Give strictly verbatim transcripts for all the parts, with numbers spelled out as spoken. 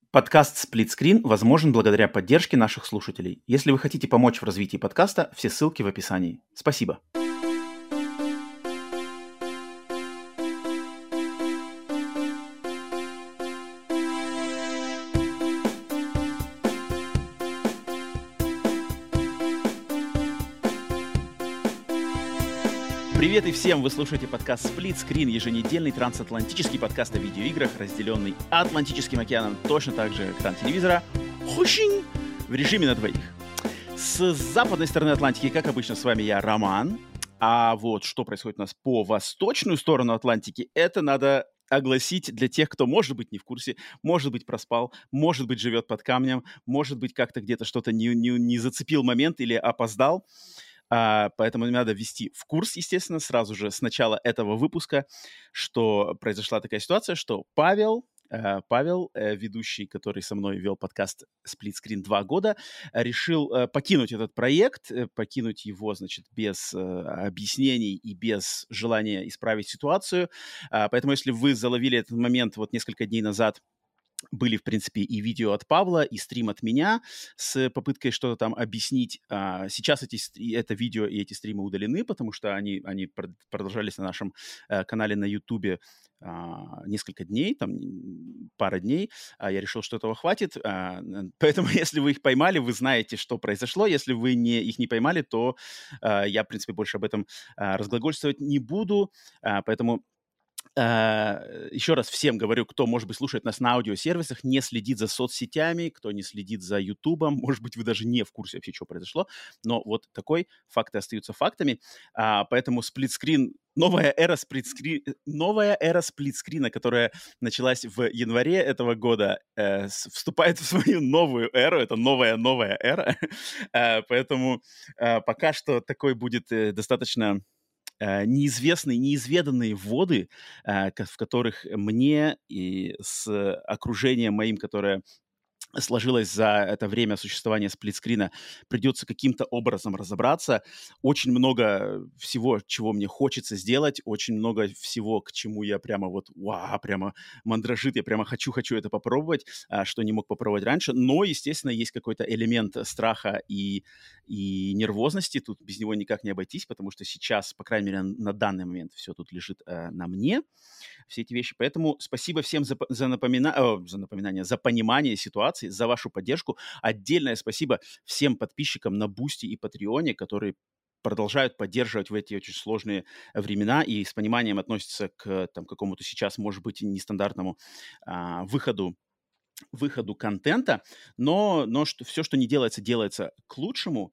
Подкаст «Сплитскрин» возможен благодаря поддержке наших слушателей. Если вы хотите помочь в развитии подкаста, все ссылки в описании. Спасибо. Привет и всем! Вы слушаете подкаст «Сплитскрин», еженедельный трансатлантический подкаст о видеоиграх, разделенный Атлантическим океаном, точно так же экран телевизора, хущинь, в режиме на двоих. С западной стороны Атлантики, как обычно, с вами я, Роман. А вот что происходит у нас по восточную сторону Атлантики, это надо огласить для тех, кто, может быть, не в курсе, может быть, проспал, может быть, живет под камнем, может быть, как-то где-то что-то не, не, не зацепил момент или опоздал. Uh, поэтому надо ввести в курс, естественно, сразу же с начала этого выпуска, что произошла такая ситуация, что Павел, uh, Павел, uh, ведущий, который со мной вел подкаст «Сплитскрин» два года, uh, решил uh, покинуть этот проект, uh, покинуть его, значит, без uh, объяснений и без желания исправить ситуацию. Uh, поэтому, если вы заловили этот момент вот несколько дней назад, были, в принципе, и видео от Павла, и стрим от меня с попыткой что-то там объяснить. А, сейчас эти, это видео и эти стримы удалены, потому что они, они продолжались на нашем а, канале на Ютубе а, несколько дней, там пара дней. А, я решил, что этого хватит. А, поэтому, если вы их поймали, вы знаете, что произошло. Если вы не, их не поймали, то а, я, в принципе, больше об этом а, разглагольствовать не буду. А, поэтому... Uh, еще раз всем говорю, кто, может быть, слушает нас на аудиосервисах, не следит за соцсетями, кто не следит за Ютубом, может быть, вы даже не в курсе вообще, что произошло, но вот такой, факты остаются фактами, uh, поэтому сплитскрин, новая эра сплитскрин, новая эра сплитскрина, которая началась в январе этого года, uh, вступает в свою новую эру, это новая-новая эра, uh, поэтому uh, пока что такой будет uh, достаточно... неизвестные, неизведанные воды, в которых мне и с окружением моим, которое сложилось за это время существования сплитскрина, придется каким-то образом разобраться. Очень много всего, чего мне хочется сделать, очень много всего, к чему я прямо вот, вау, прямо мандражит, я прямо хочу-хочу это попробовать, что не мог попробовать раньше. Но, естественно, есть какой-то элемент страха и, и нервозности, тут без него никак не обойтись, потому что сейчас, по крайней мере, на данный момент все тут лежит э, на мне, все эти вещи. Поэтому спасибо всем за, за, напомина... О, за напоминание, за понимание ситуации, за вашу поддержку. Отдельное спасибо всем подписчикам на Бусти и Патреоне, которые продолжают поддерживать в эти очень сложные времена и с пониманием относятся к там, какому-то сейчас, может быть, нестандартному а, выходу, выходу контента. Но, но что, все, что не делается, делается к лучшему.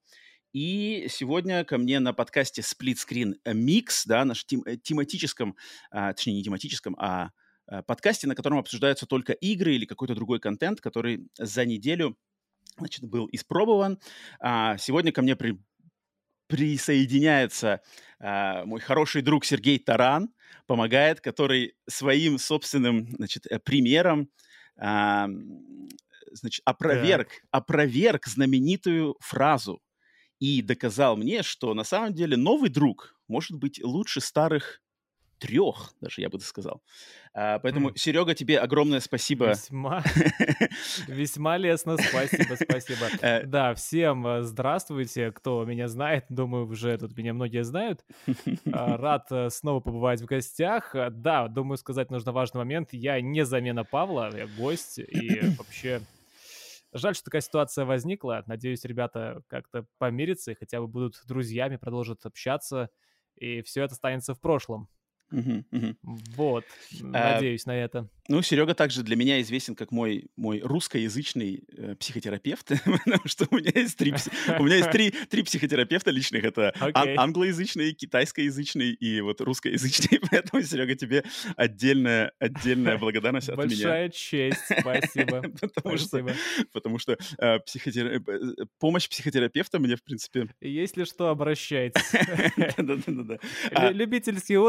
И сегодня ко мне на подкасте «Сплитскрин Микс», да, наш тем, тематическом, а, точнее, не тематическом, а подкасте, на котором обсуждаются только игры или какой-то другой контент, который за неделю, значит, был испробован. А, сегодня ко мне при, присоединяется а, мой хороший друг Сергей Таран, помогает, который своим собственным, значит, примером а, значит, опроверг, опроверг знаменитую фразу и доказал мне, что на самом деле новый друг может быть лучше старых трех, даже я бы сказал. А, поэтому, mm. Серега, тебе огромное спасибо. Весьма, весьма лестно, спасибо, спасибо. Да, всем здравствуйте, кто меня знает, думаю, уже тут меня многие знают. Рад снова побывать в гостях. Да, думаю, сказать нужно важный момент. Я не замена Павла, я гость, и вообще... Жаль, что такая ситуация возникла. Надеюсь, ребята как-то помирятся и хотя бы будут друзьями, продолжат общаться, и все это останется в прошлом. Uh-huh, uh-huh. Вот, надеюсь uh, на это. Ну, Серега также для меня известен как мой, мой русскоязычный э, психотерапевт, потому что у меня есть три, у меня есть три, три психотерапевта личных. Это okay. ан- англоязычный, китайскоязычный и вот русскоязычный. Поэтому, Серега, тебе отдельная, отдельная благодарность от меня. Большая честь, спасибо. Потому что, потому что э, психотера... помощь психотерапевта мне, в принципе... Если что, обращайтесь. Любительский уровень, но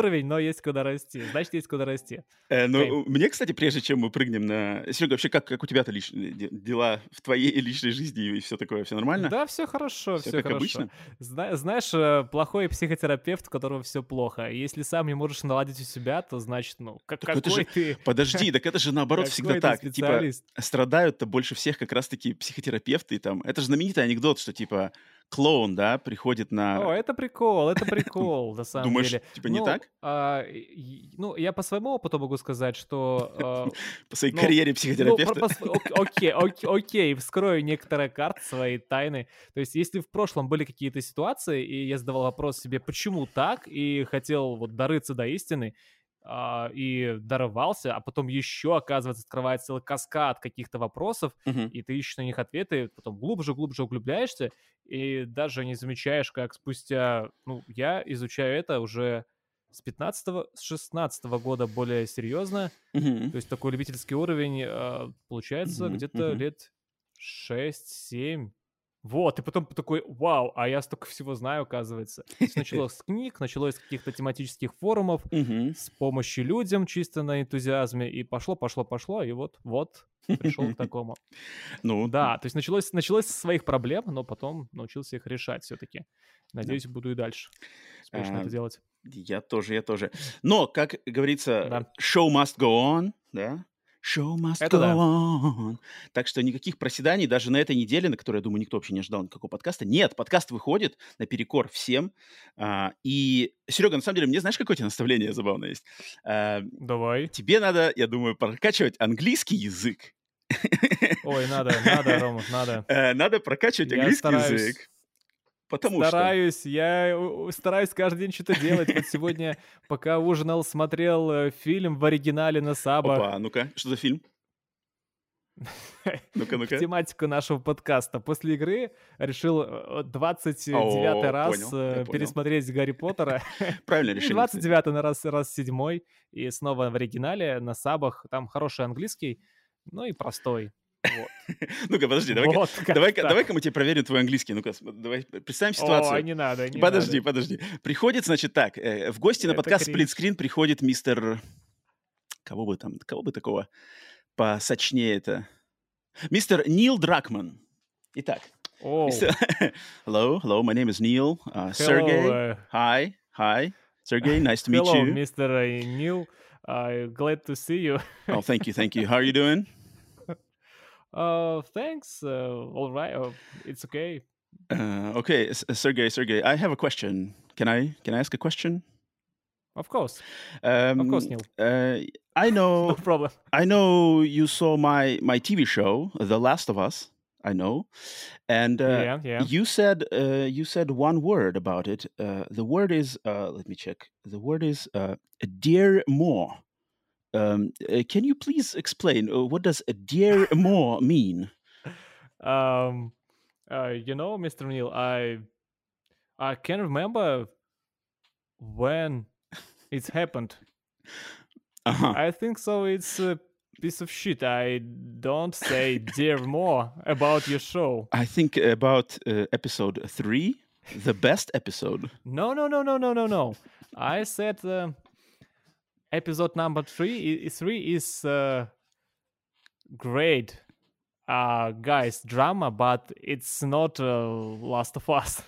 есть куда расти. Значит, есть куда расти. Э, ну, Окей. мне, кстати, прежде чем мы прыгнем на... Серега, вообще, как, как у тебя-то лич- де- дела в твоей личной жизни и все такое? Все нормально? Да, все хорошо, Все все как хорошо. обычно? Зна- знаешь, э, плохой психотерапевт, у которого все плохо. Если сам не можешь наладить у себя, то значит, ну, как, Так это какой же... ты, Подожди, так это же наоборот всегда какой ты так. Типа, специалист. страдают-то больше всех как раз-таки психотерапевты. и Там. Это же знаменитый анекдот, что типа клоун, да, приходит на... О, это прикол, это прикол, на самом Думаешь, деле. типа не Ну, так? а, и- ну, я по своему опыту могу сказать, что, э, По своей ну, карьере ну, про- психотерапевта? пос- ок- окей, окей, окей, вскрою некоторые карты свои тайны. То есть, если в прошлом были какие-то ситуации, и я задавал вопрос себе, почему так, и хотел вот дорыться до истины, а, и дорывался, а потом еще, оказывается, открывается целый каскад каких-то вопросов, Мгм. и ты ищешь на них ответы, потом глубже-глубже углубляешься, и даже не замечаешь, как спустя... Ну, я изучаю это уже с пятнадцатого, с шестнадцатого года более серьезно, Мгм. то есть такой любительский уровень, а, получается, Мгм. где-то Мгм. лет шесть-семь. Вот, и потом такой, вау, а я столько всего знаю, оказывается. То есть началось с книг, началось с каких-то тематических форумов, Мгм. с помощи людям чисто на энтузиазме, и пошло, пошло, пошло, и вот, вот, пришел к такому. Ну, Да, то есть началось, началось с своих проблем, но потом научился их решать все-таки. да. Надеюсь, буду и дальше успешно А, это делать. Я тоже, я тоже. Но, как говорится, Да, show must go on, да? Show must это go да. on. Так что никаких проседаний даже на этой неделе, на которой, я думаю, никто вообще не ожидал никакого подкаста. Нет, подкаст выходит наперекор всем. А, и, Серега, на самом деле, мне знаешь, какое тебе наставление забавное есть? А, Давай. тебе надо, я думаю, прокачивать английский язык. Ой, надо, надо, Рома, надо. Э, Надо прокачивать Я английский язык. стараюсь. Потому что... Стараюсь, я у- у- стараюсь каждый день что-то делать. Вот сегодня, пока ужинал, смотрел э, фильм в оригинале на сабах. Опа, ну-ка, что за фильм? Ну-ка, В ну-ка. тематику нашего подкаста. После игры решил э, двадцать девятый О, раз понял, я э, понял. пересмотреть Гарри Поттера. Правильное Не решение, двадцать кстати. девятый на раз, раз седьмой. И снова в оригинале, на сабах. Там хороший английский, ну и простой. Вот. Ну-ка, подожди, давай-ка, Вот как давай-ка, так. давай-ка мы тебе проверим твой английский. Ну-ка, см- давай, представим О, ситуацию. не надо, не Подожди, надо. подожди. Приходит, значит, так, э, в гости на Это подкаст кринж. Split Screen приходит мистер... Кого бы там, кого бы такого посочнее это? Мистер Нил Дракман. Итак, Оу. мистер... hello, hello, my name is Neil. Uh, Hello, Sergey, uh, hi, hi. Sergey, nice to meet hello, you. Mister Neil. Uh, glad to see you. Oh, thank you, thank you. How are you doing? Uh, thanks. Uh, all right. Uh, it's okay. Uh, okay, S- Sergey, Sergey, I have a question. Can I can I ask a question? Of course. Um, Of course, Neil. uh, I No know problem. I know you saw my my T V show, The Last of Us. I know, and uh, Yeah, yeah. you said uh, you said one word about it. Uh, the word is uh, let me check. The word is uh, dear more. Um, uh, can you please explain uh, what does a dear more mean? Um, uh, you know, Mister Neil, I I can't remember when it's happened. Uh-huh. I think so. It's a piece of shit. I don't say dear more about your show. I think about uh, episode three, the best episode. No, no, no, no, no, no, no. I said uh, episode number three. i- Three is uh, great, uh, guys, drama, but it's not uh, Last of Us.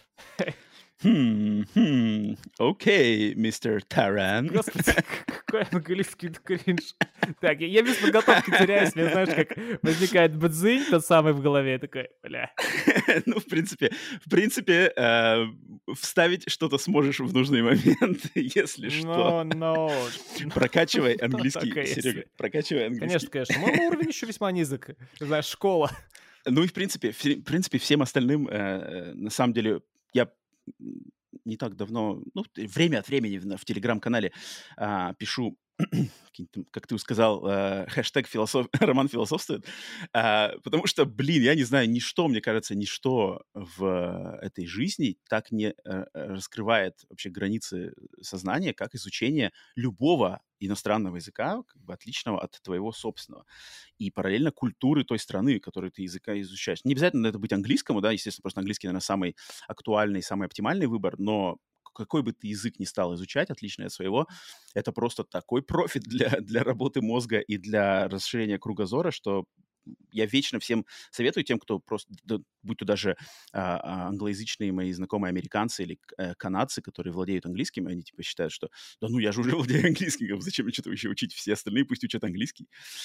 Hmm, hmm. Okay, мистер Таран. Господи, какой английский кринж. Так, я, я без подготовки теряюсь, мне знаешь, как возникает бдзынь тот самый в голове, я такой, бля. Ну, в принципе, в принципе, э, вставить что-то сможешь в нужный момент, если что. Но, но... Прокачивай Ну, английский, так и Серега, если. прокачивай английский. Конечно, конечно. Мой мой уровень еще весьма низок. Знаешь, школа. Ну и, в принципе, в в принципе, всем остальным, э, э, на самом деле, я м, не так давно, ну, т- время от времени в, на- в Телеграм-канале а, пишу, какие-нибудь там, как ты сказал, э, хэштег философ... роман философствует, а, потому что, блин, я не знаю, ничто, мне кажется, ничто в этой жизни так не э, раскрывает вообще границы сознания, как изучение любого иностранного языка, как бы отличного от твоего собственного. И параллельно культуры той страны, которую ты языка изучаешь. Не обязательно это быть английскому, да, естественно, просто английский, наверное, самый актуальный, самый оптимальный выбор, но какой бы ты язык ни стал изучать, отличный от своего, это просто такой профит для, для работы мозга и для расширения кругозора, что я вечно всем советую, тем, кто просто, да, будь то даже а, англоязычные мои знакомые американцы или а, канадцы, которые владеют английским, они типа считают, что да ну я же уже владею английским, зачем мне что-то еще учить, все остальные пусть учат английский.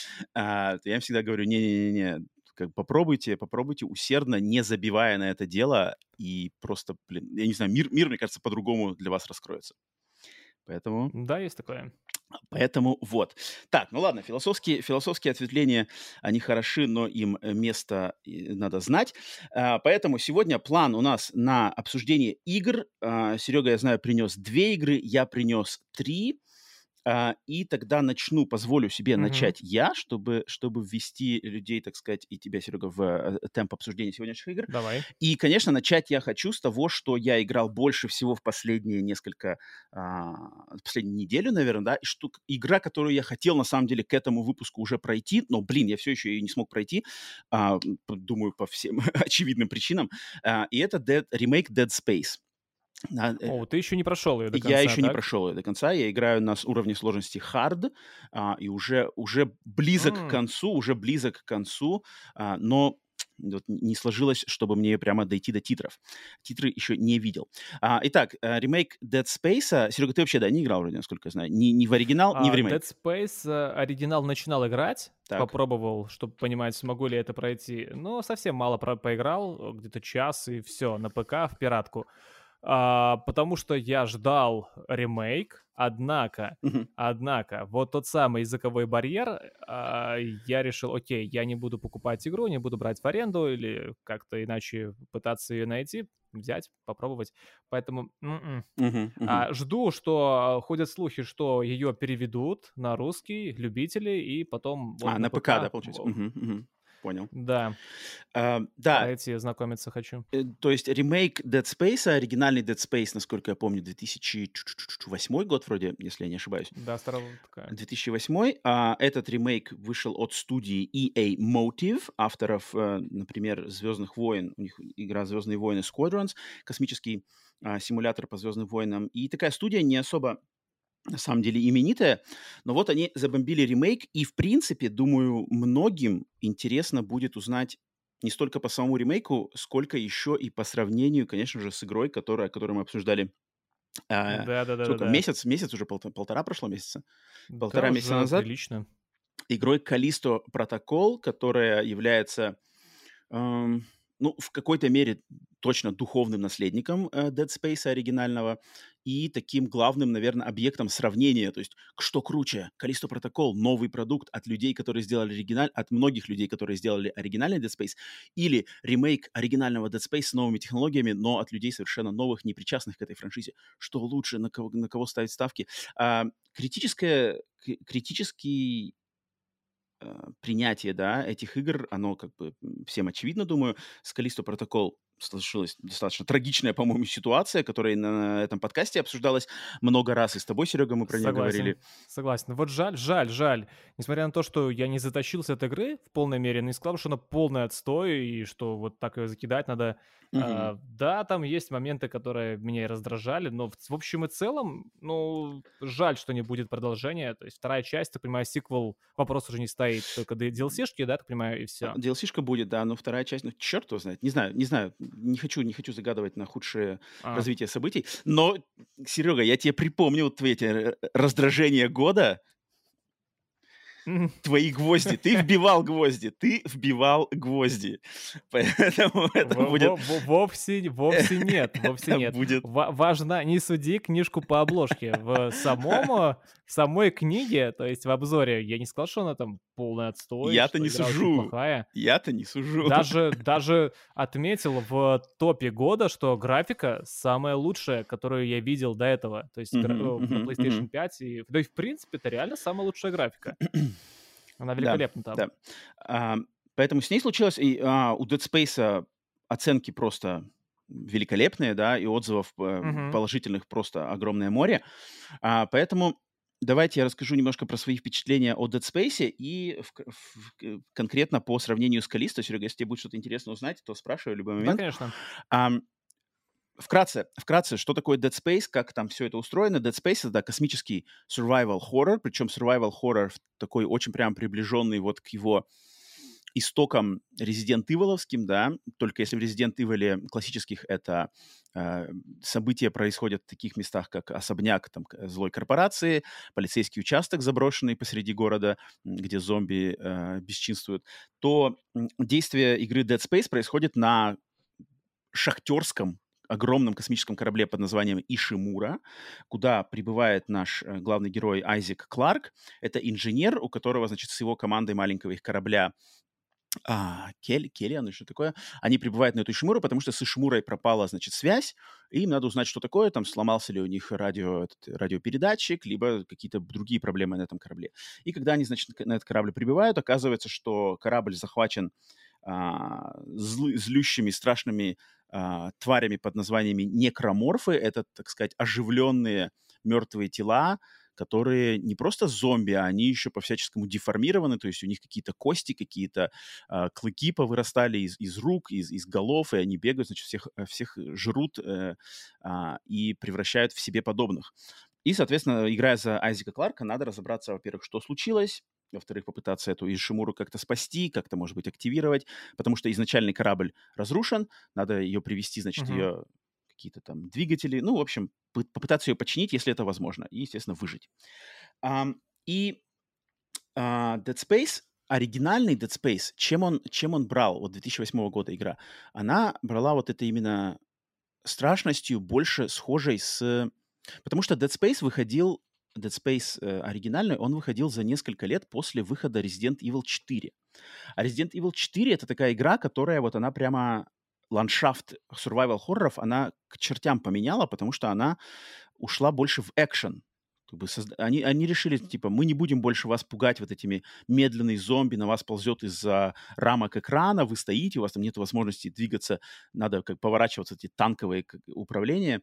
А, я им всегда говорю, не-не-не, как попробуйте, попробуйте усердно, не забивая на это дело, и просто, блин, я не знаю, мир, мир, мне кажется, по-другому для вас раскроется. Поэтому... Да, есть такое. Поэтому вот. Так, ну ладно, философские, философские ответвления, они хороши, но им место надо знать. А, поэтому сегодня план у нас на обсуждение игр. А, Серега, я знаю, принес две игры, я принес три. Uh, и тогда начну, позволю себе mm-hmm. начать я, чтобы, чтобы ввести людей, так сказать, и тебя, Серега, в uh, темп обсуждения сегодняшних игр. Давай. И, конечно, начать я хочу с того, что я играл больше всего в последние несколько, uh, последнюю неделю, наверное, да, и что игра, которую я хотел, на самом деле, к этому выпуску уже пройти, но, блин, я все еще ее не смог пройти, uh, думаю, по всем очевидным причинам, uh, и это Dead, ремейк Dead Space. О, ты еще не прошел ее до конца, Я еще так? не прошел ее до конца. Я играю на уровне сложности hard, а, и уже, уже близок mm. к концу, уже близок к концу, а, но вот не сложилось, чтобы мне прямо дойти до титров. Титры еще не видел. А, итак, ремейк Dead Space. Серега, ты вообще, да, не играл вроде, насколько я знаю? Ни, ни в оригинал, а, ни в ремейк. Dead Space оригинал начинал играть, так. Попробовал, чтобы понимать, смогу ли это пройти. Но совсем мало про- поиграл, где-то час и все, на ПК в пиратку. А, потому что я ждал ремейк, однако, uh-huh. однако, вот тот самый языковой барьер, а, я решил, окей, я не буду покупать игру, не буду брать в аренду или как-то иначе пытаться ее найти, взять, попробовать, поэтому uh-huh, uh-huh. А, жду, что ходят слухи, что ее переведут на русский, любители, и потом... Вот а, на, на ПК, ПК, да, получается? Uh-huh, uh-huh. Понял. Да. Uh, да. Пройти, знакомиться хочу. То есть ремейк Dead Space, оригинальный Dead Space, насколько я помню, две тысячи восьмой год вроде, если я не ошибаюсь. Да, старого такая. две тысячи восьмой. А этот ремейк вышел от студии и эй Motive, авторов, например, «Звездных войн». У них игра «Звездные войны Squadrons», космический а, симулятор по «Звездным войнам». И такая студия не особо, на самом деле, именитая, но вот они забомбили ремейк, и, в принципе, думаю, многим интересно будет узнать не столько по самому ремейку, сколько еще и по сравнению, конечно же, с игрой, которая, которую мы обсуждали э, да, да, да, сколько, да, месяц, месяц уже, пол, полтора прошло месяца? Да, полтора месяца назад. Прилично. Игрой Callisto Protocol, которая является... Эм, ну, в какой-то мере точно духовным наследником э, Dead Space оригинального и таким главным, наверное, объектом сравнения. То есть, что круче? Callisto Protocol — новый продукт от людей, которые сделали оригиналь... от многих людей, которые сделали оригинальный Dead Space, или ремейк оригинального Dead Space с новыми технологиями, но от людей совершенно новых, не причастных к этой франшизе. Что лучше? На кого, на кого ставить ставки? А, критическое... критический... принятие, да, этих игр, оно как бы всем очевидно, думаю. С Callisto Protocol сложилась достаточно трагичная, по-моему, ситуация, которая на этом подкасте обсуждалась много раз, и с тобой, Серега, мы про нее говорили. Согласен. Вот жаль, жаль, жаль. Несмотря на то, что я не затащился от игры в полной мере, но не сказал, что она полный отстой, и что вот так ее закидать надо. Uh-huh. А, да, там есть моменты, которые меня и раздражали, но в, в общем и целом, ну, жаль, что не будет продолжения. То есть вторая часть, так понимаю, сиквел, вопрос уже не стоит. Только ди эл си-шки, да, так понимаю, и все. ди эл си-шка будет, да, но вторая часть, ну, черт его знает. Не знаю, не знаю. Не хочу, не хочу загадывать на худшее а. развитие событий. Но, Серега, я тебе припомнил твои эти раздражения года. Твои гвозди. Ты вбивал гвозди. Ты вбивал гвозди. Поэтому это в- будет... в- Вовсе, вовсе нет. Вовсе нет. Будет... В- важно, не суди книжку по обложке. В самом, в самой книге, то есть в обзоре, я не сказал, что она там полный отстой. Я-то не сужу. Плохая. Я-то не сужу. Даже, даже отметил в топе года, что графика самая лучшая, которую я видел до этого. То есть uh-huh, гра- uh-huh, на PlayStation uh-huh. пять. И, да и в принципе, это реально самая лучшая графика. Она великолепна да, там. Да. А, поэтому с ней случилось... И, а, у Dead Space оценки просто великолепные, да, и отзывов uh-huh. положительных просто огромное море. А, поэтому... Давайте я расскажу немножко про свои впечатления о Dead Space и в, в, конкретно по сравнению с Callisto. Серега, если тебе будет что-то интересно узнать, то спрашивай в любой момент. Да, конечно. А, вкратце, вкратце, что такое Dead Space, как там все это устроено. Dead Space — это космический survival horror, причем survival horror такой очень прям приближенный вот к его истокам Resident Evil'овским, да, только если в Resident Evil классических это э, события происходят в таких местах, как особняк там, злой корпорации, полицейский участок, заброшенный посреди города, где зомби э, бесчинствуют, то действие игры Dead Space происходит на шахтерском огромном космическом корабле под названием Ишимура, куда прибывает наш э, главный герой Айзек Кларк. Это инженер, у которого, значит, с его командой маленького их корабля а, Кель, Келлиан, что такое, они прибывают на эту Ишимуру, потому что с Ишимурой пропала, значит, связь, и им надо узнать, что такое, там, сломался ли у них радио, этот, радиопередатчик, либо какие-то другие проблемы на этом корабле. И когда они, значит, на этот корабль прибывают, оказывается, что корабль захвачен а, злы, злющими, страшными а, тварями под названиями некроморфы. Это, так сказать, оживленные мертвые тела, которые не просто зомби, а они еще по-всяческому деформированы, то есть у них какие-то кости, какие-то э, клыки повырастали из, из рук, из, из голов, и они бегают, значит, всех, всех жрут э, э, и превращают в себе подобных. И, соответственно, играя за Айзека Кларка, надо разобраться, во-первых, что случилось, во-вторых, попытаться эту Ишимуру как-то спасти, как-то, может быть, активировать, потому что изначальный корабль разрушен, надо ее привести, значит, Мгм. ее какие-то там двигатели, ну, в общем, попытаться ее починить, если это возможно, и, естественно, выжить. Um, и uh, Dead Space, оригинальный Dead Space, чем он, чем он брал, вот две тысячи восьмого года игра, она брала вот это именно страшностью больше схожей с... Потому что Dead Space выходил, Dead Space э, оригинальный, он выходил за несколько лет после выхода Resident Evil четыре. А Resident Evil четыре — это такая игра, которая вот она прямо ландшафт survival-хорроров, она к чертям поменяла, потому что она ушла больше в экшен. Как бы созда- они, они решили, типа, мы не будем больше вас пугать вот этими медленные зомби, на вас ползет из-за рамок экрана, вы стоите, у вас там нет возможности двигаться, надо как поворачиваться, эти танковые как, управления.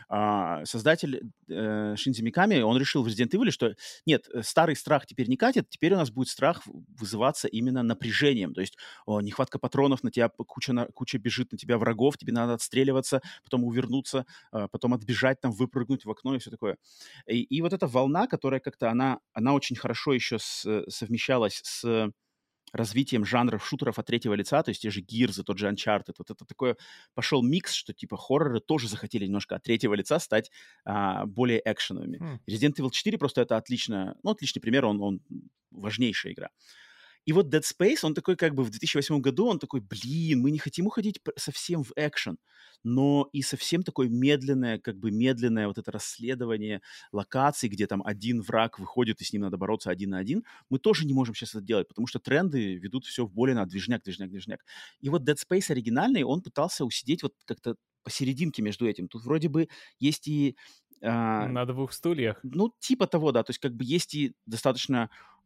А, создатель э, Шинзи Миками, он решил в Resident Evil, что нет, старый страх теперь не катит, теперь у нас будет страх вызываться именно напряжением, то есть о, нехватка патронов, на тебя куча, на, куча бежит на тебя врагов, тебе надо отстреливаться, потом увернуться, а, потом отбежать, там, выпрыгнуть в окно и все такое. И, и вот эта волна, которая как-то, она, она очень хорошо еще с, совмещалась с развитием жанров шутеров от третьего лица, то есть те же Gears, тот же Uncharted, вот это такое пошел микс, что типа хорроры тоже захотели немножко от третьего лица стать а, более экшеновыми. Хм. Resident Evil четыре просто это отлично, ну, отличный пример, он, он важнейшая игра. И вот Dead Space, он такой как бы в две тысячи восьмом году, он такой, блин, мы не хотим уходить п- совсем в экшен, но и совсем такое медленное, как бы медленное вот это расследование локаций, где там один враг выходит, и с ним надо бороться один на один, мы тоже не можем сейчас это делать, потому что тренды ведут все в более на движняк, движняк, движняк. И вот Dead Space оригинальный, он пытался усидеть вот как-то посерединке между этим. Тут вроде бы есть и а, На двух стульях. ну, типа того, да. То есть как бы есть и достаточно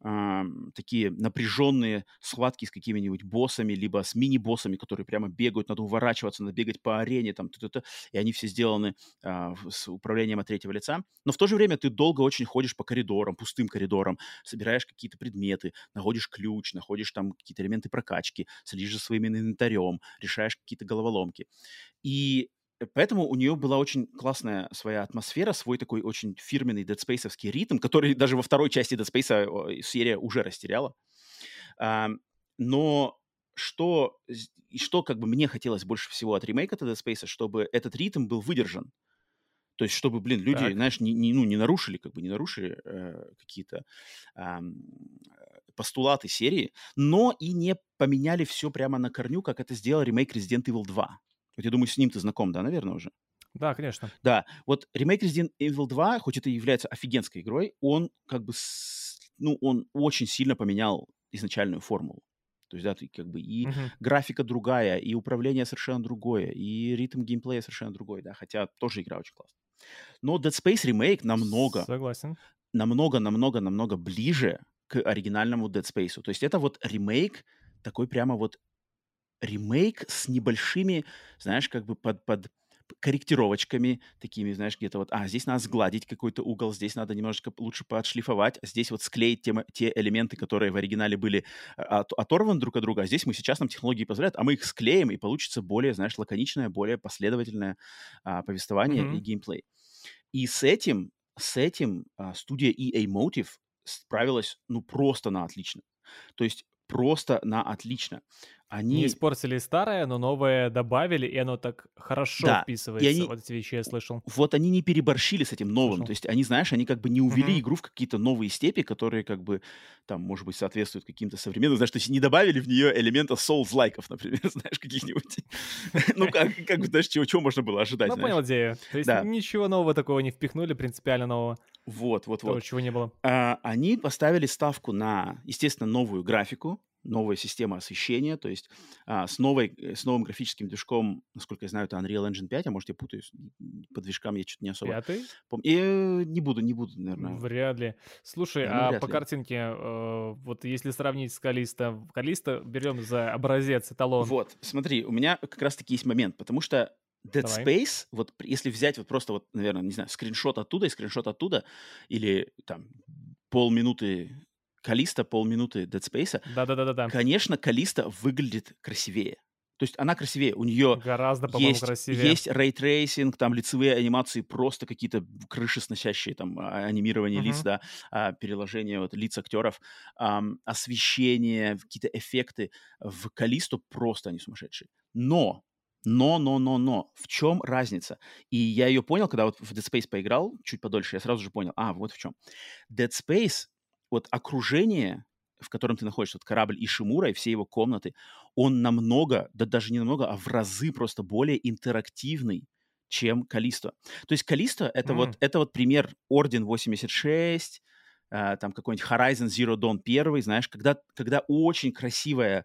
ам, такие напряженные схватки с какими-нибудь боссами, либо с мини-боссами, которые прямо бегают, надо уворачиваться, надо бегать по арене, там, т-т-т, и они все сделаны а, в- с управлением от третьего лица. Но в то же время ты долго очень ходишь по коридорам, пустым коридорам, собираешь какие-то предметы, находишь ключ, находишь там какие-то элементы прокачки, следишь за своим инвентарем, решаешь какие-то головоломки. И поэтому у нее была очень классная своя атмосфера, свой такой очень фирменный Dead Space'овский ритм, который даже во второй части Dead Space о, серия уже растеряла. Ам, но что, з- и что как бы мне хотелось больше всего от ремейка Dead Space, чтобы этот ритм был выдержан. То есть, чтобы, блин, люди, Так. знаешь, не, не, ну, не нарушили, как бы не нарушили э, какие-то ам, э, постулаты серии, но и не поменяли все прямо на корню, как это сделал ремейк Resident Evil два. Вот я думаю, с ним ты знаком, да, наверное, уже? Да, конечно. Да, вот ремейк Resident Evil два, хоть это и является офигенской игрой, он как бы, с- ну, он очень сильно поменял изначальную формулу. То есть, да, ты как бы и Мгм. графика другая, и управление совершенно другое, и ритм геймплея совершенно другой, да, хотя тоже игра очень классная. Но Dead Space ремейк намного, Согласен. намного, намного, намного ближе к оригинальному Dead Space. То есть это вот ремейк, такой прямо вот ремейк с небольшими, знаешь, как бы под, под корректировочками такими, знаешь, где-то вот, а, здесь надо сгладить какой-то угол, здесь надо немножечко лучше поотшлифовать, а здесь вот склеить те, те элементы, которые в оригинале были от, оторваны друг от друга, а здесь мы сейчас, нам технологии позволяют, а мы их склеим, и получится более, знаешь, лаконичное, более последовательное а, повествование и Мгм. геймплей. И с этим, с этим а, студия и эй Motive справилась, ну, просто на отлично. То есть просто на отлично. Не Они, испортили старое, но новое добавили, и оно так хорошо да, и вписывается. они, Вот эти вещи я слышал. вот они не переборщили с этим новым. То Слышал. есть они, знаешь, они как бы не увели Мгм. игру в какие-то новые степи, которые как бы там, может быть, соответствуют каким-то современным. Знаешь, то есть не добавили в нее элемента Souls-лайков, например, знаешь, каких-нибудь. Ну, как, как бы, знаешь, чего, чего можно было ожидать, Ну, понял знаешь. идею. То есть Да, ничего нового такого не впихнули, принципиально нового, вот, вот, того, вот. чего не было. А, они поставили ставку на, естественно, новую графику, новая система освещения, то есть а, с, новой, э, с новым графическим движком, насколько я знаю, это Unreal Engine пять, а может, я путаюсь, м, по движкам я что-то не особо Пятый? помню. И, э, не буду, не буду, наверное, Вряд ли. Слушай, да, ну, а вряд по ли. картинке, э, вот если сравнить с Калисто, Калисто берем за образец, эталон. Вот, смотри, у меня как раз-таки есть момент, потому что Dead Давай. Space, вот при- если взять вот просто вот, наверное, не знаю, скриншот оттуда и скриншот оттуда, или там полминуты Калиста, полминуты Dead Space, Да-да-да-да-да. конечно, Калиста выглядит красивее. То есть она красивее. У нее Гораздо, по-моему, есть, красивее. есть рейтрейсинг, там лицевые анимации, просто какие-то крыши сносящие, там а, анимирование лиц, Мгм. да, а, переложение вот, лиц актеров, ам, освещение, какие-то эффекты в Калисту просто они сумасшедшие. Но, но, но, но, но, в чем разница? И я ее понял, когда вот в Dead Space поиграл чуть подольше, я сразу же понял, а, вот в чем. Dead Space, вот окружение, в котором ты находишься, вот корабль Ишимура и все его комнаты, он намного, да даже не намного, а в разы просто более интерактивный, чем Калисто. То есть Калисто это вот, М. это вот пример Орден восемьдесят шесть, а, там какой-нибудь Horizon Zero Dawn один, знаешь, когда, когда очень красивая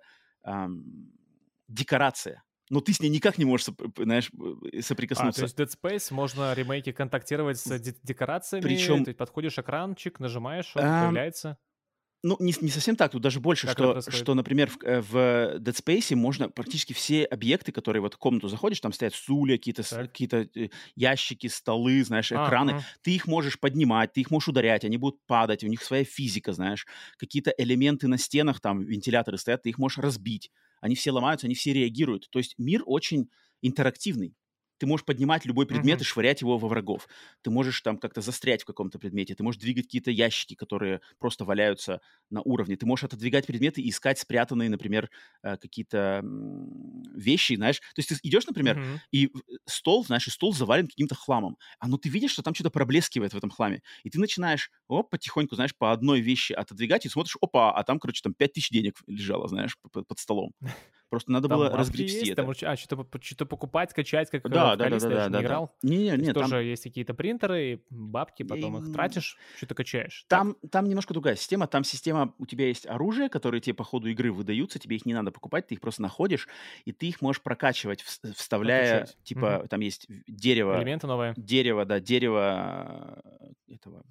ам, декорация, но ты с ней никак не можешь, соп- знаешь, э, А, то соприкоснуться. есть Dead Space можно ремейки контактировать с де- декорациями, Причем то есть подходишь, экранчик, нажимаешь, что-то появляется. ну, не, не совсем так, тут даже больше, Как это что, происходит? что, например, в, э, в Dead Space можно практически все объекты, которые вот в комнату заходишь, там стоят стулья, какие-то, с- Так. какие-то э, ящики, столы, знаешь, А, экраны, мгм. ты их можешь поднимать, ты их можешь ударять, они будут падать, у них своя физика, знаешь, какие-то элементы на стенах, там вентиляторы стоят, ты их можешь разбить, они все ломаются, они все реагируют. То есть мир очень интерактивный. Ты можешь поднимать любой предмет Мгм. и швырять его во врагов. Ты можешь там как-то застрять в каком-то предмете. Ты можешь двигать какие-то ящики, которые просто валяются на уровне. Ты можешь отодвигать предметы и искать спрятанные, например, э, какие-то м, вещи, знаешь. То есть ты идешь, например, Мгм. и в- стол, знаешь, и стол завален каким-то хламом. А ну ты видишь, что там что-то проблескивает в этом хламе. И ты начинаешь, оп, потихоньку, знаешь, по одной вещи отодвигать, и смотришь, опа, а там, короче, там пять тысяч денег лежало, знаешь, п- п- под столом. Просто надо Там было бабки разгребсти есть, там это. уч а, что-то что покупать, качать, как, э, Да, в да, да, да, Калисто, я да, же не да, да. играл. Не, То есть не, там тоже есть какие-то принтеры, и бабки, потом их М, тратишь, что-то качаешь, так? Там, там немножко другая система. Там система, у тебя есть оружие, которые тебе по ходу игры выдаются, тебе их не надо покупать, ты их просто находишь, и ты их можешь прокачивать, вс- вставляя, Прокачать. Мгм. типа, там есть в- дерево, Элементы новые. дерево, да, дерево э, этого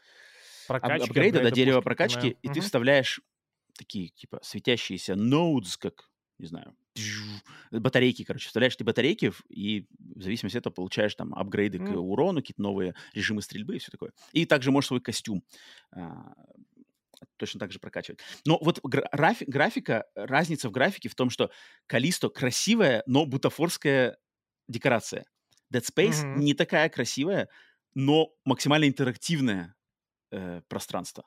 ап- Прокачки, апгрейда, да, апгрейда, дерево пушки, прокачки, понимаю. и ты Мгм. вставляешь такие, типа, светящиеся nodes, как, не знаю, батарейки, короче, вставляешь ты батарейки, в- и в зависимости от этого получаешь там апгрейды к М. урону, какие-то новые режимы стрельбы и все такое. И также можешь свой костюм а, точно так же прокачивать. Но вот гра- графи- графика, разница в графике в том, что Калисто красивая, но бутафорская декорация. Dead Space Мгм. не такая красивая, но максимально интерактивное э, пространство.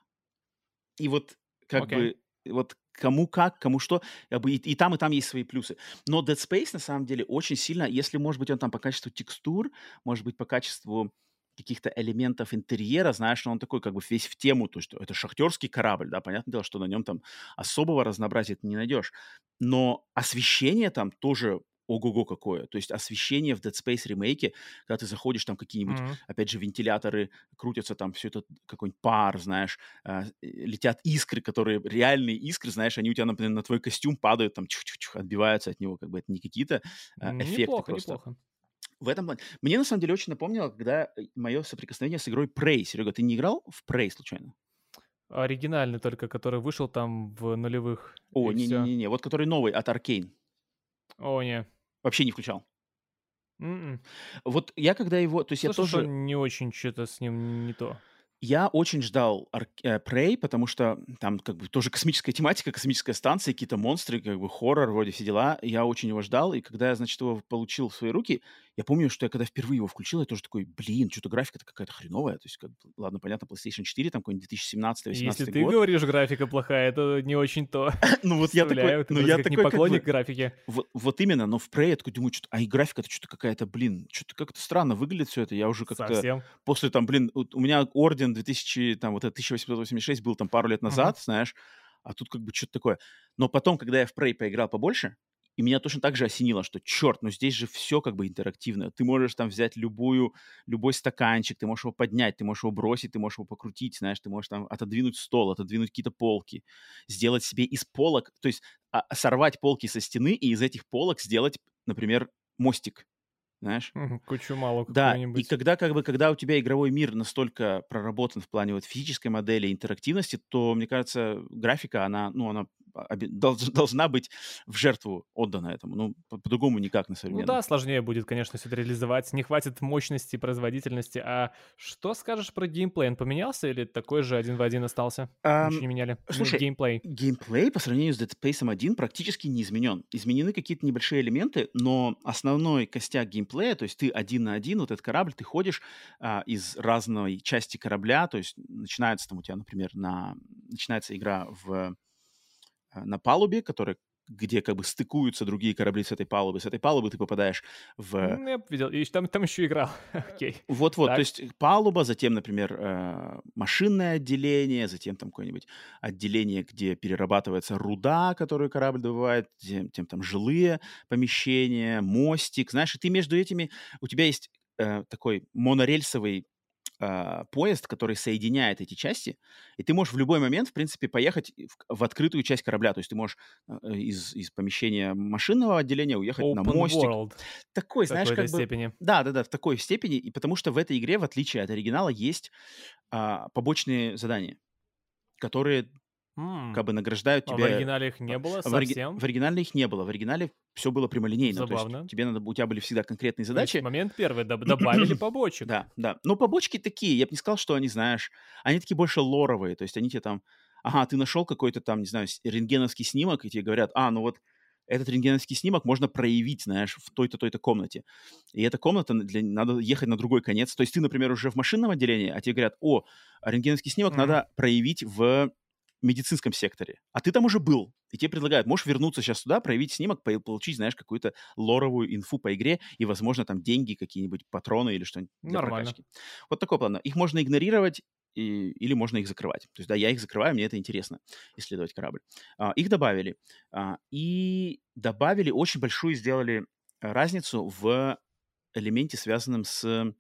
И вот как Окей. бы вот кому как, кому что, как бы и, и там, и там есть свои плюсы. Но Dead Space на самом деле очень сильно, если, может быть, он там по качеству текстур, может быть, по качеству каких-то элементов интерьера, знаешь, что он такой как бы весь в тему, то, что это шахтерский корабль, да, понятное дело, что на нем там особого разнообразия ты не найдешь. Но освещение там тоже ого-го какое. То есть освещение в Dead Space ремейке, когда ты заходишь, там какие-нибудь, Мгм. опять же, вентиляторы крутятся, там все это какой-нибудь пар, знаешь, а, э, летят искры, которые реальные искры, знаешь, они у тебя, например, на твой костюм падают, там чух-чух-чух, отбиваются от него, как бы это не какие-то а, эффекты Неплохо, просто. неплохо. В этом плане. Мне на самом деле очень напомнило, когда мое соприкосновение с игрой Prey. Серега, ты не играл в Prey случайно? Оригинальный только, который вышел там в нулевых, О, и все. не-не-не-не, вот который новый от Arcane. О, не. Вообще не включал. М-м. Вот я когда его... То есть я Слышал, что тоже... не очень что-то с ним не то. Я очень ждал Ark э, Prey, потому что там как бы тоже космическая тематика, космическая станция, какие-то монстры, как бы хоррор, вроде все дела. Я очень его ждал, и когда я, значит, его получил в свои руки, я помню, что я когда впервые его включил, я тоже такой, блин, что-то графика-то какая-то хреновая. То есть, как бы, ладно, понятно, PlayStation четыре, там какой-нибудь две тысячи семнадцатый Если восемнадцатый ты год. говоришь, графика плохая, это не очень то. Ну вот я такой, Представляю, ты ну вроде я как не такой, как бы, поклонник графики. вот, вот именно, но в Prey я такой думаю, что, а и графика-то что-то какая-то, блин, что-то как-то странно выглядит все это. Я уже как-то Совсем. после там, блин, вот у меня Орден две тысячи, там, вот это тысяча восемьсот восемьдесят шесть был там пару лет Мгм. назад, знаешь, а тут как бы что-то такое. Но потом, когда я в Prey поиграл побольше, и меня точно так же осенило, что, черт, ну здесь же все как бы интерактивно. Ты можешь там взять любую, любой стаканчик, ты можешь его поднять, ты можешь его бросить, ты можешь его покрутить, знаешь, ты можешь там отодвинуть стол, отодвинуть какие-то полки, сделать себе из полок, то есть а, сорвать полки со стены и из этих полок сделать, например, мостик, знаешь. Мгм. Кучу мало Да, и какую-нибудь. когда как бы когда у тебя игровой мир настолько проработан в плане вот физической модели, интерактивности, то, мне кажется, графика, она, ну, она оби долж должна быть в жертву отдана этому. Ну, по по-другому никак на Ну современных. да, сложнее будет, конечно, все это реализовать. Не хватит мощности, производительности. А что скажешь про геймплей? Он поменялся или такой же один в один остался? Ничего Ам, не меняли? Именно слушай, геймплей. геймплей по сравнению с Dead Space один практически не изменен. Изменены какие-то небольшие элементы, но основной костяк геймплея, то есть ты один на один, вот этот корабль, ты ходишь а, из разной части корабля, то есть начинается там у тебя, например, на, начинается игра в, а, на палубе, которая где как бы стыкуются другие корабли с этой палубы. С этой палубы ты попадаешь в... М, Я видел. И там, там еще играл. Окей. Вот-вот, то Так. есть палуба, затем, например, э, машинное отделение, затем там какое-нибудь отделение, где перерабатывается руда, которую корабль добывает, тем, тем там жилые помещения, мостик, знаешь, и ты между этими, у тебя есть э, такой монорельсовый а, поезд, который соединяет эти части, и ты можешь в любой момент, в принципе, поехать в, в открытую часть корабля, то есть ты можешь э, из, из помещения машинного отделения уехать на Open мостик, world такой, в знаешь, какой-то как бы степени. да, да-да, в такой степени, и потому что в этой игре, в отличие от оригинала, есть а, побочные задания, которые М, как бы награждают А в тебя. оригинале их а, не было В, ори- совсем? в оригинале их не было. В оригинале все было прямолинейно. То есть Забавно. тебе надо, у тебя были всегда конкретные То есть задачи. момент первый. доб- Добавили побочек. Да, да. Но побочки такие, я бы не сказал, что они, знаешь, они такие больше лоровые. То есть они тебе там, ага, ты нашел какой-то там, не знаю, с- рентгеновский снимок, и тебе говорят, а, ну вот этот рентгеновский снимок можно проявить, знаешь, в той-то, той-то комнате. И эта комната, н- для, надо ехать на другой конец. То есть ты, например, уже в машинном отделении, а тебе говорят, о, рентгеновский снимок Мгм. надо проявить в медицинском секторе. А ты там уже был. И тебе предлагают, можешь вернуться сейчас туда, проявить снимок, по- получить, знаешь, какую-то лоровую инфу по игре и, возможно, там деньги, какие-нибудь патроны или что-нибудь для Нормально. прокачки. Вот такой план. Их можно игнорировать и- или можно их закрывать. То есть, да, я их закрываю, мне это интересно, исследовать корабль. А, их добавили. А, и добавили, очень большую сделали а, разницу в элементе, связанном с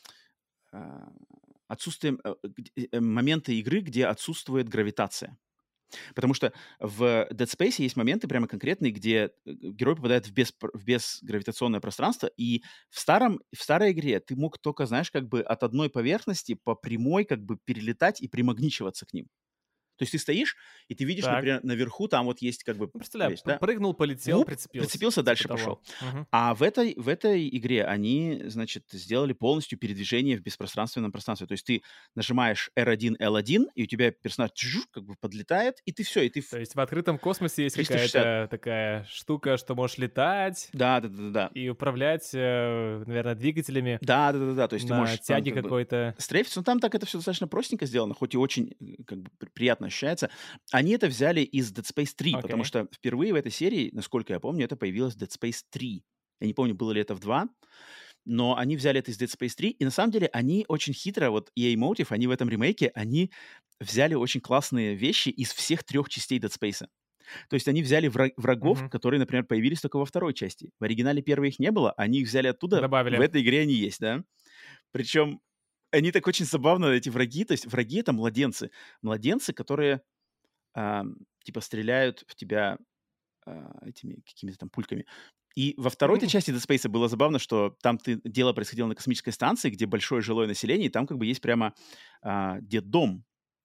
а, отсутствием э, г- э, момента игры, где отсутствует гравитация. Потому что в Dead Space есть моменты прямо конкретные, где э, герой попадает в, беспр- в безгравитационное пространство, и в, старом, в старой игре ты мог только, знаешь, как бы от одной поверхности по прямой как бы перелетать и примагничиваться к ним. То есть ты стоишь, и ты видишь, Так. например, наверху там вот есть как бы Ну, представляю, вещь, п- да? прыгнул, полетел, Вуп, прицепился. прицепился, Типа дальше пошел. того. Мгм. А в этой, в этой игре они, значит, сделали полностью передвижение в беспространственном пространстве. То есть ты нажимаешь эр один, эл один, и у тебя персонаж чжу, как бы подлетает, и ты все, и ты в То есть в открытом космосе есть триста шестьдесят. какая-то такая штука, что можешь летать Да, да, да, да, да. и управлять, э, наверное, двигателями Да, да, да, да. То есть ты на можешь там тяге как бы какой-то. стрейфиться, но там так это все достаточно простенько сделано, хоть и очень э, как бы при- приятно ощущается. Они это взяли из Dead Space три, потому Окей. что впервые в этой серии, насколько я помню, это появилось в Dead Space три. Я не помню, было ли это в два, но они взяли это из Dead Space три, и на самом деле они очень хитро, вот и эй Motive, они в этом ремейке, они взяли очень классные вещи из всех трех частей Dead Space. То есть они взяли вра- врагов, Мгм. которые, например, появились только во второй части. В оригинале первой их не было, они их взяли оттуда, в Добавили. этой игре они есть, да. Причем они так очень забавно, эти враги, то есть враги — это младенцы. Младенцы, которые, ам, типа, стреляют в тебя а, этими какими-то там пульками. И во второй-то части Dead Space было забавно, что там ты, дело происходило на космической станции, где большое жилое население, и там как бы есть прямо а, детдом.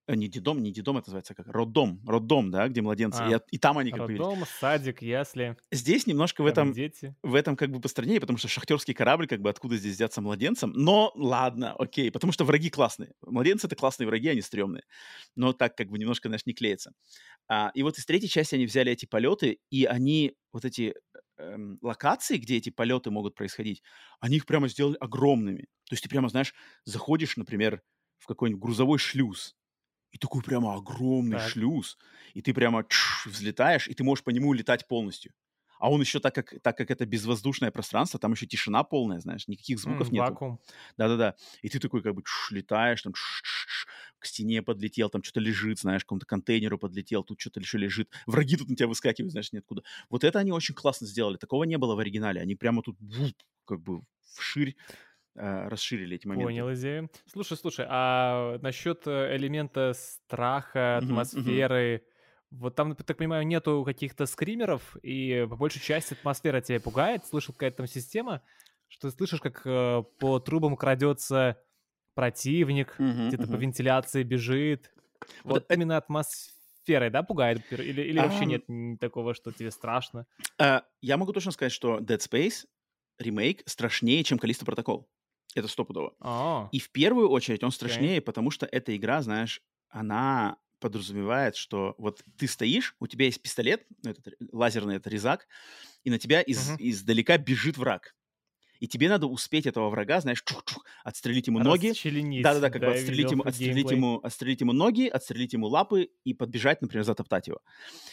Не детдом, не детдом, это называется как роддом, роддом, да, где младенцы, А, и, от- и там они как бы появились. роддом, садик, ясли, Здесь немножко в там этом, дети. в этом как бы постраннее, потому что шахтерский корабль, как бы откуда здесь взяться младенцам, но ладно, окей, потому что враги классные. Младенцы — это классные враги, они стрёмные, но так как бы немножко, знаешь, не клеится. А, и вот из третьей части они взяли эти полеты, и они, вот эти эм, локации, где эти полеты могут происходить, они их прямо сделали огромными. То есть ты прямо, знаешь, заходишь, например, в какой-нибудь грузовой шлюз, и такой прямо огромный Так. шлюз, и ты прямо чш, взлетаешь, и ты можешь по нему летать полностью. А он еще, так как, так как это безвоздушное пространство, там еще тишина полная, знаешь, никаких звуков М, нету. вакуум. Да-да-да. И ты такой как бы чш, летаешь, там чш, чш, чш, к стене подлетел, там что-то лежит, знаешь, к какому-то контейнеру подлетел, тут что-то еще лежит. Враги тут на тебя выскакивают, знаешь, ниоткуда. Вот это они очень классно сделали. Такого не было в оригинале. Они прямо тут вуп, как бы вширь э, расширили эти моменты. Понял идею. Слушай, слушай, а насчет э, элемента страха, Мгм, мгм. атмосферы, вот там, так понимаю, нету каких-то скримеров, и по большей части атмосфера тебя пугает? Слышал, какая-то там система, что ты слышишь, как э, по трубам крадется противник, Мгм, где-то по мгм. вентиляции бежит. Вот Вот это, именно атмосферой, да, пугает? Пер- Или, или вообще ам, нет м, такого, что тебе страшно? э, я могу точно сказать, что Dead Space ремейк страшнее, чем Callisto Protocol. Это стопудово. А, И в первую очередь он окей. страшнее, потому что эта игра, знаешь, она подразумевает, что вот ты стоишь, у тебя есть пистолет, ну, этот р- лазерный это резак, и на тебя из, Мгм. издалека бежит враг. И тебе надо успеть этого врага, знаешь, чух-чух, отстрелить ему ноги. Расчленить, Да-да-да, как бы да, я отстрелить видел ему, отстрелить геймплей. ему, отстрелить ему ноги, отстрелить ему лапы и подбежать, например, затоптать его.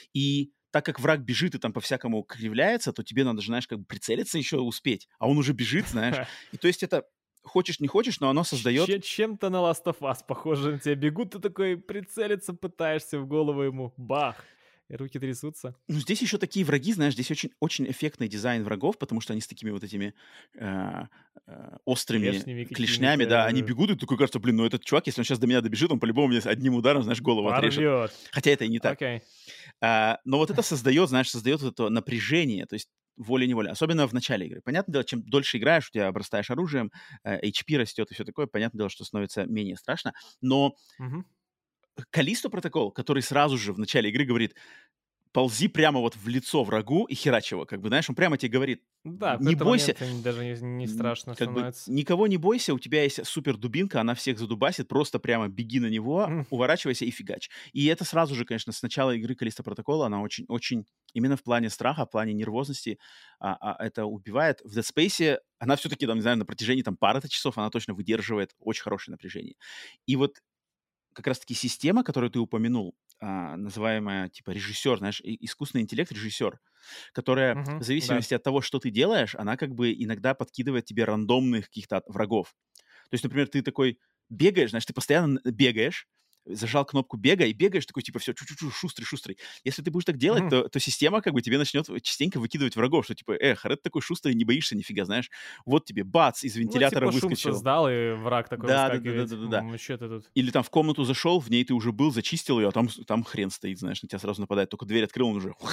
И так как враг бежит и там по-всякому кривляется, то тебе надо же, знаешь, как бы прицелиться еще успеть. А он уже бежит, знаешь. И то есть это хочешь не хочешь, но оно Ч- создает. че- Чем-то на Last of Us похоже на тебя. Бегут, ты такой прицелиться пытаешься в голову ему. Бах! И руки трясутся. Ну, здесь еще такие враги, знаешь, здесь очень, очень эффектный дизайн врагов, потому что они с такими вот этими э, э, острыми Клешнями клешнями, да, они какими-то бегут, и такой кажется, блин, ну этот чувак, если он сейчас до меня добежит, он по-любому мне одним ударом, знаешь, голову отрежет. порвет. Хотя это и не так. Окей. А, но вот это создает, знаешь, создает вот это напряжение, то есть волей-неволей, особенно в начале игры. Понятное дело, чем дольше играешь, у тебя обрастаешь оружием, э, эйч пи растет и все такое, понятное дело, что становится менее страшно. Но Мгм. Callisto протокол, который сразу же в начале игры говорит, ползи прямо вот в лицо врагу и херач его, как бы, знаешь, он прямо тебе говорит, Да, в не какой-то бойся, момент они даже не, не н- страшно как бы становится. никого не бойся, у тебя есть супер дубинка, она всех задубасит, просто прямо беги на него, М, уворачивайся и фигач. И это сразу же, конечно, с начала игры Callisto протокола, она очень-очень, именно в плане страха, в плане нервозности, а, а, это убивает. В Dead Space она все-таки, там, не знаю, на протяжении там пары часов она точно выдерживает очень хорошее напряжение. И вот как раз-таки система, которую ты упомянул, а, называемая типа режиссер, знаешь, и- искусственный интеллект режиссер, которая в мгм, да. зависимости от того, что ты делаешь, она как бы иногда подкидывает тебе рандомных каких-то от- врагов. То есть, например, ты такой бегаешь, знаешь, ты постоянно н- бегаешь, зажал кнопку бега и бегаешь такой, типа, все, чу-чу-чу, шустрый, шустрый. Если ты будешь так делать, Мгм. то, то система как бы тебе начнет частенько выкидывать врагов, что типа, эх, Ред такой шустрый, не боишься нифига, знаешь. Вот тебе, бац, из Ну, вентилятора типа шум выскочил. создал, и враг такой Да, да, да, да, выскакивает. да, да, да. Что ты тут? Или там в комнату зашел, в ней ты уже был, зачистил ее, а там, там хрен стоит, знаешь, на тебя сразу нападает. Только дверь открыл, он уже...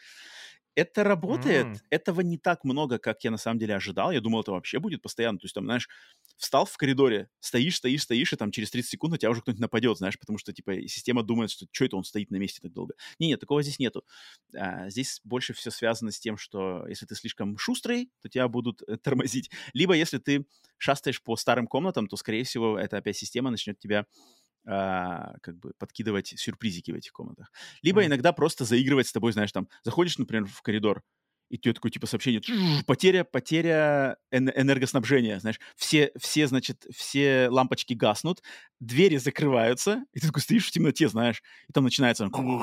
Это М, работает. Этого не так много, как я на самом деле ожидал. Я думал, это вообще будет постоянно. То есть там, знаешь, встал в коридоре, стоишь, стоишь, стоишь, и там через тридцать секунд на тебя уже кто-нибудь нападет, знаешь, потому что, типа, система думает, что что это он стоит на месте так долго. Не, нет, такого здесь нету. А, здесь больше все связано с тем, что если ты слишком шустрый, то тебя будут э, тормозить. Либо если ты шастаешь по старым комнатам, то, скорее всего, эта опять система начнет тебя а, как бы подкидывать сюрпризики в этих комнатах. Либо м. иногда просто заигрывать с тобой, знаешь, там, заходишь, например, в коридор, и тебе такое, типа, сообщение, «Тш, потеря, потеря эн- энергоснабжения, знаешь, все, все, значит, все лампочки гаснут, двери закрываются, и ты такой стоишь в темноте, знаешь, и там начинается,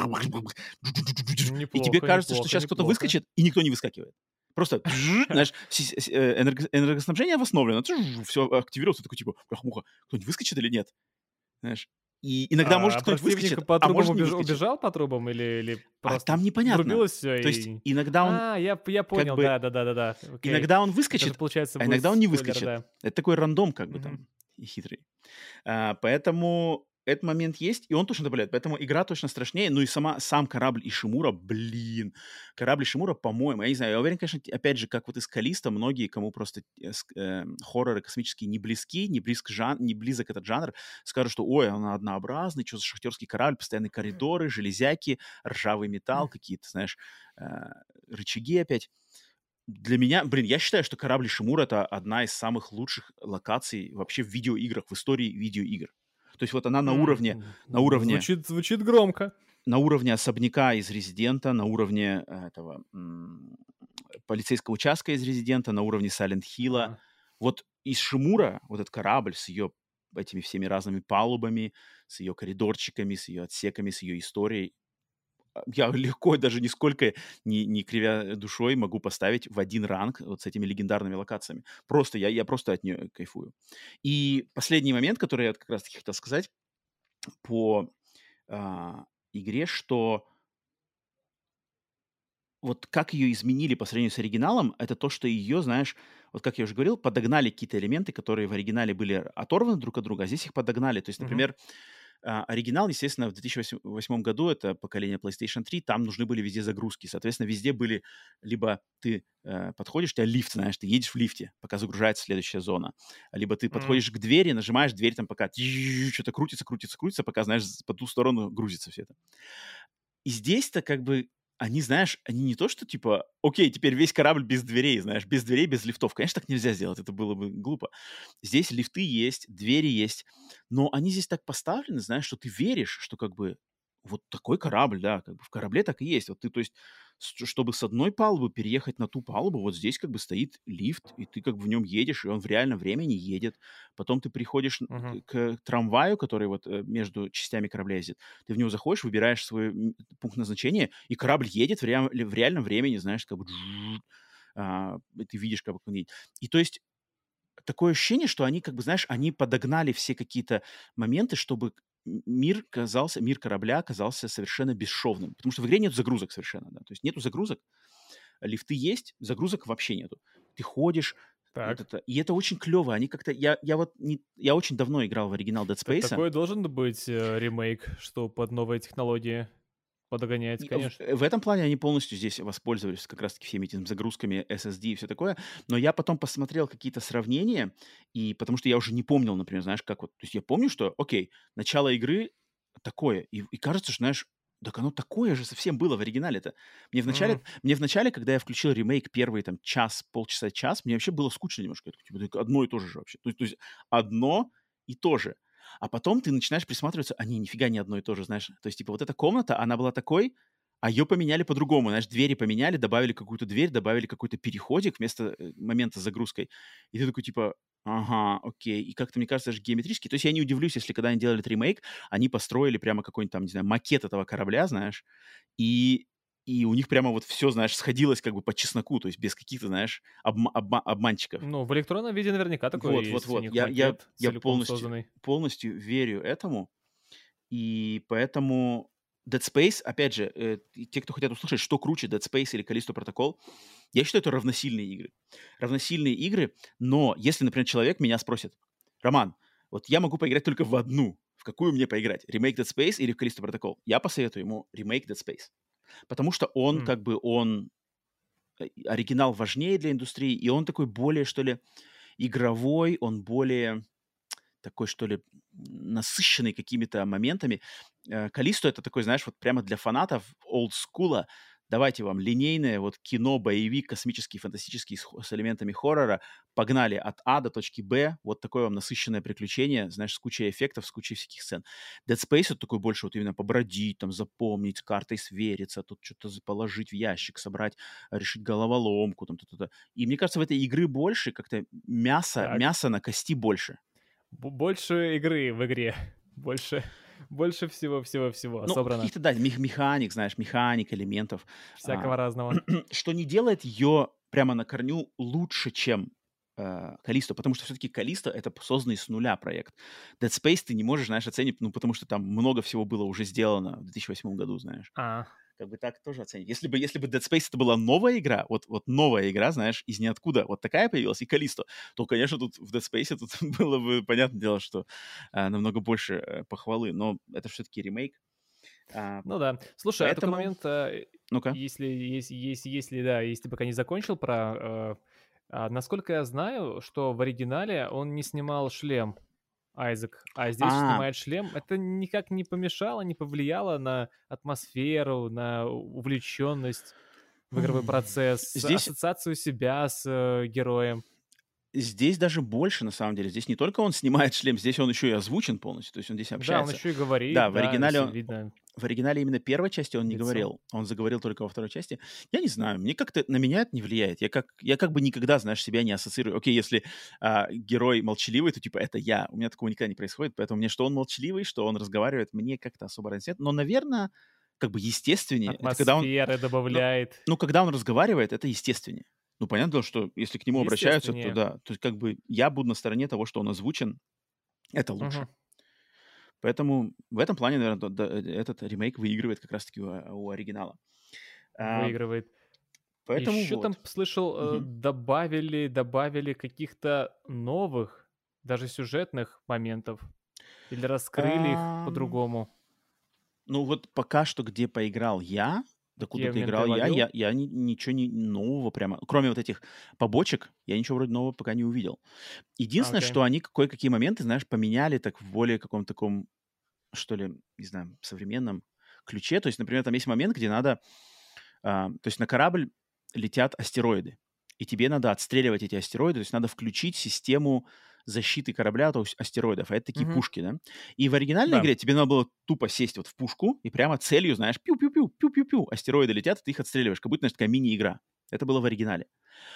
и тебе Неплохо, кажется, что неплохо, сейчас кто-то неплохо. выскочит, и никто не выскакивает. Просто, знаешь, си- си- э, энерго- энергоснабжение восстановлено, все активируется, такой, типа, муха, кто-нибудь выскочит или нет? Знаешь, и иногда, А может, а кто-нибудь противник выскочит, по а трубам может, не убеж выскочит. убежал по трубам или или А просто там непонятно. врубилось все То есть и иногда он А, я п я как понял, бы, да-да-да-да-да, окей. иногда он Это же, выскочит, получается, а был иногда он не спойлер, выскочит. да. Это такой рандом как бы Мгм. там и хитрый. А, поэтому этот момент есть, и он точно добавляет. Поэтому игра точно страшнее. Ну и сама, сам корабль Ишимура, блин. Корабль Ишимура, по-моему, я не знаю, я уверен, конечно, опять же, как вот из Калиста, многие, кому просто э, э, хорроры космические не близки, не, близк жан, не близок этот жанр, скажут, что ой, он однообразный, что за шахтерский корабль, постоянные коридоры, железяки, ржавый металл, какие-то, знаешь, э, рычаги опять. Для меня, блин, я считаю, что корабль Ишимура — это одна из самых лучших локаций вообще в видеоиграх, в истории видеоигр. То есть вот она на уровне, на уровне, Звучит, звучит громко. на уровне особняка из Резидента, на уровне этого м, полицейского участка из Резидента, на уровне Silent Hill'а. А. Вот из Шимура, вот этот корабль с ее этими всеми разными палубами, с ее коридорчиками, с ее отсеками, с ее историей, я легко, даже нисколько не, не кривя душой, могу поставить в один ранг вот с этими легендарными локациями. Просто, я, я просто от нее кайфую. И последний момент, который я как раз-таки хотел сказать по а, игре, что вот как ее изменили по сравнению с оригиналом, это то, что ее, знаешь, вот как я уже говорил, подогнали какие-то элементы, которые в оригинале были оторваны друг от друга, а здесь их подогнали. То есть, например, а, оригинал, естественно, в две тысячи восьмом году, это поколение PlayStation три, там нужны были везде загрузки. Соответственно, везде были, либо ты э, подходишь, у тебя лифт, знаешь, ты едешь в лифте, пока загружается следующая зона. Либо ты подходишь к двери, нажимаешь, дверь там пока что-то крутится, крутится, крутится, пока, знаешь, по ту сторону грузится все это. И здесь-то как бы они, знаешь, они не то, что типа, окей, теперь весь корабль без дверей, знаешь, без дверей, без лифтов. Конечно, так нельзя сделать, это было бы глупо. Здесь лифты есть, двери есть, но они здесь так поставлены, знаешь, что ты веришь, что как бы вот такой корабль, да, как бы в корабле так и есть. Вот ты, то есть, с- чтобы с одной палубы переехать на ту палубу, вот здесь как бы стоит лифт, и ты как бы в нем едешь, и он в реальном времени едет. Потом ты приходишь н- Мгм. к, к трамваю, который вот э, между частями корабля ездит, ты в него заходишь, выбираешь свой м, пункт назначения, и корабль едет в, реал- в реальном времени, знаешь, как бы джу- а, и ты видишь, как он едет. И то есть такое ощущение, что они, как бы, знаешь, они подогнали все какие-то моменты, чтобы м- мир казался, мир корабля казался совершенно бесшовным. Потому что в игре нет загрузок совершенно, да. То есть нету загрузок, лифты есть, загрузок вообще нету. Ты ходишь, вот Так. это, и это очень клево. Они как-то, я, я вот, не, я очень давно играл в оригинал Dead Т- Space. Такой должен быть э, ремейк, что под новые технологии подгоняется, И в, конечно. в этом плане они полностью здесь воспользовались как раз-таки всеми этими загрузками эс эс ди и все такое. Но я потом посмотрел какие-то сравнения, и потому что я уже не помнил, например, знаешь, как вот... То есть я помню, что, окей, начало игры такое, и, и кажется, что, знаешь, так оно такое же совсем было в оригинале-то. Мне вначале, М, мне вначале, когда я включил ремейк первый там час, полчаса, час, мне вообще было скучно немножко. Я такой, типа, «Так одно и то же же вообще. То, есть- то есть одно и то же. А потом ты начинаешь присматриваться, а не, нифига не одно и то же, знаешь. То есть, типа, вот эта комната, она была такой, а ее поменяли по-другому. Знаешь, двери поменяли, добавили какую-то дверь, добавили какой-то переходик вместо э, момента с загрузкой. И ты такой, типа, ага, окей. И как-то, мне кажется, даже геометрически. То есть я не удивлюсь, если когда они делали этот ремейк, они построили прямо какой-нибудь там, не знаю, макет этого корабля, знаешь, и, и у них прямо вот все, знаешь, сходилось как бы по чесноку, то есть без каких-то, знаешь, обма- обма- обманчиков. Ну, в электронном виде наверняка такое Вот, вот, есть. У вот. них Я, я, макет я целиком полностью, созданный. полностью верю этому. И поэтому Dead Space, опять же, э, и те, кто хотят услышать, что круче, Dead Space или Callisto Protocol, я считаю, это равносильные игры. Равносильные игры, но если, например, человек меня спросит, Роман, вот я могу поиграть только в одну, в какую мне поиграть, ремейк Dead Space или Callisto Protocol? Я посоветую ему ремейк Dead Space, потому что он, М. как бы, он, э, оригинал важнее для индустрии, и он такой более, что ли, игровой, он более такой, что ли, насыщенный какими-то моментами. Э, Калисто — это такой, знаешь, вот прямо для фанатов олдскула. Давайте вам линейное вот кино, боевик, космический, фантастический, с, хо- с элементами хоррора. Погнали от А до точки Б. Вот такое вам насыщенное приключение, знаешь, с кучей эффектов, с кучей всяких сцен. Dead Space — это такой больше вот именно побродить, там, запомнить, с картой свериться, тут что-то за- положить в ящик, собрать, решить головоломку, там, то-то. И мне кажется, в этой игры больше как-то мяса, Так. мяса на кости больше. Б- больше игры в игре. Больше, больше всего-всего-всего Ну, собрано. каких-то, да, мех- механик, знаешь, механик, элементов, Всякого а, разного. что не делает ее прямо на корню лучше, чем э, Калисто, потому что все-таки Калисто — это созданный с нуля проект. Dead Space ты не можешь, знаешь, оценить, ну, потому что там много всего было уже сделано в две тысячи восьмом году, знаешь. А. как бы так тоже оценить. Если бы, если бы Dead Space это была новая игра, вот, вот новая игра, знаешь, из ниоткуда, вот такая появилась, и Callisto, то, конечно, тут в Dead Space тут было бы, понятное дело, что а, намного больше а, похвалы, но это все-таки ремейк. А, Ну да. Слушай, а такой поэтому... момент, а, Ну-ка. если, если, если, если, да, если ты пока не закончил про... э, а, насколько я знаю, что в оригинале он не снимал шлем, Айзек, а здесь А, снимает шлем. Это никак не помешало, не повлияло на атмосферу, на увлеченность в игровой м, процесс, здесь ассоциацию себя с э, героем. Здесь даже больше, на самом деле. Здесь не только он снимает шлем, здесь он еще и озвучен полностью, то есть он здесь Да, он общается. еще и Да, говорит, в да, оригинале с- он, видно в оригинале именно первой части он не лицо. говорил, он заговорил только во второй части. Я не знаю, мне как-то, на меня это не влияет. Я как, я как бы никогда, знаешь, себя не ассоциирую. Окей, если а, герой молчаливый, то типа это я. У меня такого никогда не происходит, поэтому мне что он молчаливый, что он разговаривает, мне как-то особо разницы нет. Но, наверное, как бы естественнее, это когда он, Атмосферы ну, добавляет. ну, когда он разговаривает, это естественнее. Ну, понятно, дело, что если к нему обращаются, то Естественнее. да. То есть как бы я буду на стороне того, что он озвучен, это лучше. Мгм. Поэтому в этом плане, наверное, этот ремейк выигрывает как раз-таки у, у оригинала. А, Выигрывает. поэтому Еще там вот. слышал, э, Мгм. добавили, добавили каких-то новых, даже сюжетных моментов. Или раскрыли их Ам, по-другому. ну вот пока что, где поиграл я, Какие докуда-то моменты играл я, ловил? я, я ни- ничего не нового прямо, кроме вот этих побочек, я ничего вроде нового пока не увидел. А, Единственное, окей. что они кое-какие моменты, знаешь, поменяли так в более каком-то таком, что ли, не знаю, современном ключе. То есть, например, там есть момент, где надо, а, то есть на корабль летят астероиды, и тебе надо отстреливать эти астероиды, то есть надо включить систему защиты корабля от ас- астероидов, а это такие Мгм. пушки, да? И в оригинальной Да. игре тебе надо было тупо сесть вот в пушку и прямо целью, знаешь, пиу-пиу-пиу, пиу-пиу-пиу, астероиды летят, ты их отстреливаешь, как будто, знаешь, такая мини-игра. Это было в оригинале.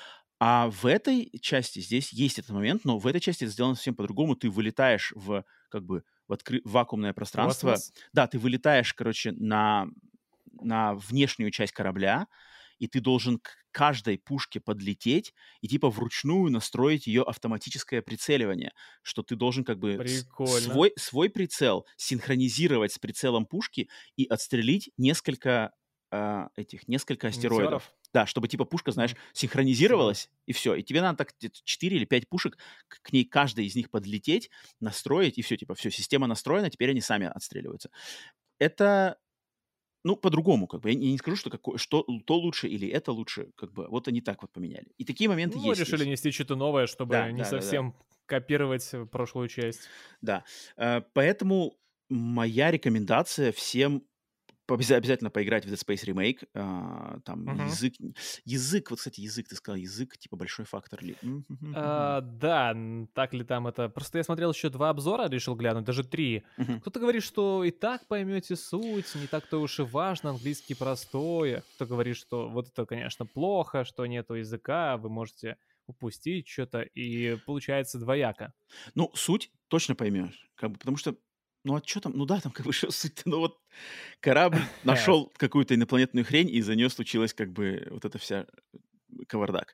А в этой части здесь есть этот момент, но в этой части это сделано совсем по-другому. Ты вылетаешь в как бы в откры- в вакуумное пространство. Космос. Да, ты вылетаешь, короче, на, на внешнюю часть корабля, и ты должен к каждой пушке подлететь и типа вручную настроить ее автоматическое прицеливание, что ты должен как бы с- Прикольно. свой, свой прицел синхронизировать с прицелом пушки и отстрелить несколько а, этих, несколько астероидов. Метеоров. Да, чтобы типа пушка, знаешь, Мгм. Чего? синхронизировалась, и все. И тебе надо так четыре или пять пушек, к, к ней каждой из них подлететь, настроить, и все, типа, все, система настроена, теперь они сами отстреливаются. Это, ну, по-другому, как бы. Я, не я не скажу, что, какое, что то лучше или это лучше, как бы. Вот они так вот поменяли. И такие моменты Ну, есть решили здесь. нести что-то новое, Да, чтобы не да, да, да. совсем копировать э, прошлую часть. Да. Э, Поэтому моя рекомендация всем обяза- обязательно поиграть в Dead Space Remake. А, там Мгм. язык... Язык, вот, кстати, язык, ты сказал, язык, типа, большой фактор ли? Мгм. А, да, н- так ли там это? Просто я смотрел еще два обзора, решил глянуть, даже три. Мгм. Кто-то говорит, что и так поймете суть, не так-то уж и важно, английский простой. А кто говорит, что вот это, конечно, плохо, что нету языка, вы можете упустить что-то, и получается двояко. Ну, суть точно поймешь. Как бы, потому что, ну, а что там? Ну да, там как бы что суть-то? Ну вот корабль нашел какую-то инопланетную хрень, и за нее случилась как бы вот эта вся э, кавардак.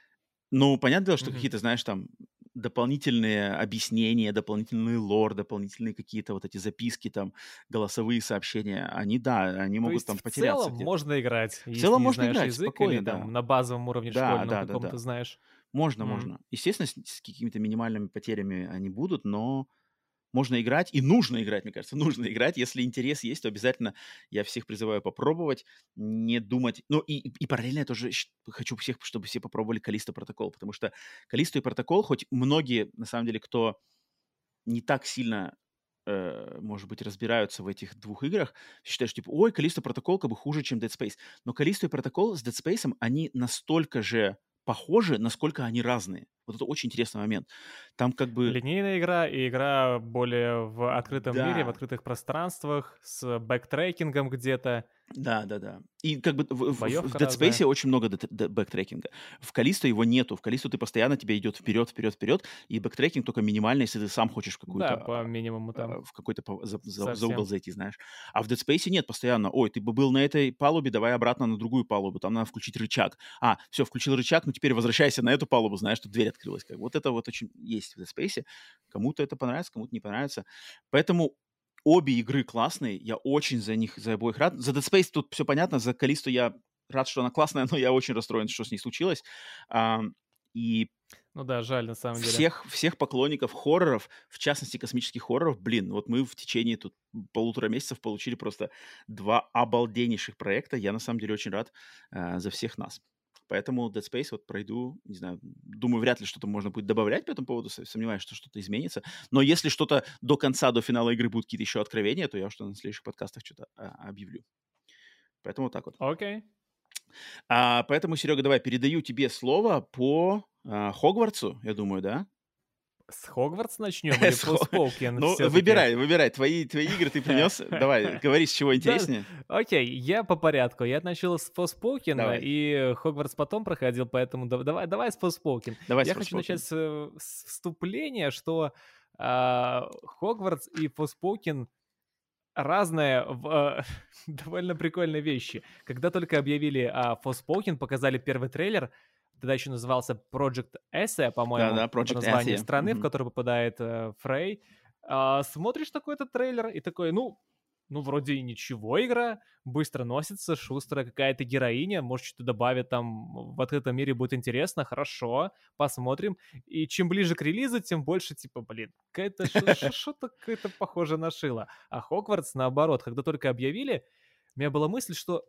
Ну, понятное дело, что Мгм. какие-то, знаешь, там дополнительные объяснения, дополнительный лор, дополнительные какие-то вот эти записки, там, голосовые сообщения, они, да, они То могут есть там в потеряться целом где-то. можно играть, В если целом не можно знаешь играть язык или спокойно, да. там на базовом уровне Да, школьном да, да, каком-то да. знаешь. Можно, М. можно. Естественно, с, с какими-то минимальными потерями они будут, но можно играть и нужно играть, мне кажется, нужно играть. Если интерес есть, то обязательно я всех призываю попробовать, не думать. Ну и, и, и параллельно я тоже щ- хочу всех, чтобы все попробовали Callisto Protocol, потому что Callisto и Protocol, хоть многие, на самом деле, кто не так сильно, э, может быть, разбираются в этих двух играх, считают, что типа, ой, Callisto Protocol как бы хуже, чем Dead Space. Но Callisto и Protocol с Dead Space, они настолько же похожи, насколько они разные. Вот это очень интересный момент. Там как бы, Линейная игра и игра более в открытом мире, в да, открытых пространствах, с бэктрекингом где-то, да-да-да. И как бы в в в в боевка Dead разная. Space очень много дет д бэктрекинга. В Callisto его нету. В Callisto ты постоянно тебе идет вперед, вперед, вперед, и бэктрекинг только минимальный, если ты сам хочешь в Да, какую-то, по минимуму а, там а, в какой-то пов за за за угол совсем. зайти, знаешь. А в Dead Space нет постоянно: "Ой, ты бы был на этой палубе, давай обратно на другую палубу, там надо включить рычаг. А, все, включил рычаг, ну теперь возвращайся на эту палубу, знаешь, тут дверь открылась". Как бы вот это вот очень есть в Dead Space. Кому-то это понравится, кому-то не понравится. Поэтому обе игры классные, я очень за них, за обоих рад. За Dead Space тут все понятно, за Калисту я рад, что она классная, но я очень расстроен, что с ней случилось. А, и Ну да, жаль, на самом деле. всех, всех поклонников хорроров, в частности космических хорроров, блин, вот мы в течение тут полутора месяцев получили просто два обалденнейших проекта. Я на самом деле очень рад э, за всех нас. Поэтому Dead Space вот пройду, не знаю, думаю, вряд ли что-то можно будет добавлять по этому поводу, сомневаюсь, что что-то изменится. Но если что-то до конца, до финала игры будут какие-то еще откровения, то я что на следующих подкастах что-то а, объявлю. Поэтому вот так вот. Окей. Okay. А, поэтому, Серега, давай, передаю тебе слово по а, Хогвартсу, я думаю, да? С Хогвартс начнем или Forspoken? Ну, выбирай, выбирай. Твои, твои игры ты принес. Давай, говори, с чего интереснее. Окей, я по порядку. Я начал с Forspoken, и Хогвартс потом проходил, поэтому давай, давай с Forspoken. Я хочу начать с вступления, что Хогвартс и Forspoken разные в довольно прикольные вещи. Когда только объявили о Forspoken, показали первый трейлер, тогда еще назывался Project Athia, по-моему, да, да, Project название Athia. страны, mm-hmm. в которую попадает э, Фрей. А, смотришь такой этот трейлер и такой, ну, ну, вроде и ничего игра, быстро носится, шустрая какая-то героиня, может, что-то добавит там, в открытом мире будет интересно, хорошо, посмотрим. И чем ближе к релизу, тем больше, типа, блин, какая-то что-то какое-то похоже на шило. А Хогвартс, наоборот, когда только объявили, у меня была мысль, что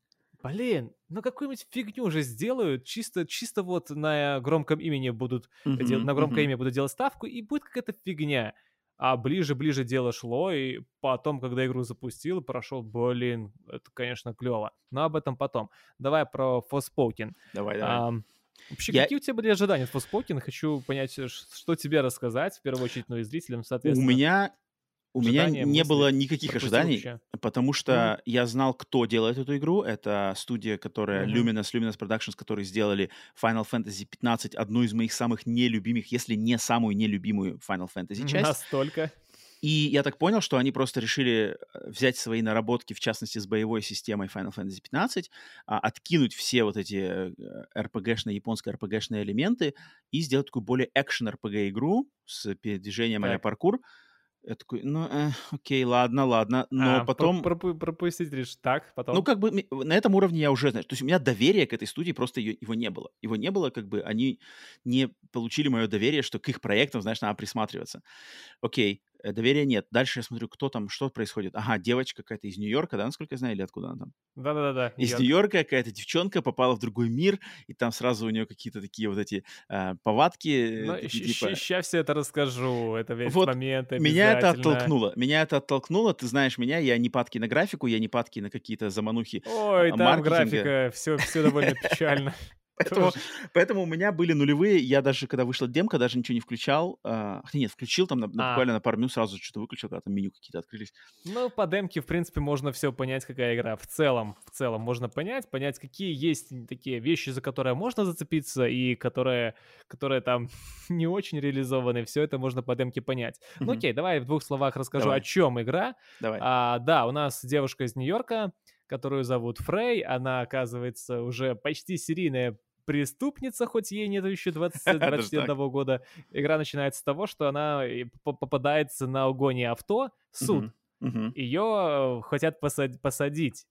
блин, ну какую-нибудь фигню уже сделают, чисто, чисто вот на громком имени будут uh-huh, дел- на громкое uh-huh. имя будут делать ставку, и будет какая-то фигня. А ближе-ближе дело шло, и потом, когда игру запустил, прошел, блин, это, конечно, клево. Но об этом потом. Давай про Forspoken. Давай, давай. А, вообще, Я... какие у тебя были ожидания от Forspoken? Хочу понять, что тебе рассказать, в первую очередь, ну и зрителям, соответственно. У меня... У меня Ожидания, не мысли, было никаких ожиданий, вообще. потому что mm-hmm. я знал, кто делает эту игру. Это студия, которая mm-hmm. Luminous, Luminous Productions, которые сделали Final Fantasy пятнадцать, одну из моих самых нелюбимых, если не самую нелюбимую Final Fantasy часть. Настолько. И я так понял, что они просто решили взять свои наработки, в частности, с боевой системой Final Fantasy пятнадцать, откинуть все вот эти эр пи джи-шные, японские эр пи джи-шные элементы и сделать такую более экшен-эр пи джи-игру с передвижением а-ля паркур. Я такой, ну, э, окей, ладно, ладно, но а, потом... Пропу- пропустить лишь так, потом... Ну, как бы на этом уровне я уже, знаешь, то есть у меня доверия к этой студии просто ее, его не было. Его не было, как бы они не получили мое доверие, что к их проектам, знаешь, надо присматриваться. Окей, доверия нет. Дальше я смотрю, кто там, что происходит. Ага, девочка какая-то из Нью-Йорка, да, насколько я знаю, или откуда она там? Да-да-да. Из Нью-Йорка какая-то девчонка попала в другой мир, и там сразу у нее какие-то такие вот эти э, повадки. Ну, такие, щ- типа... Сейчас все это расскажу, это весь вот момент меня это оттолкнуло. Меня это оттолкнуло, ты знаешь меня, я не падкий на графику, я не падкий на какие-то заманухи Ой, там графика, все, все довольно печально. Поэтому, поэтому у меня были нулевые. Я даже, когда вышла демка, даже ничего не включал. А, хотя нет, включил там на, на, а. буквально на пару минут, сразу что-то выключил, когда там меню какие-то открылись. Ну, по демке, в принципе, можно все понять, какая игра. В целом, в целом можно понять, понять, какие есть такие вещи, за которые можно зацепиться, и которые, которые там не очень реализованы. Все это можно по демке понять. Mm-hmm. Ну, окей, давай в двух словах расскажу, давай. о чем игра. Давай. А, да, у нас девушка из Нью-Йорка, которую зовут Фрей. Она, оказывается, уже почти серийная преступница, хоть ей нет еще двадцати, двадцати одного года. Игра начинается с того, что она попадается на угоне авто, суд. Uh-huh. Uh-huh. Ее хотят посад- посадить.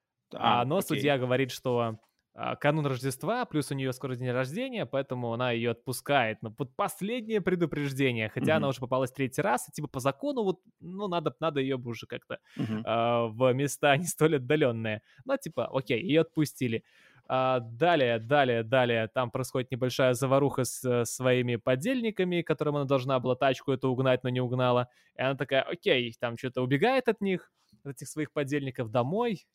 А, а, но окей. судья говорит, что а, канун Рождества, плюс у нее скоро день рождения, поэтому она ее отпускает. Но под последнее предупреждение, хотя uh-huh. она уже попалась третий раз, и типа по закону, вот, ну, надо, надо ее бы уже как-то uh-huh. а, в места не столь отдаленные. Ну, типа, окей, ее отпустили. А, далее, далее, далее, там происходит небольшая заваруха с э, своими подельниками, которым она должна была тачку эту угнать, но не угнала. И она такая, окей, там что-то убегает от них, от этих своих подельников домой.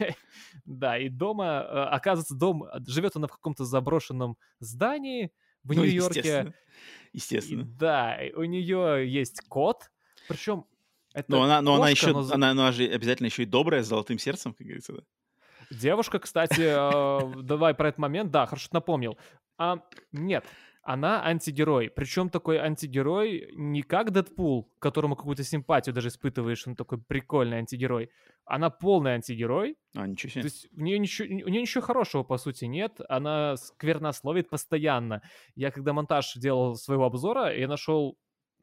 Да, и дома, оказывается, дом, живет она в каком-то заброшенном здании в Нью-Йорке. Естественно. Да, у нее есть кот, причем это но она, но кошка, она еще, но... она, она же обязательно еще и добрая, с золотым сердцем, как говорится, да? Девушка, кстати, э, давай про этот момент, да, хорошо напомнил. А, нет, она антигерой, причем такой антигерой не как Дэдпул, к которому какую-то симпатию даже испытываешь, он такой прикольный антигерой. Она полный антигерой. А, ничего себе. То есть у нее ничего, у нее ничего хорошего, по сути, нет. Она сквернословит постоянно. Я когда монтаж делал своего обзора, я нашел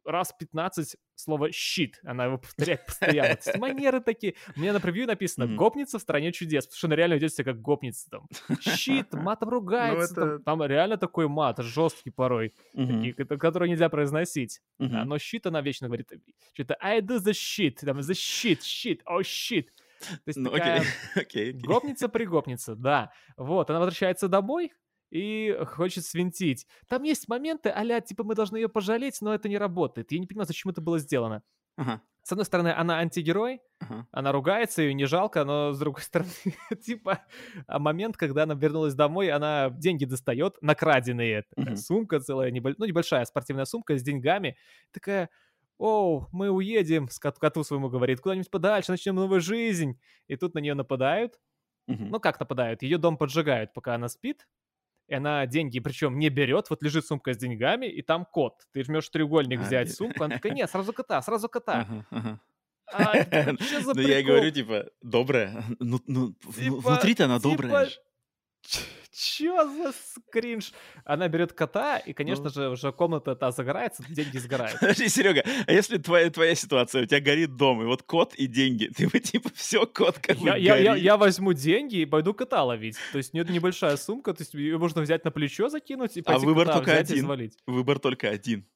раз пятнадцать слово «щит». Она его повторяет постоянно. То есть манеры такие. У меня на превью написано Мгм. «Гопница в стране чудес», потому что она реально ведет себя как гопница. Там. Щит, матом ругается. Ну, это- там, там реально такой мат, жесткий порой, Мгм. такие, ко- который нельзя произносить. Мгм. А, но щит она вечно говорит, что-то I do the shit, там, the shit, shit, oh shit. То есть Ну, такая окей, окей, окей. гопница-пригопница, да. Вот, она возвращается домой и хочет свинтить. Там есть моменты а-ля, типа, мы должны ее пожалеть, но это не работает. Я не понимаю, зачем это было сделано. Ага, С одной стороны, она антигерой, ага. она ругается, ее не жалко, но с другой стороны, типа, а момент, когда она вернулась домой, она деньги достает, накраденные, такая Мгм. сумка целая, небо- ну, небольшая спортивная сумка с деньгами, такая, оу, мы уедем, с кот- коту своему говорит, куда-нибудь подальше, начнем новую жизнь. И тут на нее нападают, Мгм. ну, как нападают, ее дом поджигают, пока она спит, и она деньги, причем не берет, вот лежит сумка с деньгами, и там кот. Ты жмешь треугольник А, взять где- сумку, она такая, нет, сразу кота, сразу кота. Ага, ага. А, ты такой, чё за Ну, я и прикол? говорю, типа, добрая. Ну, ну, в- Типа, внутри-то она добрая. типа, ж. ч- чё за скринж? Она берет кота, и, конечно Ну. же, уже комната та загорается, деньги сгорают. Подожди, Серега, а если твоя, твоя ситуация, у тебя горит дом, и вот кот и деньги, ты бы типа все, кот как бы Я, я, я, горит. я возьму деньги и пойду кота ловить. То есть, нет, небольшая сумка, то есть ее можно взять на плечо, закинуть и А пойти выбор кота только взять и один. свалить. Выбор только один.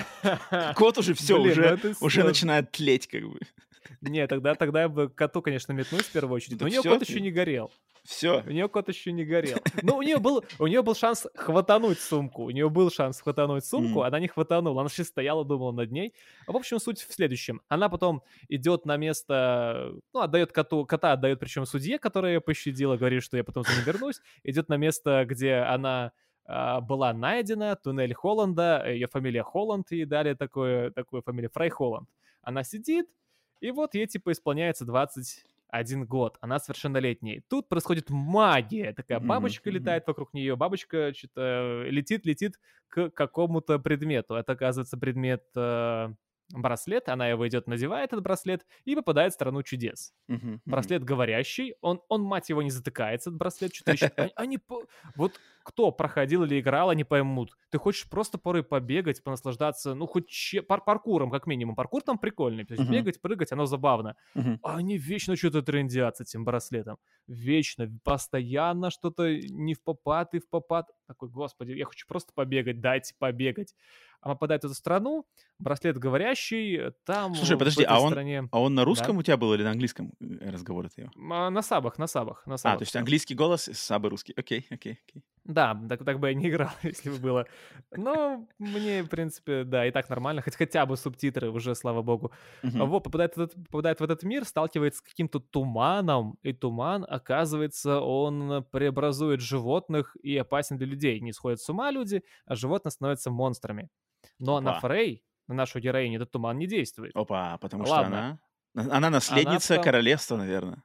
Кот уже все, Блин, ну уже, это уже сложно. начинает тлеть как бы. Не, тогда, тогда я бы к коту, конечно, метнусь в первую очередь. Да Но у нее всё кот ты. еще не горел. Все. У нее кот еще не горел. Но у нее был, у нее был шанс хватануть сумку. У нее был шанс хватануть сумку, Мгм. она не хватанула. Она еще стояла, думала над ней. А в общем, суть в следующем. Она потом идет на место, ну, отдает коту, кота отдает причем судье, которая ее пощадила, говорит, что я потом за ним вернусь. Идет на место, где она а, была найдена, туннель Холланда, ее фамилия Холланд, ей дали такое, такую фамилию Фрей Холланд. Она сидит, и вот ей типа исполняется двадцать один год, она совершеннолетняя. Тут происходит магия, такая Мгм, бабочка мгм. летает вокруг нее, бабочка что-то летит-летит к какому-то предмету. Это, оказывается, предмет э, браслет, она его идет, надевает, этот браслет, и попадает в страну чудес. Мгм, мгм. Браслет говорящий, он, он, мать его, не затыкается, этот браслет, что-то ищет. Они, они по- вот кто проходил или играл, они поймут. Ты хочешь просто порой побегать, понаслаждаться, ну, хоть че- пар- паркуром, как минимум. Паркур там прикольный, то есть Мгм. бегать, прыгать, оно забавно. Мгм. А они вечно что-то трендят с этим браслетом. Вечно, постоянно что-то не в попад и в попад. Такой, господи, я хочу просто побегать, дайте побегать. А попадает в эту страну, браслет говорящий, там Слушай, в подожди, этой а он, стране... а он на Да. русском у тебя был или на английском э, разговор от ее? А, На сабах, на сабах, на А, сабах то есть всё. английский голос, сабы русский. Окей, окей, окей. Да, так, так бы я не играл, если бы было. Но мне, в принципе, да, и так нормально. Хоть хотя бы субтитры уже, слава богу. Мгм. Вот, попадает в, этот, попадает в этот мир, сталкивается с каким-то туманом, и туман, оказывается, он преобразует животных и опасен для людей. Не сходят с ума люди, а животные становятся монстрами. Но на Опа. Фрей, на нашу героиню, этот туман не действует. Опа, потому что Ладно. она... Она наследница потом- королевства, наверное.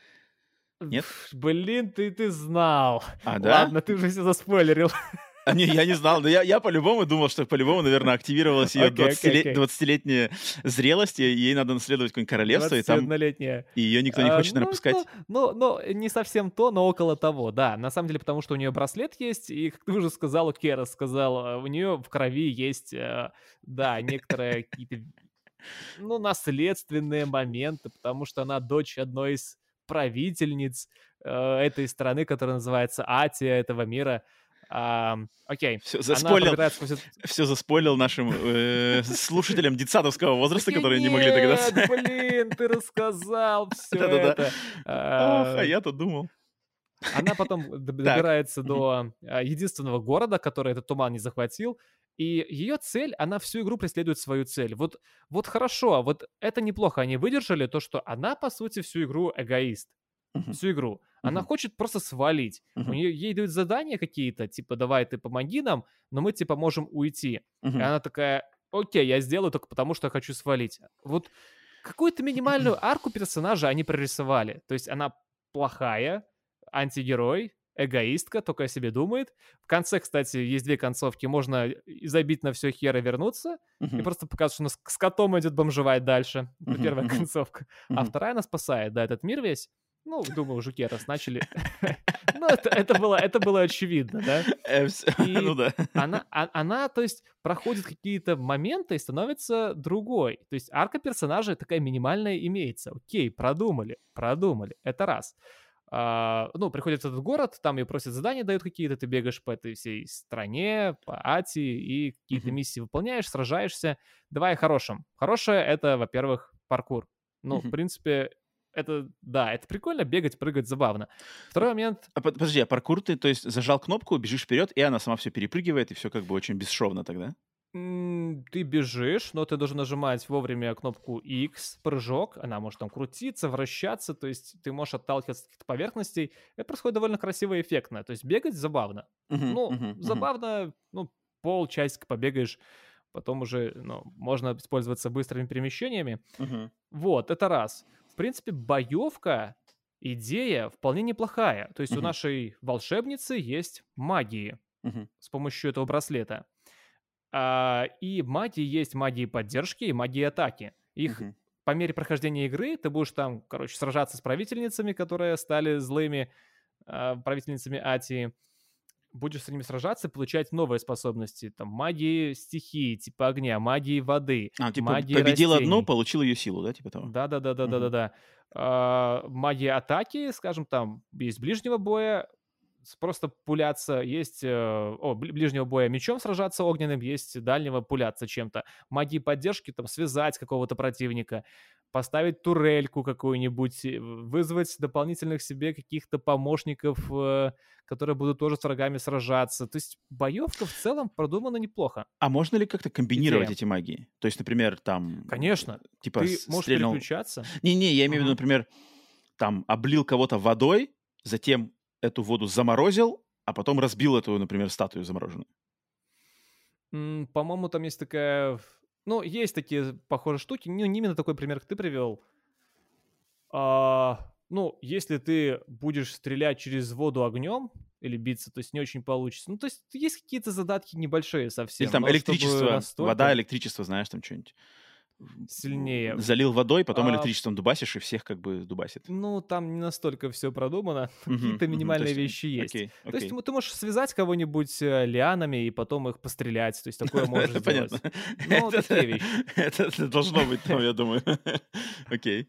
Нет? Пф, Блин, ты, ты знал. А, да? Ладно, ты уже все заспойлерил. А, не, я не знал. Но я, я по-любому думал, что по-любому, наверное, активировалась ее Окей, окей, окей. двадцатилетняя зрелость, и ей надо наследовать какое-нибудь королевство, и там двадцатиоднолетняя. и ее никто не А, хочет, наверное, ну, пускать. Ну, ну, ну, не совсем то, но около того, да. На самом деле, потому что у нее браслет есть, и, как ты уже сказал, вот Кера сказал, э, у нее в крови есть, э, да, некоторые какие-то, ну, наследственные моменты, потому что она дочь одной из правительниц э, этой страны, которая называется Атия, этого мира. А, окей. Все Она заспойлил, пробирается сквозь этот- все заспойлил нашим э, слушателям детсадовского возраста, Такие, которые не могли догадаться. «Нет, блин, ты рассказал все Да-да-да. это. Ох, А, а я-то думал. Она потом д- добирается мгм. до а, единственного города, который этот туман не захватил, и ее цель, она всю игру преследует свою цель. Вот, вот хорошо, вот это неплохо они выдержали, то, что она, по сути, всю игру эгоист. Мгм. Всю игру. Она Мгм. хочет просто свалить. У Мгм. нее, ей дают задания какие-то, типа, давай ты помоги нам, но мы, типа, можем уйти. И Мгм. она такая, окей, я сделаю только потому, что я хочу свалить. Вот какую-то минимальную арку персонажа они прорисовали. То есть она плохая, антигерой, эгоистка, только о себе думает. В конце, кстати, есть две концовки. Можно и забить на все хер и вернуться, и Мгм. просто показывать, что она с с котом идет бомжевать дальше. Это Мгм, первая мгм. концовка. А Мгм. вторая она спасает, да, этот мир весь. Ну, думаю, жуки раз начали. Ну, это, это, было, это было очевидно, да? Э, вс- И Ну да. она, а- она, то есть, проходит какие-то моменты и становится другой. То есть арка персонажа такая минимальная имеется. Окей, продумали, продумали. Это раз. А, ну, приходит в этот город, там ее просят задания, дают какие-то, ты бегаешь по этой всей стране, по Ати, и какие-то Мгм. миссии выполняешь, сражаешься. Давай о хорошем. Хорошее — это, во-первых, паркур. Ну, в Мгм. принципе, это, да, это прикольно, бегать, прыгать, забавно. Второй момент. А под- подожди, а паркур ты, то есть зажал кнопку, бежишь вперед, и она сама все перепрыгивает, и все как бы очень бесшовно тогда? М, ты бежишь, но ты должен нажимать вовремя кнопку X, прыжок, она может там крутиться, вращаться, то есть ты можешь отталкиваться от каких-то поверхностей. Это происходит довольно красиво и эффектно, то есть бегать забавно. Мгм, Ну, мгм, мгм, забавно, ну, полчасика побегаешь, потом уже, ну, можно использоваться быстрыми перемещениями. мгм, Вот, это раз. В принципе, боевка, идея вполне неплохая. То есть у мгм, нашей волшебницы есть магии мгм, с помощью этого браслета. А, и магии есть магии поддержки и магии атаки. Их мгм. по мере прохождения игры ты будешь там, короче, сражаться с правительницами, которые стали злыми а, правительницами Атии. Будешь с ними сражаться и получать новые способности. Там магии стихии, типа огня, магии воды, А, типа магии победил одну, растений. получил ее силу, да, типа того? Мгм, Да-да-да-да-да-да-да. А, магия атаки, скажем, там есть ближнего боя, с просто пуляться, есть, э, о, бли ближнего боя мечом сражаться огненным, есть дальнего пуляться чем-то. Магии поддержки, там, связать какого-то противника, поставить турельку какую-нибудь, э, в вызвать дополнительных себе каких-то помощников, э, которые будут тоже с врагами сражаться. То есть боевка в целом продумана неплохо. А можно ли как-то комбинировать Идея. эти магии? То есть, например, там, э, Конечно, типа, ты с- можешь стрельнул... переключаться. Не-не, я имею в виду, Мгм. например, там, облил кого-то водой, затем эту воду заморозил, а потом разбил эту, например, статую замороженную. М, по-моему, там есть такая ф ну, есть такие похожие штуки, ну, не именно такой пример, как ты привел. А, ну, если ты будешь стрелять через воду огнем или биться, то есть не очень получится. Ну, то есть есть какие-то задатки небольшие Или совсем, там но чтобы электричество, вода, настолько электричество, знаешь, там что-нибудь. сильнее. Залил водой, потом А, электричеством дубасишь, и всех как бы дубасит. ну, там не настолько все продумано, но Мгм, какие-то мгм. То минимальные есть, э, вещи есть. окей, То есть окей. м ты можешь связать кого-нибудь, э, лианами и потом их пострелять, то есть такое можешь Это понятно. сделать. Но Это такие вещи. это должно быть там, я думаю. Окей.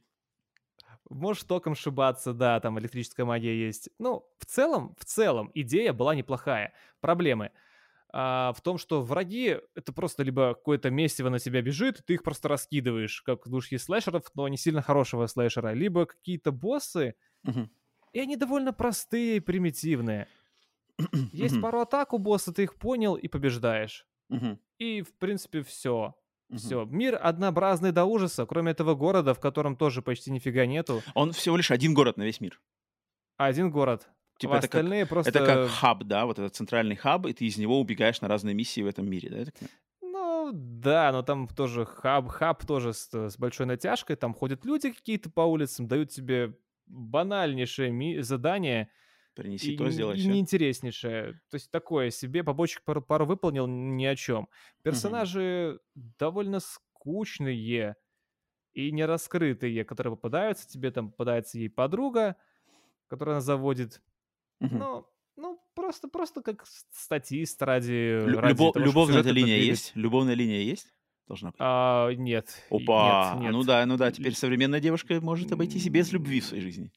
Можешь током шибаться, да, там электрическая магия есть. Ну, в целом, в целом, идея была неплохая. Проблемы а, в том, что враги — это просто либо какое-то месиво на тебя бежит, и ты их просто раскидываешь, как в духе слэшеров, но не сильно хорошего слэшера, либо какие-то боссы, Мгм. и они довольно простые и примитивные. Есть Мгм. пару атак у босса, ты их понял и побеждаешь. Мгм. И, в принципе, все. Мгм. Все. Мир однообразный до ужаса, кроме этого города, в котором тоже почти нифига нету. Он всего лишь один город на весь мир. Один город. Типа А это как остальные это как просто. хаб, да, вот этот центральный хаб, и ты из него убегаешь на разные миссии в этом мире, да, я так понимаю? Ну да, но там тоже хаб, хаб тоже с, с большой натяжкой. Там ходят люди какие-то по улицам, дают тебе банальнейшее ми- задание Принеси и, то, н- сделай и все. неинтереснейшее. То есть такое себе, побочек пару, пару выполнил, ни о чем. Персонажи довольно скучные и не раскрытые, которые попадаются. Тебе там попадается ей подруга, которая она заводит. Ну, ну просто, просто как с- статист ради, ради того, чтобы Любовная сюжет эта как-то линия двигать. есть? Любовная линия есть? Должна быть. А, нет, и нет, Опа! А ну нет. да, ну да, теперь Л современная девушка может обойтись и без любви в своей м, жизни.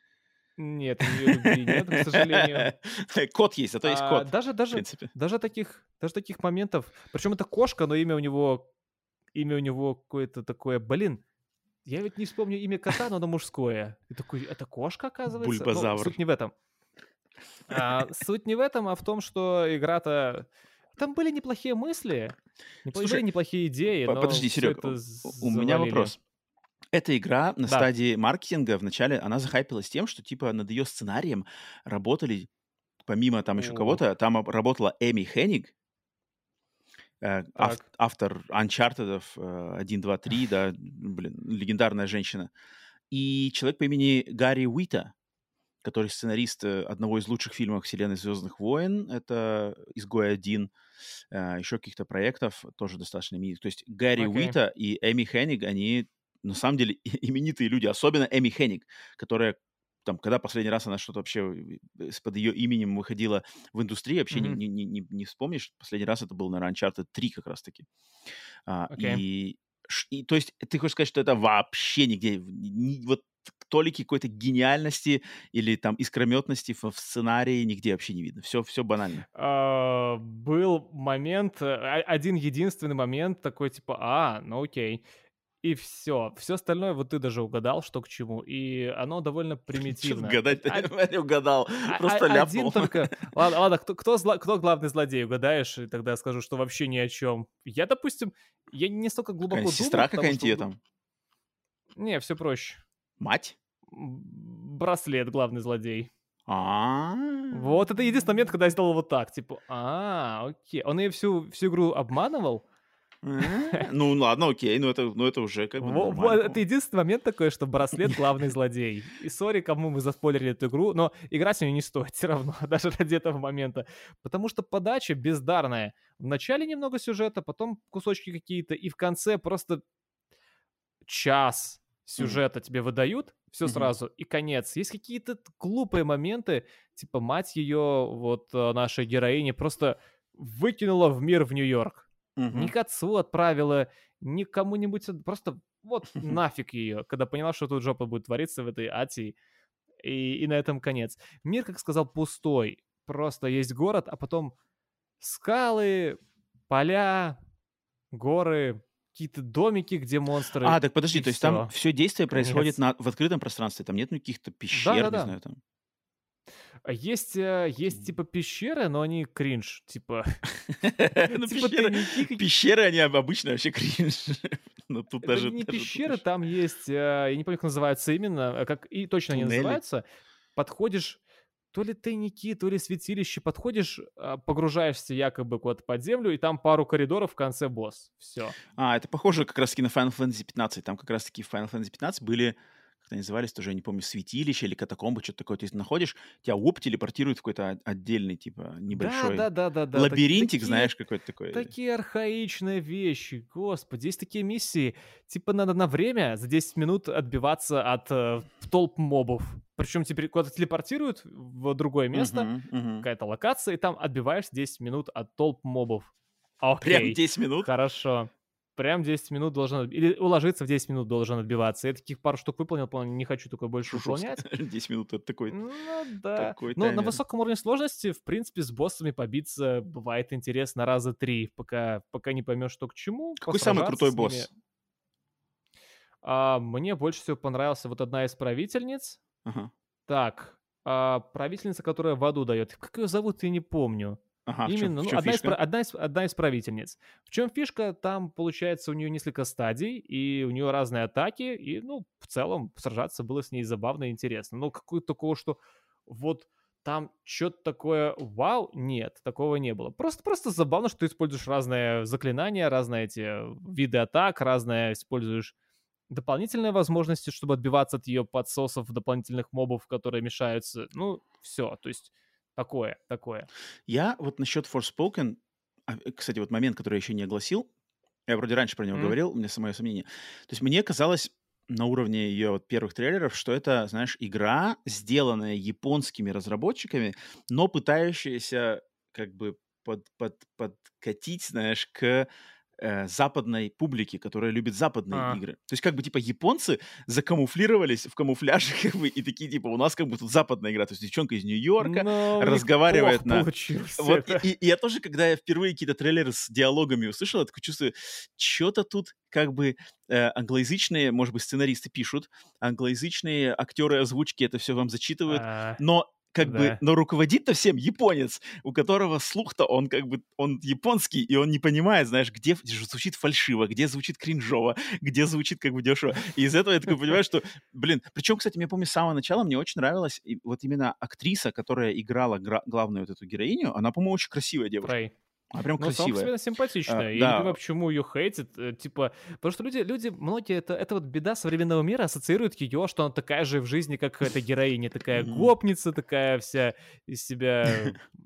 нет, у нее любви нет, к сожалению. Кот есть, а то есть А, кот, даже в даже принципе. даже таких даже таких моментов, причем это кошка, но имя у него имя у него какое-то такое, блин, я ведь не вспомню имя кота, но оно мужское. И такой: "Это кошка, оказывается?" Ну, Бульбазавр. суть не в этом. А, суть не в этом, а в том, что игра-то там были неплохие мысли, непл были Слушай, неплохие идеи, по но подожди, все Серег, это у у меня завалили. вопрос. Эта игра на Да. стадии маркетинга вначале, она захайпилась тем, что типа над ее сценарием работали, помимо там еще О, кого-то, там об работала Эми Хенниг, э, ав так. автор Uncharted, э, один, два, три, да, блин, легендарная женщина. И человек по имени Гарри Уита, который сценарист, э, одного из лучших фильмов вселенной "Звездных войн". Это "Изгой один", э, еще каких-то проектов, тоже достаточно именитых. То есть Гарри Окей. Уита и Эми Хенниг, они на самом деле именитые люди, особенно Эми Хенниг, которая там, когда последний раз она что-то вообще под ее именем выходила в индустрии, вообще Мгм. не, не, не, не вспомнишь. Последний раз это был, наверное, Uncharted три как раз-таки. А, Окей. и, ш- и, то есть, ты хочешь сказать, что это вообще нигде, в- ни- вот толики какой-то гениальности или там искрометности в, в сценарии нигде вообще не видно. Все, все банально. А, был момент, э, о один единственный момент такой типа: "А, ну окей". И все, все остальное вот ты даже угадал, что к чему, и оно довольно Что-то примитивно. Од гадать-то од я не угадал, а а просто один ляпнул. только ладно ладно, кто кто зла кто главный злодей, угадаешь, и тогда я скажу, что вообще ни о чем. Я, допустим, я не столько глубоко Какая-нибудь думал, сестра потому какая-нибудь что ее уг там? не, все проще. Мать? М, Браслет главный злодей. А. Вот это единственный момент, когда я сделал вот так, типа: "А, окей". Он её всю всю игру обманывал? А, ну ладно, окей, ну это, ну это уже как бы Во во нормально, это по-моему. единственный момент такой, что браслет — главный злодей. И сори, кому мы заспойлерили эту игру, но играть в неё не стоит всё равно, даже ради этого момента. Потому что подача бездарная. В начале немного сюжета, потом кусочки какие-то, и в конце просто час Мгм, сюжета тебе выдают, всё мгм, сразу, и конец. Есть какие-то т глупые моменты, типа мать её, вот, э, нашей героини, просто выкинула в мир в Нью-Йорк. Не мгм. к отцу отправила, не к кому-нибудь, от просто вот нафиг её, когда поняла, что тут жопа будет твориться в этой Атии, и и на этом конец. Мир, как сказал, пустой. Просто есть город, а потом скалы, поля, горы, какие-то домики, где монстры, А, так подожди, и то есть там всё. все действие происходит Конец. на в открытом пространстве, там нет каких-то пещер, не Да-да-да. знаю, там? А есть, э, есть М. типа пещеры, но они кринж, типа Ну, типа пещеры тайники каки пещеры, они об обычно вообще кринж. Ну, тут это даже не даже тут пещеры, уж там есть, э, я не помню, как называются именно, а как и точно они туннели. называются. Подходишь, то ли тайники, то ли святилище, подходишь, а, погружаешься якобы куда-то под землю, и там пару коридоров, в конце босс. Все. А, это похоже как раз-таки на Final Fantasy пятнадцать. Там как раз-таки в Final Fantasy пятнадцать были, как они назывались, тоже, я не помню, святилища или катакомбы, что-то такое. То есть находишь, тебя оп, телепортируют в какой-то о отдельный, типа, Да, небольшой да-да-да-да, так лабиринтик, такие знаешь, какой-то такой. такие архаичные вещи, господи. Есть такие миссии, типа надо на время за десять минут отбиваться от, э, толп мобов. Причем теперь куда-то телепортируют в другое место, Мгм, мгм. какая-то локация, и там отбиваешься десять минут от толп мобов. Прям Окей, десять минут? хорошо. Прям десять минут должен отб или уложиться в десять минут должен отбиваться. Я таких пару штук выполнил, понял, не хочу такое больше Жестко. выполнять. десять минут — это такой Ну да. такой Но на таймер. высоком уровне сложности, в принципе, с боссами побиться бывает интересно раза три, пока пока не поймешь, что к чему, Какой самый посражаться крутой с ними. босс? А, мне больше всего понравился вот одна из правительниц. Ага. Так, а, правительница, которая в аду дает. Как ее зовут, я не помню. Ага, в чём Именно, в ну, чём одна из, фишка? пра- одна из, одна из правительниц. В чем фишка? Там, получается, у нее несколько стадий, и у нее разные атаки, и, ну, в целом, сражаться было с ней забавно и интересно. Но какое-то такого, что вот там что-то такое вау, нет, такого не было. Просто, просто забавно, что ты используешь разные заклинания, разные эти виды атак, разные используешь дополнительные возможности, чтобы отбиваться от ее подсосов, дополнительных мобов, которые мешаются. Ну, все, то есть такое, такое. Я вот насчет Forspoken, а, э, кстати, вот момент, который я еще не огласил, я вроде раньше про него М? говорил, у меня самое сомнение. То есть мне казалось на уровне ее вот первых трейлеров, что это, знаешь, игра, сделанная японскими разработчиками, но пытающаяся как бы под, под, подкатить, знаешь, к э, западной публике, которая любит западные А, игры. То есть как бы типа японцы закамуфлировались в камуфляже как бы и такие типа у нас как бы тут западная игра. То есть девчонка из Нью-Йорка но у них разговаривает плохо на получилось вот, и, это. и- и я тоже, когда я впервые какие-то трейлеры с диалогами услышал, я такое чувствую, что-то тут как бы э, англоязычные, может быть, сценаристы пишут, англоязычные актеры озвучки это все вам зачитывают, А, но как бы, да. но руководит-то всем японец, у которого слух-то он как бы, он японский, и он не понимает, знаешь, где звучит фальшиво, где звучит кринжово, где звучит как бы дешево. И из этого я такой понимаю, что, блин, причем, кстати, я помню, с самого начала мне очень нравилась и вот именно актриса, которая играла гра- главную вот эту героиню, она, по-моему, очень красивая девушка. Фрей. Она прям Ну, сама по себе красивая. она А, симпатичная. Я не да, понимаю, почему ее хейтят. э, Типа, потому что люди, люди, многие, это, это вот беда современного мира, ассоциируют ее, что она такая же в жизни, как эта героиня, такая мгм. гопница, такая вся из себя м,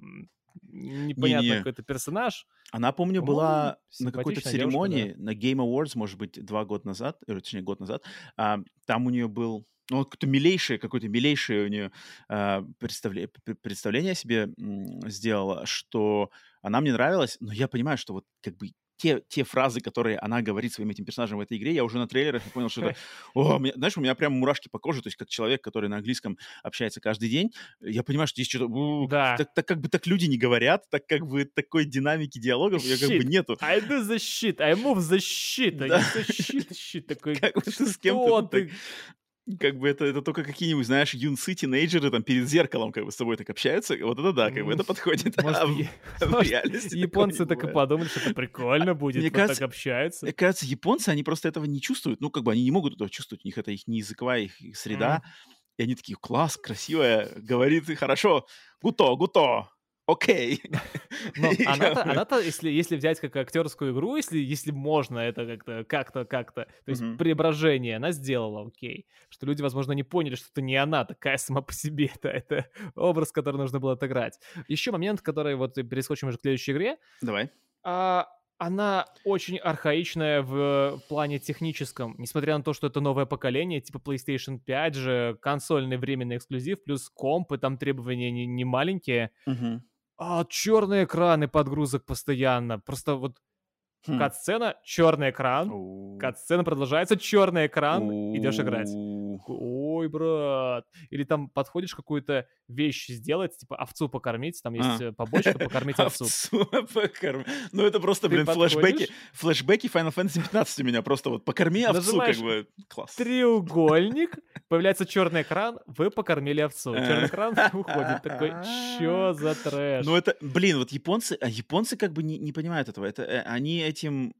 непонятно Не-не. какой-то персонаж. Она, помню, По-моему, была на какой-то симпатичная девушка, да. церемонии, на Game Awards, может быть, два года назад, или, точнее, год назад. А, там у нее был, ну, вот какое-то милейшее, какое-то милейшее у нее а, представле- п- представление о себе м, сделала, что она мне нравилась, но я понимаю, что вот как бы те, те фразы, которые она говорит своим этим персонажам в этой игре, я уже на трейлерах и понял, что это... О, у меня- знаешь, у меня прям мурашки по коже, то есть как человек, который на английском общается каждый день, я понимаю, что здесь что-то... у, Да. Так, так как бы так люди не говорят, так как бы такой динамики диалогов я как бы Shit. нету. I do the shit, I move the shit, а Да. не the shit, shit такой. Как бы ты с Что кем-то, ну, так, ты? как бы это, это только какие-нибудь, знаешь, юнцы, тинейджеры там перед зеркалом как бы с собой так общаются, вот это да, как бы М, это подходит. Может, А в, е- а в может, реальности такого японцы не так и бывает. подумали, что это прикольно будет, Мне вот так кажется, общаются. мне кажется, японцы, они просто этого не чувствуют. Ну, как бы они не могут этого чувствовать. У них это их не языковая их их среда. М. И они такие, класс, красивая, говорит, и хорошо, гуто, гуто, окей. Но И она-то, как бы, она-то, если, если взять как актерскую игру, если, если можно это как-то, как-то, как-то, то есть мгм. преображение она сделала, окей. Что люди, возможно, не поняли, что это не она такая сама по себе, это, это образ, который нужно было отыграть. Еще момент, который, вот и перескочим уже к следующей игре, Давай. а, она очень архаичная в плане техническом, несмотря на то, что это новое поколение, типа PlayStation пять же, консольный временный эксклюзив, плюс комп, и там требования не, не маленькие. Мгм. А черные экраны подгрузок постоянно. Просто вот Хм. кат-сцена, черный экран, У. кат-сцена продолжается, черный экран, идешь играть. У. Ой, брат. Или там подходишь какую-то вещь сделать, типа овцу покормить, там есть А. э, побочка покормить овцу. Овцу покорми. Ну, это просто, Ты блин, флешбеки. подходишь, Флешбеки Final Fantasy пятнадцать у меня. Просто вот покорми овцу, как нажимаешь бы. Класс. треугольник, появляется черный экран, вы покормили овцу. Черный экран уходит. Такой, чё за трэш? Ну, это, блин, вот японцы, а японцы как бы не, не понимают этого. Это, э, они этим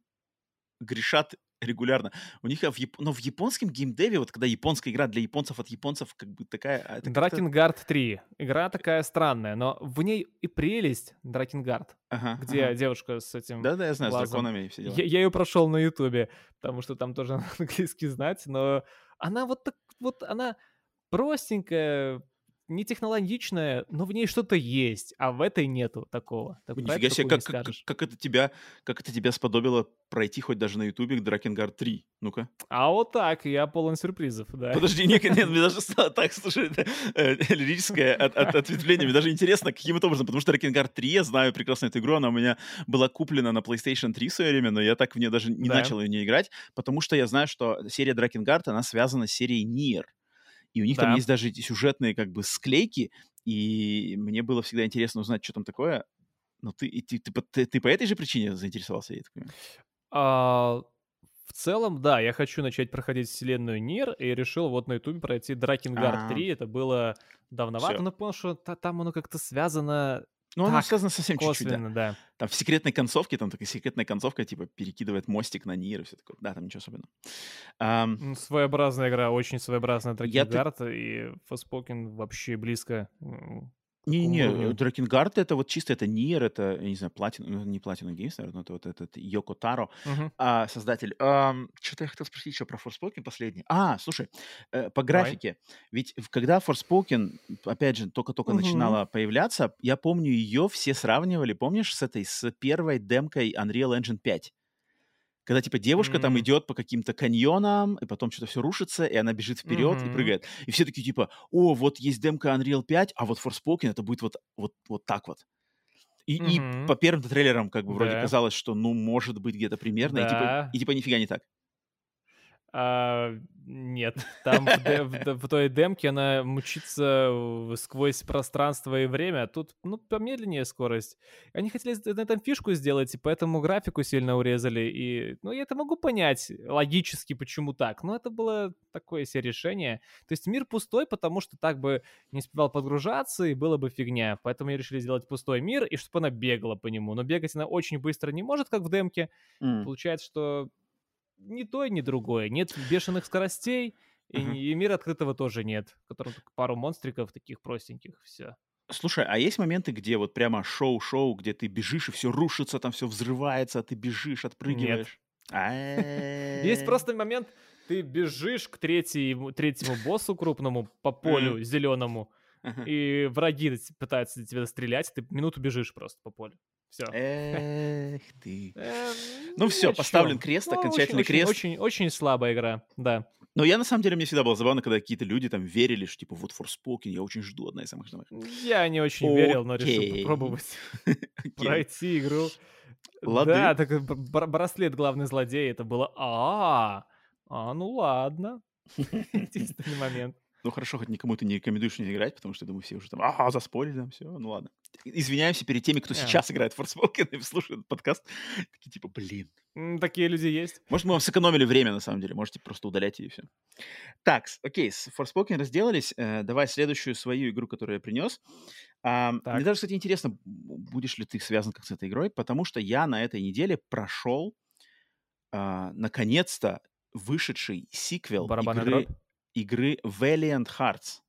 грешат регулярно. У них, а в яп- но в японском геймдеве, вот когда японская игра для японцев от японцев, как бы такая... а это как-то... Дракенгард три. Игра такая странная, но в ней и прелесть Дракенгард, Ага, где ага. девушка с этим Да-да, я знаю, с глазом. драконами и все дела. Я, я ее прошел на Ютубе, потому что там тоже надо английский знать, но она вот так вот, она простенькая, не технологичная, но в ней что-то есть, а в этой нету такого. Так Ой, про нифига это себе, такого не как, как, как- скажешь. как это тебя, как это тебя сподобило пройти хоть даже на Ютубе Дракенгард три? Ну-ка. А вот так, я полон сюрпризов, да. Подожди, нет, нет, мне даже стало так, слушай, это, э, лирическое от- от- ответвление. Мне даже интересно, каким это образом, потому что Дракенгард три, я знаю прекрасно эту игру, она у меня была куплена на PlayStation три в свое время, но я так в нее даже не Да, начал в нее играть, потому что я знаю, что серия Дракенгард, она связана с серией Nier. И у них там да. есть даже эти сюжетные как бы склейки, и мне было всегда интересно узнать, что там такое. Но ты, и ты, ты, по- ты- ты по этой же причине заинтересовался, я так понимаю? А, в целом, да, я хочу начать проходить вселенную Нир, и решил вот на Ютубе пройти Дракенгард А, три. Это было давновато, все. но понял, что та- там оно как-то связано Ну, оно так, связано совсем чуть-чуть, да. косвенно, да. Там в секретной концовке, там такая секретная концовка, типа, перекидывает мостик на Нир и все такое. Да, там ничего особенного. Ам, М, Своеобразная игра, очень своеобразная я ты... Дракенгард, и Forspoken вообще близко м, к такому Не-не-не, уровню. Дракенгард это вот чисто, это Нир, это, я не знаю, Platinum, ну, не Platinum Games, наверное, но это вот этот Йоко Таро, Мгм. а, создатель. Что-то я хотел спросить еще про Forspoken последний. А, слушай, э, по Давай. графике. Ведь в- когда Forspoken, опять же, только-только Мгм. начинала появляться, я помню, ее все сравнивали, помнишь, с этой, с первой демкой Unreal Engine пять. Когда, типа, девушка там М, идет по каким-то каньонам, и потом что-то все рушится, и она бежит вперед и мгм. прыгает. И все такие, типа, о, вот есть демка Unreal пять, а вот Forspoken это будет вот, вот, вот так вот. И, и Мгм. по первым трейлерам как бы вроде Да, казалось, что, ну, может быть, где-то примерно, и типа, да. и типа нифига не так. А, нет, там в, де- в д- в той демке она мчится в- сквозь пространство и время, а тут, ну, помедленнее скорость. Они хотели с- на этом фишку сделать, и поэтому графику сильно урезали, и, ну, я это могу понять логически, почему так, но это было такое себе решение. То есть мир пустой, потому что так бы не успевал подгружаться, и было бы фигня, поэтому они решили сделать пустой мир, и чтобы она бегала по нему, но бегать она очень быстро не может, как в демке. М, Получается, что ни то, ни другое. Нет бешеных скоростей, и, мгм. не- и мира открытого тоже нет, в котором только пару монстриков таких простеньких, все. Слушай, а есть моменты, где вот прямо шоу-шоу, где ты бежишь, и все рушится, там все взрывается, а ты бежишь, Нет. отпрыгиваешь? Есть Э, просто момент, ты бежишь к третьему, третьему боссу крупному по м, полю зеленому, Ага. и враги пытаются тебя стрелять, ты минуту бежишь просто по полю. Все. Эх ты. Эм, Ну ни все, о поставлен чём. крест, Ну, очень окончательный очень крест. очень очень слабая игра, да. Но я, на самом деле, мне всегда было забавно, когда какие-то люди там верили, что типа вот Forspoken, я очень жду, одна из самых самых. Я не очень верил, но решил Окей. попробовать Окей. пройти игру. Лады. Да, так э, б браслет главный злодей, это было: "А, а, ну ладно". Единственный момент. Ну хорошо, хоть никому ты не рекомендуешь не играть, потому что, думаю, все уже там, ага, заспорили там, все, ну ладно. Извиняемся перед теми, кто А, сейчас играет в Forspoken и слушает подкаст. Такие типа, блин. м, такие люди есть. Может, мы вам сэкономили время, на самом деле. Можете просто удалять ее и все. Так, окей, с Forspoken разделались. Э, давай следующую свою игру, которую я принес. А, мне Так. даже, кстати, интересно, будешь ли ты связан как с этой игрой, потому что я на этой неделе прошел, а, наконец-то, вышедший сиквел Барабанная игры, дробь? игры Valiant Hearts.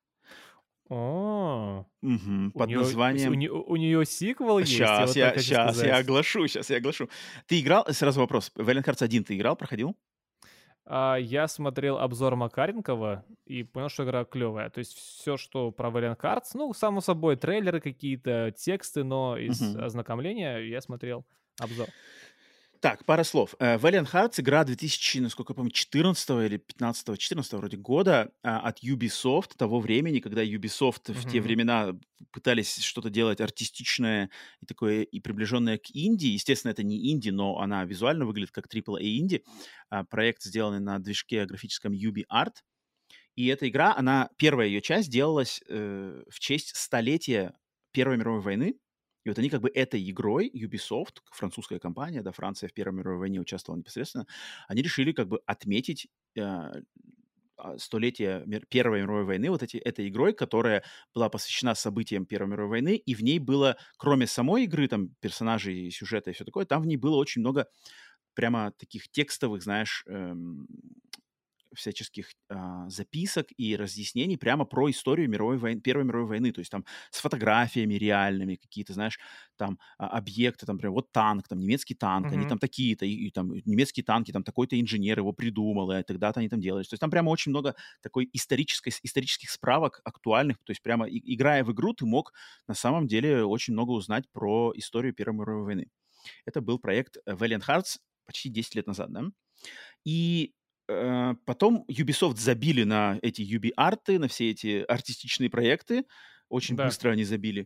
О, Мгм, у под нее у названием... нее у нее сиквел есть, я Сейчас вот так я, хочу сейчас я сказать. оглашу, сейчас я оглашу. Ты играл? Сразу вопрос. Valiant Hearts один ты играл, проходил? А, я смотрел обзор Макаренкова и понял, что игра клевая. То есть все, что про Valiant Hearts, ну, само собой, трейлеры какие-то, тексты, но из Мгм. ознакомления я смотрел обзор. Так, пара слов. Э, Valiant Hearts — игра две тысячи, насколько я помню, четырнадцатого или пятнадцатого, четырнадцатого вроде года, а, от Ubisoft того времени, когда Ubisoft в те Мгм. времена пытались что-то делать артистичное и такое, и приближенное к инди. Естественно, это не инди, но она визуально выглядит как трипл эй инди. А, проект, сделанный на движке графическом UbiArt. И эта игра, она, первая ее часть делалась э, в честь столетия Первой мировой войны. И вот они как бы этой игрой, Ubisoft, французская компания, да, Франция в Первой мировой войне участвовала непосредственно, они решили как бы отметить э, а, столетие мир- Первой мировой войны вот эти, этой игрой, которая была посвящена событиям Первой мировой войны, и в ней было, кроме самой игры, там, персонажей, сюжета и все такое, там в ней было очень много прямо таких текстовых, знаешь, эм, всяческих а, записок и разъяснений прямо про историю мировой войны, Первой мировой войны, то есть там с фотографиями реальными какие-то, знаешь, там а, объекты, там, например, вот танк, там немецкий танк, они Мгм. там такие-то, и, и там немецкие танки, там такой-то инженер его придумал, и тогда-то они там делали. То есть там прямо очень много такой исторической, исторических справок актуальных, то есть прямо и- играя в игру, ты мог на самом деле очень много узнать про историю Первой мировой войны. Это был проект э, Valiant Hearts почти десять лет назад, да? И э, потом Ubisoft забили на эти Ubi-арты, на все эти артистичные проекты. Очень Да. быстро они забили.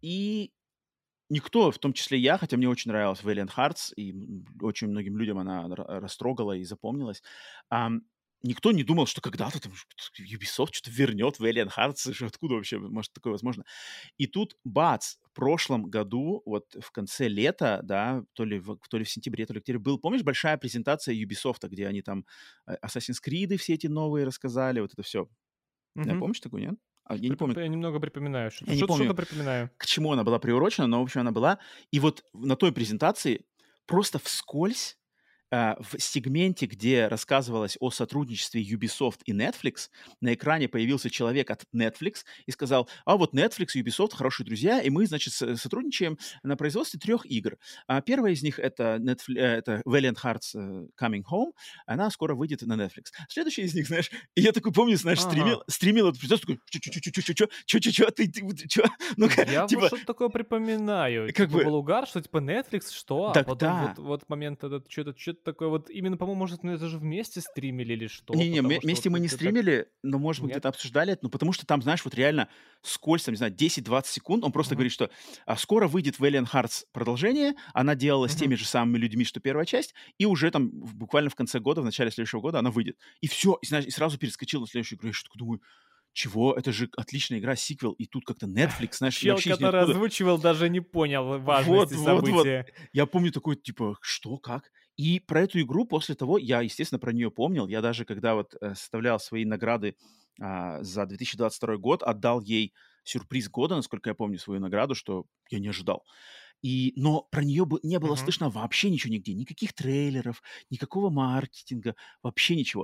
И никто, в том числе я, хотя мне очень нравилась Valiant Hearts, и м, очень многим людям она ра- растрогала и запомнилась, ам, никто не думал, что когда-то там что-то Ubisoft что-то вернет Valiant Hearts, что откуда вообще может такое возможно. И тут, бац, в прошлом году, вот в конце лета, да, то ли в, то ли в сентябре, то ли в октябре, был, помнишь, большая презентация Ubisoft, где они там э, Assassin's Creed все эти новые рассказали, вот это все. Мгм. Помнишь такую, нет? А, я не Припом помню, я немного припоминаю, что-то я не что-то помню, что-то припоминаю. к чему она была приурочена, но, в общем, она была. И вот на той презентации просто вскользь а, в сегменте, где рассказывалось о сотрудничестве Ubisoft и Netflix, на экране появился человек от Netflix и сказал: а вот Netflix и Ubisoft хорошие друзья, и мы, значит, с- сотрудничаем на производстве трех игр. А первая из них это, Netflix, э, это Valiant Hearts э, Coming Home, она скоро выйдет на Netflix. Следующая из них, знаешь, и я такой помню, знаешь, стримил, Ага. стримил эту презентацию, такой, чё-чё-чё-чё-чё, чё-чё-чё, ты, ты, ты чё? Ну-ка, Я вот типа, что-то такое припоминаю. как Типа бы, был угар, что типа Netflix, что? А так потом да. вот вот момент этот что-то что-то такое вот именно, по-моему, может, мы даже вместе стримили или что, Не-не, ме- потому что вот вместе мы не как-то так стримили, но, может, мы нет? где-то обсуждали это, ну, потому что там, знаешь, вот реально скользь, там, не знаю, десять-двадцать секунд, он просто Мгм. говорит, что а, скоро выйдет Valiant Hearts продолжение, она делалась Мгм. теми же самыми людьми, что первая часть, и уже там в- буквально в конце года, в начале следующего года она выйдет. И все, и, знаешь, и сразу перескочил на следующую игру. Я что такое думаю, чего? Это же отличная игра, сиквел, и тут как-то Netflix, знаешь, и Чел, вообще из который ниоткуда. озвучивал, даже не понял Вот, важности вот, вот. события. Я помню такой, типа, что, как? И про эту игру после того, я, естественно, про нее помнил. Я даже, когда вот э, составлял свои награды а, за две тысячи двадцать второй год, отдал ей сюрприз года, насколько я помню, свою награду, что я не ожидал. И, но про нее бы не было Мгм. слышно вообще ничего нигде. Никаких трейлеров, никакого маркетинга, вообще ничего.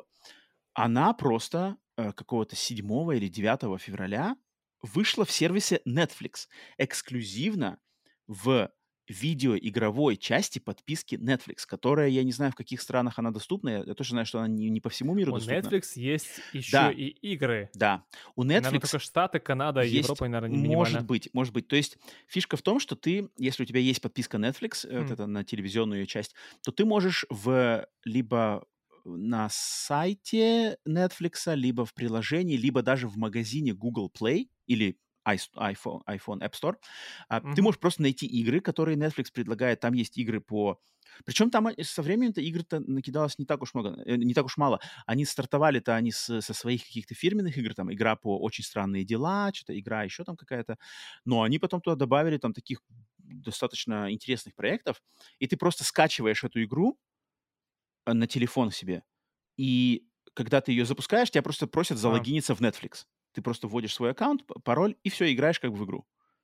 Она просто э, какого-то седьмого или девятого февраля вышла в сервисе Netflix эксклюзивно в видеоигровой части подписки Netflix, которая, я не знаю, в каких странах она доступна. Я, я точно знаю, что она не, не по всему миру У доступна. Netflix есть еще Да, и игры. да. У Наверное, Netflix только Штаты, Канада и есть, Европа, наверное, может минимально. быть, может быть. То есть фишка в том, что ты, если у тебя есть подписка Netflix, э, вот Хм. это на телевизионную ее часть, то ты можешь в либо на сайте Netflix, либо в приложении, либо даже в магазине Google Play или i- iPhone, iPhone App Store, а, ты Мгм. можешь просто найти игры, которые Netflix предлагает. Там есть игры по... Причем там э, со временем-то игр-то накидалось не так уж много, э, не так уж мало. Они стартовали-то они с- со своих каких-то фирменных игр, там игра по «Очень странные дела», что-то игра еще там какая-то. Но они потом туда добавили там таких достаточно интересных проектов, и ты просто скачиваешь эту игру э, на телефон себе, и когда ты ее запускаешь, тебя просто просят А, залогиниться в Netflix. Ты просто вводишь свой аккаунт, п- пароль, и все, играешь как бы в игру.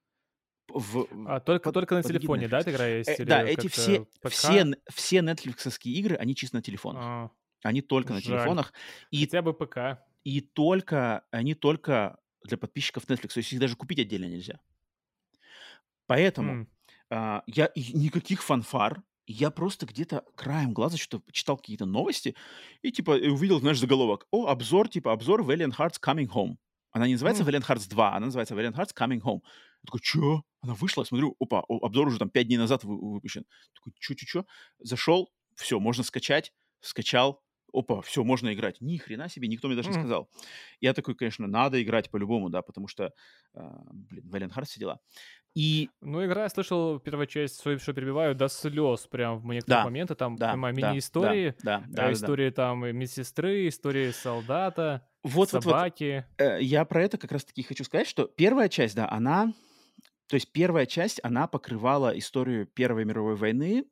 В, в- а только, под, только на под эгидой телефоне, да, Netflix. эта игра Э, есть? да, Или эти все, как-то все, ПК? н- все нетфликсовские игры, они чисто на телефонах. А, Они только на жаль. телефонах. И, Хотя бы ПК. и только, они только для подписчиков Netflix. То есть их даже купить отдельно нельзя. Поэтому Хм. а, я и никаких фанфар. Я просто где-то краем глаза что-то читал какие-то новости и типа и увидел, знаешь, заголовок. О, обзор, типа обзор Valiant Hearts Coming Home. Она не называется М. Valiant Hearts два, она называется Valiant Hearts Coming Home. Я такой, чё? Она вышла, смотрю, опа, о, обзор уже там пять дней назад вы- выпущен. Такой, чё-чё-чё? Зашел, все, можно скачать, скачал, опа, все, можно играть. Ни хрена себе, никто мне даже не М. сказал. Я такой, конечно, надо играть по-любому, да, потому что, а, блин, Valiant Hearts все дела. И Ну, игра, я слышал, первая часть, сори, что перебиваю, до слез прям в некоторых да, моментах. Там да, прямо да, да, мини-истории, да, э, да-да-да. истории там и медсестры, истории солдата, Вот-вот-вот, собаки. э, я про это как раз таки хочу сказать, что первая часть, да, она то есть первая часть, она покрывала историю Первой мировой войны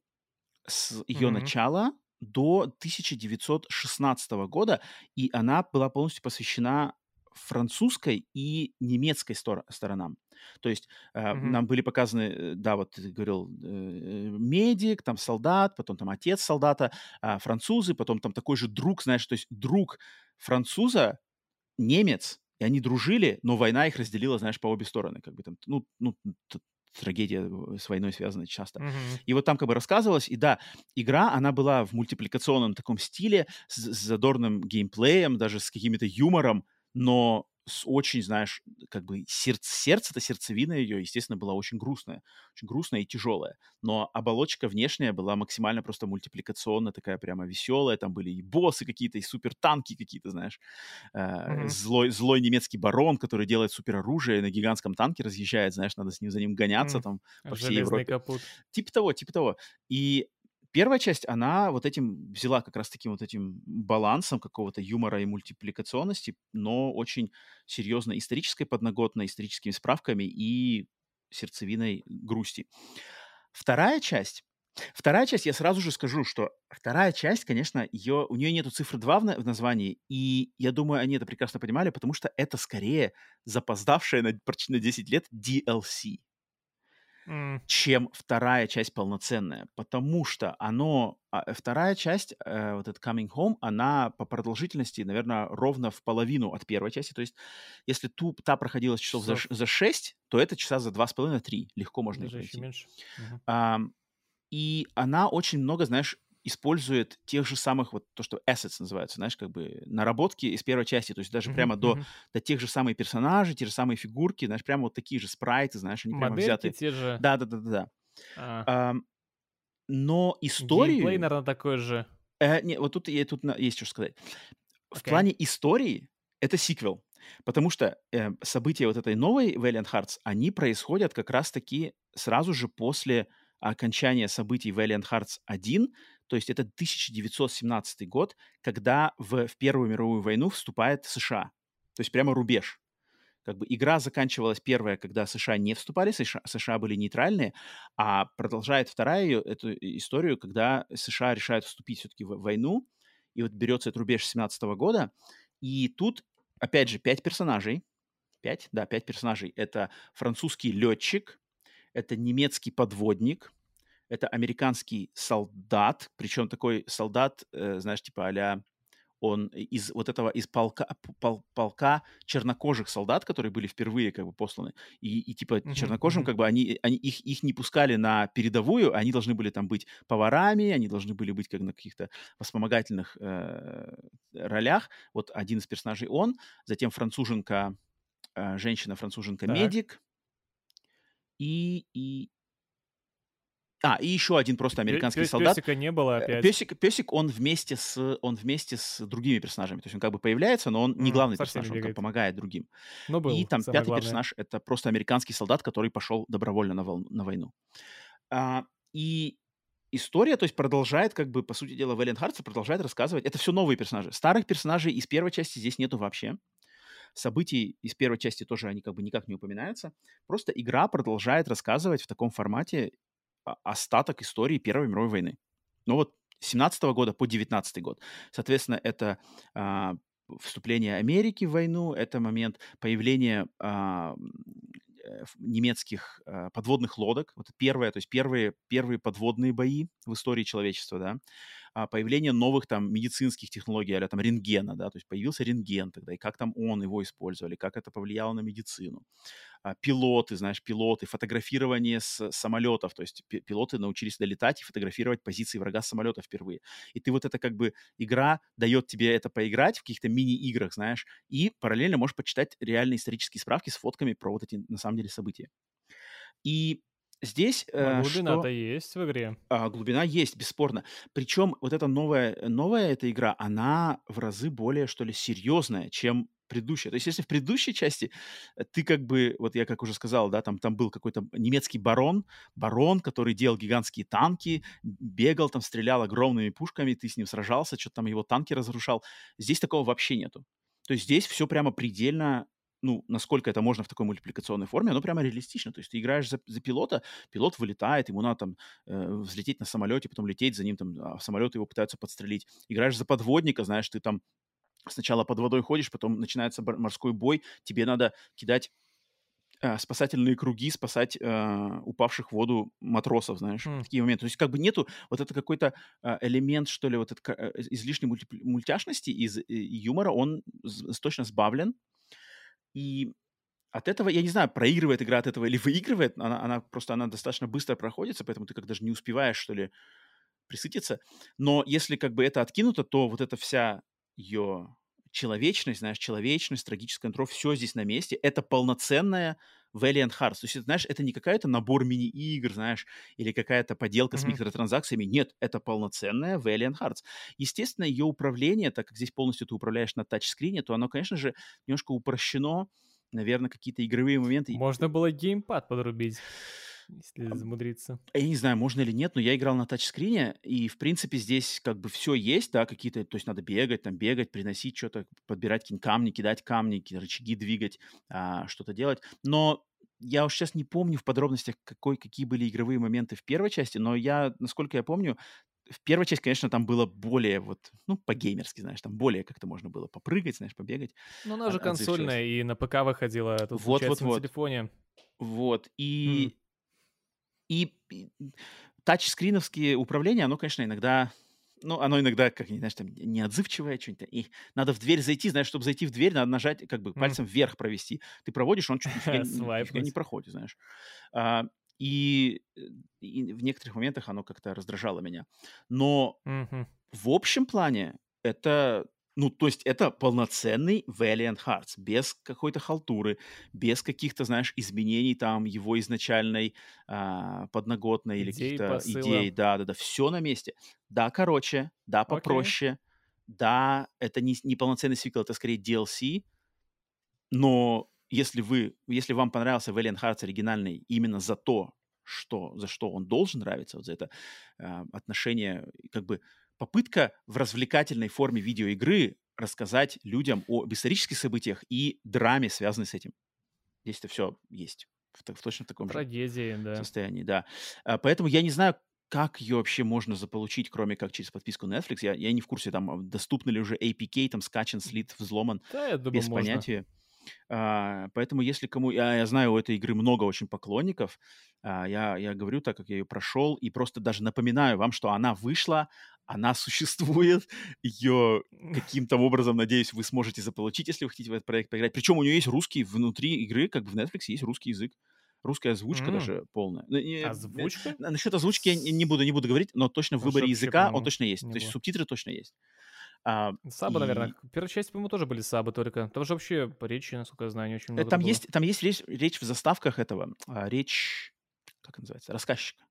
с ее Мгм. начала до тысяча девятьсот шестнадцатого года, и она была полностью посвящена французской и немецкой стор сторонам. То есть, э, Мгм. нам были показаны, э, да, вот ты говорил, э, медик, там солдат, потом там отец солдата, а, французы, потом там такой же друг, знаешь, то есть друг француза немец, и они дружили, но война их разделила, знаешь, по обе стороны, как бы там, ну, ну, т- трагедия э, с войной связана часто. Мгм. И вот там как бы рассказывалось, и да, игра, она была в мультипликационном таком стиле, с, с задорным геймплеем, даже с каким-то юмором, но с очень, знаешь, как бы сердце, сердце-то, сердцевина ее, естественно, была очень грустная, очень грустная и тяжелая. Но оболочка внешняя была максимально просто мультипликационная, такая прямо веселая, там были и боссы какие-то, и супертанки какие-то, знаешь, э, Мгм. злой, злой немецкий барон, который делает супероружие, и на гигантском танке разъезжает, знаешь, надо с ним, за ним гоняться М. там по всей Железный Европе. капут. Типа того, типа того. И первая часть, она вот этим взяла как раз таким вот этим балансом какого-то юмора и мультипликационности, но очень серьезно исторической подноготной, историческими справками и сердцевиной грусти. Вторая часть Вторая часть, я сразу же скажу, что вторая часть, конечно, ее, у нее нету цифры два в, на- в названии, и я думаю, они это прекрасно понимали, потому что это скорее запоздавшая на, почти на десять лет ди эл си, М. чем вторая часть полноценная, потому что оно, а, э, вторая часть, э, вот этот Coming Home, она по продолжительности, наверное, ровно в половину от первой части. То есть, если ту, та проходила часов за, ш- Часов за шесть, то это часа за два с половиной-три. Легко можно ее даже еще пройти. меньше. Мгм. Ам, и она очень много, знаешь, использует тех же самых, вот то, что assets называются, знаешь, как бы наработки из первой части, то есть даже Мгм. прямо до, Мгм. до тех же самых персонажей, те же самые фигурки, знаешь, прямо вот такие же спрайты, знаешь, они прямо Модельки взяты. те же. Да-да-да-да-да. А, Ам, но геймплей, историю... наверное, такой же. э, не, вот тут, я, тут на- есть что сказать. В Окей. плане истории это сиквел, потому что э, события вот этой новой Valiant Hearts, они происходят как раз-таки сразу же после окончания событий Valiant Hearts один, то есть это тысяча девятьсот семнадцатый год, когда в, в Первую мировую войну вступает США. То есть прямо рубеж. Как бы игра заканчивалась первая, когда США не вступали, США, США были нейтральные, а продолжает вторая ее, эту историю, когда США решают вступить все-таки в войну, и вот берется этот рубеж семнадцатого года, и тут, опять же, пять персонажей, пять, да, пять персонажей. Это французский летчик, это немецкий подводник, это американский солдат, причем такой солдат, э, знаешь, типа а-ля он из вот этого, из полка, пол, полка чернокожих солдат, которые были впервые как бы посланы, и, и типа Мгм, чернокожим мгм. как бы они, они их, их не пускали на передовую, они должны были там быть поварами, они должны были быть как на каких-то вспомогательных э, ролях. Вот один из персонажей он, затем француженка, э, Так. женщина-француженка-медик, и, и, а, и еще один просто Пе- американский пе- солдат. Песика не было Э, опять. Песик, песик, он вместе с, он вместе с другими персонажами. То есть он как бы появляется, но он не М, главный Со всеми персонаж, он как бегает. помогает другим. Но И был, там самое пятый главное. персонаж — это просто американский солдат, который пошел добровольно на, волну, на войну. А, и история, то есть продолжает, как бы, по сути дела, Valiant Hearts продолжает рассказывать. Это все новые персонажи. Старых персонажей из первой части здесь нету вообще. Событий из первой части тоже они как бы никак не упоминаются. Просто игра продолжает рассказывать в таком формате о- остаток истории Первой мировой войны. Ну вот с семнадцатого года по девятнадцатый год. Соответственно, это а, вступление Америки в войну, это момент появления а, м, э, ф- немецких а, подводных лодок. Вот первое, то есть первые, первые подводные бои в истории человечества, да, а, появление новых там медицинских технологий, а там рентгена, да, то есть появился рентген тогда, и как там он его использовали, как это повлияло на медицину. А, пилоты, знаешь, пилоты, фотографирование с самолетов, то есть пи- пилоты научились долетать и фотографировать позиции врага с самолета впервые. И ты вот это как бы, игра дает тебе это поиграть в каких-то мини-играх, знаешь, и параллельно можешь почитать реальные исторические справки с фотками про вот эти, на самом деле, события. И здесь Но э, глубина-то что есть в игре. а, глубина есть, бесспорно. Причем вот эта новая, новая эта игра, она в разы более, что ли, серьезная, чем предыдущая. То есть если в предыдущей части э, ты как бы, вот я как уже сказал, да, там, там был какой-то немецкий барон, барон, который делал гигантские танки, бегал там, стрелял огромными пушками, ты с ним сражался, что-то там его танки разрушал. Здесь такого вообще нету. То есть здесь все прямо предельно, ну, насколько это можно в такой мультипликационной форме, оно прямо реалистично. То есть ты играешь за, за пилота, пилот вылетает, ему надо там э, взлететь на самолете, потом лететь за ним, там, а самолеты его пытаются подстрелить. Играешь за подводника, знаешь, ты там сначала под водой ходишь, потом начинается бар- морской бой, тебе надо кидать э, спасательные круги, спасать э, упавших в воду матросов, знаешь, в Хм. такие моменты. То есть как бы нету вот это какой-то э, элемент, что ли, вот этот, ка- э, излишней мульти- мультяшности, из э, юмора, он з- точно сбавлен. И от этого, я не знаю, проигрывает игра от этого или выигрывает, она, она просто, она достаточно быстро проходится, поэтому ты как даже не успеваешь, что ли, присытиться. Но если как бы это откинуто, то вот эта вся ее человечность, знаешь, человечность, трагическая нутро, все здесь на месте. Это полноценная Valiant Hearts. То есть, это, знаешь, это не какая-то набор мини-игр, знаешь, или какая-то поделка с Мгм. микротранзакциями. Нет, это полноценная Valiant Hearts. Естественно, ее управление, так как здесь полностью ты управляешь на тачскрине, то оно, конечно же, немножко упрощено. Наверное, какие-то игровые моменты. Можно было геймпад подрубить, если замудриться. Я не знаю, можно или нет, но я играл на тачскрине, и, в принципе, здесь как бы все есть, да, какие-то, то есть надо бегать, там, бегать, приносить что-то, подбирать какие-нибудь камни, кидать камни, какие-то рычаги двигать, а, что-то делать. Но я уж сейчас не помню в подробностях, какой, какие были игровые моменты в первой части, но я, насколько я помню, в первой части, конечно, там было более вот, ну, по-геймерски, знаешь, там более как-то можно было попрыгать, знаешь, побегать, Но она от- же отзывчивость. консольная и на ПК выходила, а тут, получается, на Вот-вот-вот. телефоне. Вот. М. И И и тачскриновские управления, оно, конечно, иногда, ну, оно иногда, как, не знаешь, там, неотзывчивое что-нибудь. И надо в дверь зайти, знаешь, чтобы зайти в дверь, надо нажать, как бы М. пальцем вверх провести. Ты проводишь, он чуть нифига, н- нифига не Свайпнуть. проходит, знаешь. А, и, э, и в некоторых моментах оно как-то раздражало меня. Но Мгм. в общем плане это, ну, то есть это полноценный Valiant Hearts, без какой-то халтуры, без каких-то, знаешь, изменений там его изначальной а, подноготной или Идеи, каких-то посыла. идей. Да-да-да, все на месте. Да, короче, да, Окей. попроще, да, это не, не полноценный сиквел, это скорее ди эл си, но если вы, если вам понравился Valiant Hearts оригинальный именно за то, что, за что он должен нравиться, вот за это а, отношение, как бы попытка в развлекательной форме видеоигры рассказать людям об исторических событиях и драме, связанной с этим. Здесь это все есть в, та- в точно таком же Трагедии, да. состоянии, да. А, поэтому я не знаю, как ее вообще можно заполучить, кроме как через подписку Netflix. Я, я не в курсе, там, а, доступны ли уже эй пи кей, там, скачан, слит, взломан, Да, я думаю, без можно. понятия. А, поэтому если кому... Я, я знаю, у этой игры много очень поклонников. А, я, я говорю, так как я ее прошел, и просто даже напоминаю вам, что она вышла она существует, ее каким-то образом, надеюсь, вы сможете заполучить, если вы хотите в этот проект поиграть. Причем у нее есть русский внутри игры, как бы в Netflix есть русский язык. Русская озвучка М, даже полная. Ну, не- Озвучка? на- Насчет озвучки я не не буду, не буду говорить, но точно в Ну, выборе чтоб еще, языка он по-моему, точно есть. не То есть было. субтитры точно есть. А, Сабы, наверное. и Первая часть, по-моему, тоже были сабы только. Там же вообще речи, насколько я знаю, не очень э, много там было. есть, там есть речь, речь в заставках этого, а, речь, как это называется, рассказчика.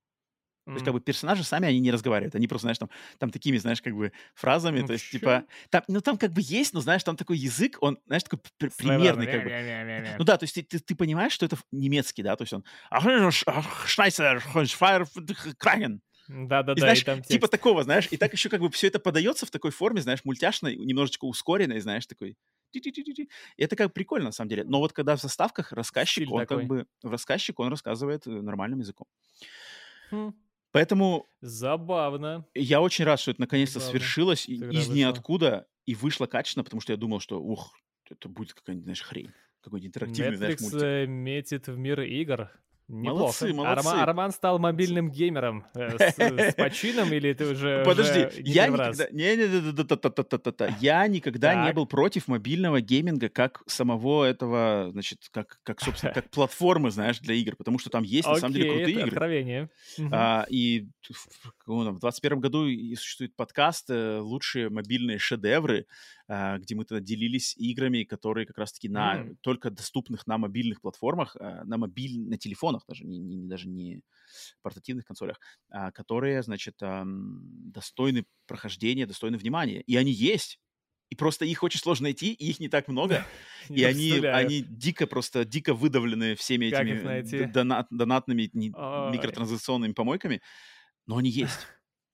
То есть, как М. бы персонажи сами, они не разговаривают. Они просто, знаешь, там, там такими, знаешь, как бы фразами, Ну, то есть, чё? типа, там, ну, там как бы есть, но, знаешь, там такой язык, он, знаешь, такой пр- Своеобразно. примерный, как бы. Мя-мя-мя-мя-мя. Ну да, то есть ты, ты, ты понимаешь, что это немецкий, да, то есть он «Шнайцер, файр, краген». И Да-да-да, и знаешь, там типа текст. такого, знаешь, и так еще как бы все это подается в такой форме, знаешь, мультяшной, немножечко ускоренной, знаешь, такой. ти-ти-ти-ти-ти. И это как бы прикольно, на самом деле. Но вот когда в заставках рассказчик, Стиль он как такой. бы, рассказчик, он рассказывает э, нормальным языком. Хм, Поэтому забавно. я очень рад, что это наконец-то Забавно. свершилось и- Когда из вышло. ниоткуда и вышло качественно, потому что я думал, что, ух, это будет какая-нибудь, знаешь, хрень. Какой-нибудь интерактивный, знаешь, Netflix мультик. э, метит в мир игр. Молодцы, Неплохо. А Рома- а молодцы. Роман стал мобильным геймером. Э, С, с почином или ты уже, Подожди, уже не я первый никогда... раз? Не, не, не, та та та та та та Я никогда не Так. был против мобильного гейминга как самого этого, значит, как, как, собственно, как платформы, знаешь, для игр, потому что там есть, на самом деле, Окей, крутые это игры. откровение. Мгм. А, и в, в- в двадцать первом году и существует подкаст э, «Лучшие мобильные шедевры», а, где мы тогда делились играми, которые как раз-таки на М. только доступных на мобильных платформах, а, на мобиль, на телефонах, даже не, не- даже не портативных консолях, а, которые, значит, ам, достойны прохождения, достойны внимания. И они есть. И просто их очень сложно найти, и их не так много. Не И они, представляю, они дико просто, дико выдавлены всеми как их этими д- найти. донат- донатными не- Ой. микротранзакционными помойками, но они есть.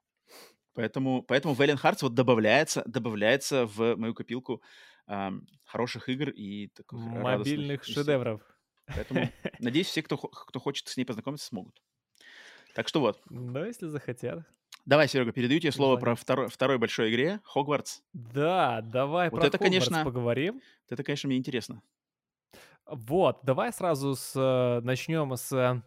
Поэтому, поэтому Valiant Hearts вот добавляется, добавляется в мою копилку ам, хороших игр и таких радостных Мобильных вещей. шедевров. Поэтому, надеюсь, все, кто, хо- кто хочет с ней познакомиться, смогут. Так что вот. Ну, если захотят. Давай, Серега, передаю тебе слово про Излагайте. второй, второй большой игре Хогвартс. Да, давай Вот про это, Хогвартс конечно, поговорим. вот это, конечно, мне интересно. Вот, давай сразу с, э, начнем с, э,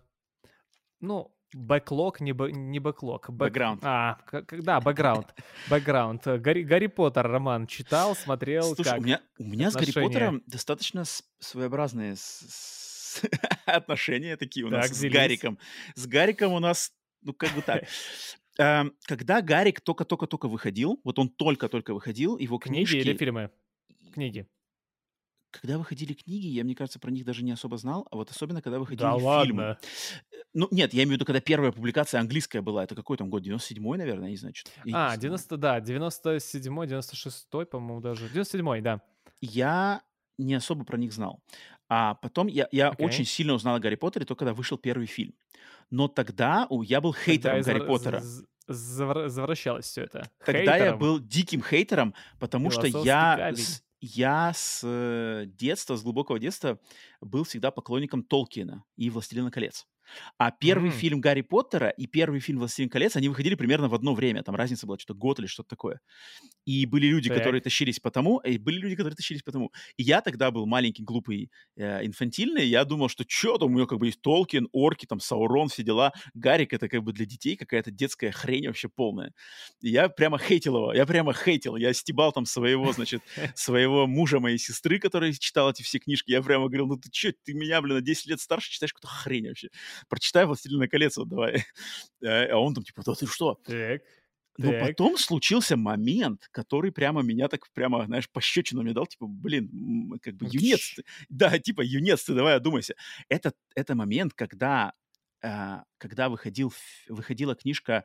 ну, бэклог, не, бэ- не бэклог, бэк... Бэкграунд. А, к- к- да, бэкграунд. Бэкграунд. Э, Гарри, Гарри Поттер роман читал, смотрел, Слушай, у как меня, у меня с Гарри отношения? Поттером достаточно с- своеобразные с- с- отношения такие у нас Так, с делись. Гариком. С Гариком у нас, ну, как бы так. Эм, Когда Гарик только-только-только выходил, вот он только-только выходил, его Книги или книжки... фильмы? Книги. Когда выходили книги, я, мне кажется, про них даже не особо знал, а вот особенно, когда Да выходили фильмы. ладно. Э, Ну, нет, я имею в виду, когда первая публикация английская была. Это какой там год? девяносто седьмой, наверное, я не знаю. Что-то, я не А, знаю. девяносто, да, девяносто седьмой, девяносто шестой, по-моему, даже. девяносто седьмой, да. Я не особо про них знал. А потом я, я очень Окей. сильно узнал о Гарри Поттере только когда вышел первый фильм. Но тогда у- я был Когда хейтером Гарри извра- з- Поттера. з- завра- завращалось все это. Тогда я Хейтером. был диким хейтером, потому что Философский я, камень. с- я с э, детства, с глубокого детства был всегда поклонником Толкиена и «Властелина колец». А первый М, фильм Гарри Поттера и первый фильм «Властелин колец», они выходили примерно в одно время. Там разница была что-то год или что-то такое. И были люди, которые Так. тащились по тому, и были люди, которые тащились по тому. И я тогда был маленький, глупый, э, инфантильный. Я думал, что что там, у него как бы есть Толкин, орки, там, Саурон, все дела. Гарик — это как бы для детей какая-то детская хрень вообще полная. И я прямо хейтил его, я прямо хейтил. Я стебал там своего, значит, своего мужа моей сестры, который читал эти все книжки. Я прямо говорил, ну ты что, ты меня, блин, на десять лет старше читаешь какую-то хрень вообще. Прочитай «Властелина колец», вот давай. Э, А он там типа, да ты что? Так. Но Так. потом случился момент, который прямо меня так прямо, знаешь, пощечину мне дал, типа, блин, м, как бы юнец, Чш. ты. Да, типа, юнец, ты давай одумайся. Это, это момент, когда, а, когда выходил, ф- выходила книжка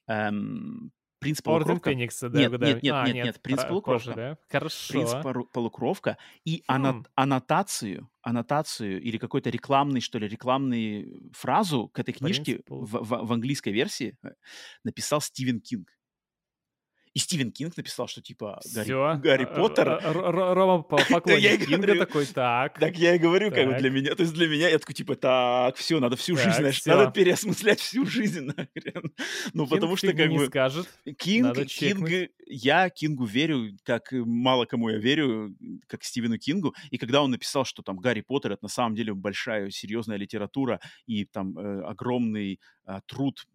эм, «Принц Орден Полукровка». Феникса, да, Нет, куда... нет, нет, А, нет, нет, нет, «Принц ра- позже, Полукровка». да? «Принц Хорошо. Пору- Полукровка» и Хм, аннот- аннотацию, аннотацию или какой-то рекламный, что ли, рекламную фразу к этой книжке принцип... в, в- в английской версии э, написал Стивен Кинг. И Стивен Кинг написал, что типа Гарри, Все. Гарри Поттер. Рома по- Я и поклонник Кинга говорю, такой, так, так я и говорю, как бы для так, меня, то есть для меня, я такой, типа, так, все, надо всю жизнь, так, знаешь, надо все. переосмыслять всю жизнь, нахрен. Ну, потому Кинг что, фигни как не бы, скажет. Кинг, Надо Кинг, чекнуть. я Кингу верю, как и мало кому я верю, как Стивену Кингу. И когда он написал, что там Гарри Поттер — это на самом деле большая, серьезная литература и там э, огромный а, труд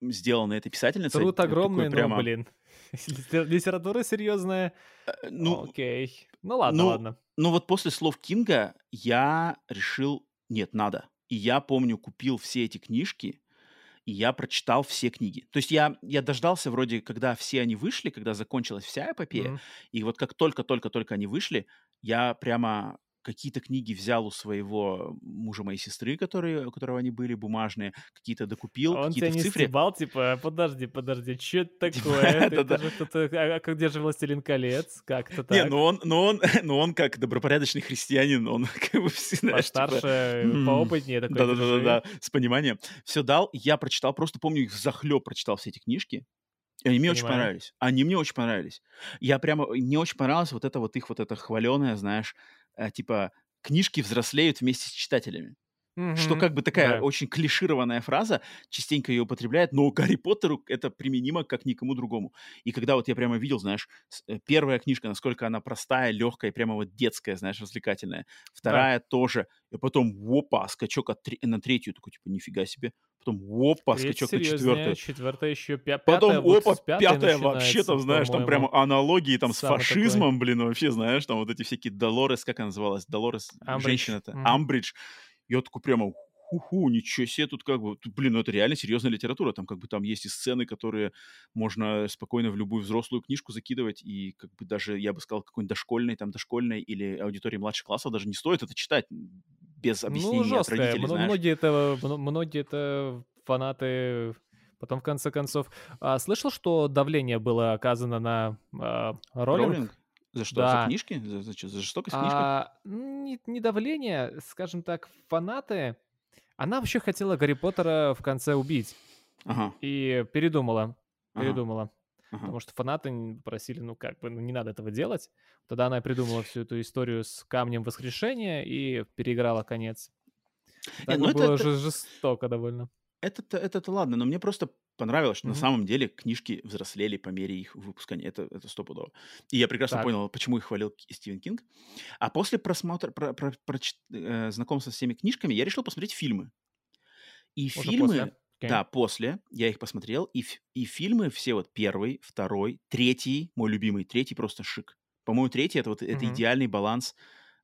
сделаны этой писательницей. Труд огромный, прямо... но, блин, литература серьезная. Ну, окей. Ну ладно, ну, ладно. Ну вот после слов Кинга я решил, нет, надо. И я помню, купил все эти книжки, и я прочитал все книги. То есть я, я дождался вроде, когда все они вышли, когда закончилась вся эпопея, Мгм. и вот как только-только-только они вышли, я прямо какие-то книги взял у своего мужа моей сестры, которые, у которого они были, бумажные, какие-то докупил, Он тебя какие-то в не цифре. стебал, типа, подожди, подожди, что это Типа, такое? Это, да-да. это же кто-то, а, а где же «Властелин колец»? Как это Не, так? ну он, ну он, ну он как добропорядочный христианин, он как бы, все, знаешь, типа, Постарше, м, поопытнее такой, держи. да-да-да-да, с пониманием. Все дал, я прочитал, просто помню их взахлеб прочитал все эти книжки, и они мне очень Понимаю. понравились. Они мне очень понравились. Я прямо, мне очень понравилось вот это вот их вот это хваленое, знаешь, э, типа книжки взрослеют вместе с читателями. Что Мгм. как бы такая Да. очень клишированная фраза, частенько ее употребляют, но Гарри Поттеру это применимо как никому другому. И когда вот я прямо видел, знаешь, с- э, первая книжка, насколько она простая, легкая, прямо вот детская, знаешь, развлекательная. Да. Вторая тоже. И потом, опа, скачок от тре- на третью, такой, типа, нифига себе. Потом, опа, Третья скачок на серьезнее, четвертую. четвертая еще, пя- пятая, Потом, вот опа, с пятой пятая вообще начинается, там, знаешь, там по-моему, прямо аналогии там с самый такой фашизмом, блин, вообще, знаешь, там вот эти всякие Долорес, как она называлась? Долорес, Амбридж. женщина-то, Мгм. Амбридж. Я такой прямо, ху-ху, ничего себе, тут как бы, тут, блин, ну это реально серьезная литература, там как бы там есть и сцены, которые можно спокойно в любую взрослую книжку закидывать, и как бы даже, я бы сказал, какой-нибудь дошкольной, там, дошкольной или аудитории младших классов даже не стоит это читать без Ну, объяснений от жесткая. родителей, Мно- знаешь. Многие это, мно- многие это фанаты. Потом, в конце концов, а, слышал, что давление было оказано на а, Роллинг? Роулинг? За что? За Да. книжки? За, за чё? За жестокость в книжках? А, не, не давление, скажем так, фанаты. Она вообще хотела Гарри Поттера в конце убить. Ага, И передумала. ага, Передумала. ага. Потому что фанаты н- просили, ну как бы, ну не надо этого делать. Тогда она придумала всю эту историю с камнем воскрешения и переиграла конец. Не, Так бы ну это, было это, же жестоко довольно. это-то, это-то ладно, но мне просто понравилось, что на Мгм. самом деле книжки взрослели по мере их выпускания. Это, это стопудово. И я прекрасно Так, понял, почему их хвалил Ки- Стивен Кинг. А после просмотра, про, про- прочит- э, знакомства с всеми книжками, я решил посмотреть фильмы. И уже после. фильмы, Окей. да, после, я их посмотрел, и, ф- и фильмы все вот первый, второй, третий, мой любимый, третий просто шик. По-моему, третий это вот это Мгм. идеальный баланс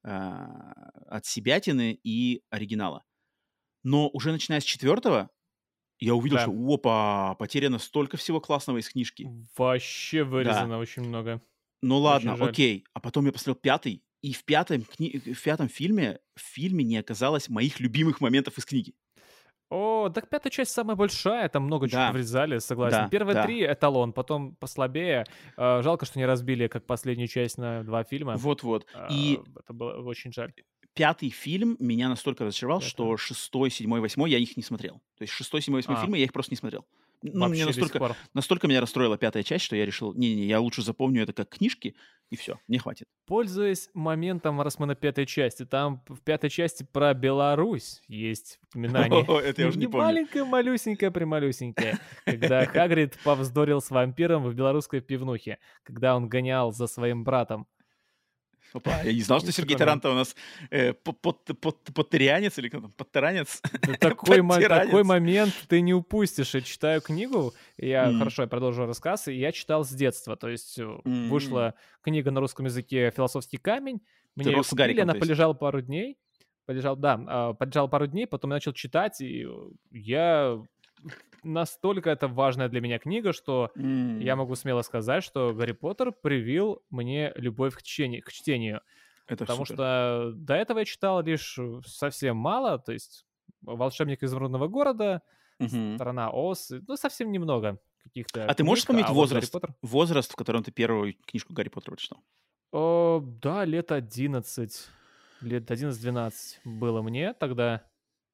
а, от себятины и оригинала. Но уже начиная с четвертого, я увидел, что Да. опа, потеряно столько всего классного из книжки. Вообще Да. вырезано очень много. Ну ладно, Очень жаль. окей. А потом я посмотрел пятый, и в пятом, кни- в пятом фильме, в фильме не оказалось моих любимых моментов из книги. О, так пятая часть самая большая, там много чего Да, поврезали, согласен. да, Первые да. три — эталон, потом послабее. А, жалко, что не разбили, как последнюю часть, на два фильма. Вот-вот. А, И это было очень жаль. пятый фильм меня настолько разочаровал, Пятая. что шестой, седьмой, восьмой я их не смотрел. То есть шестой, седьмой, восьмой А, фильмы я их просто не смотрел. Ну, мне вообще до сих настолько, пор. настолько меня расстроила пятая часть, что я решил, не-не-не, я лучше запомню это как книжки, и все, мне хватит. Пользуясь моментом, раз мы на пятой части, там в пятой части про Беларусь есть упоминание. Это я Не, уже не не помню. маленькое, малюсенькое, прималюсенькое. Когда Хагрид повздорил с вампиром в белорусской пивнухе, когда он гонял за своим братом. Опа, я не знал, что Помнишь Сергей такой момент? Таранто у нас э, по- под- под- подтырянец или кто там, подтаранец? Да такой, мо- такой Подтиранец. момент ты не упустишь. Я читаю книгу, и я, М, хорошо, я продолжу рассказ, и я читал с детства. То есть э, м. вышла книга на русском языке «Философский камень», Ты мне ее рос с купили, Гариком, она то есть? полежала пару дней, полежал, да, а, полежал пару дней, потом я начал читать, и э, я настолько это важная для меня книга, что я М, могу смело сказать, что Гарри Поттер привил мне любовь к чтению, к чтению. Это Потому супер. что до этого я читал лишь э, совсем мало, то есть «Волшебник изумрудного города», Мгм. «Страна Оз», ну, совсем немного каких-то А ты можешь книг, вспомнить а вот «Гарри возраст? Поттер». Возраст, в котором ты первую книжку Гарри Поттера прочитал? О, да, лет одиннадцать, лет одиннадцать-двенадцать было мне тогда.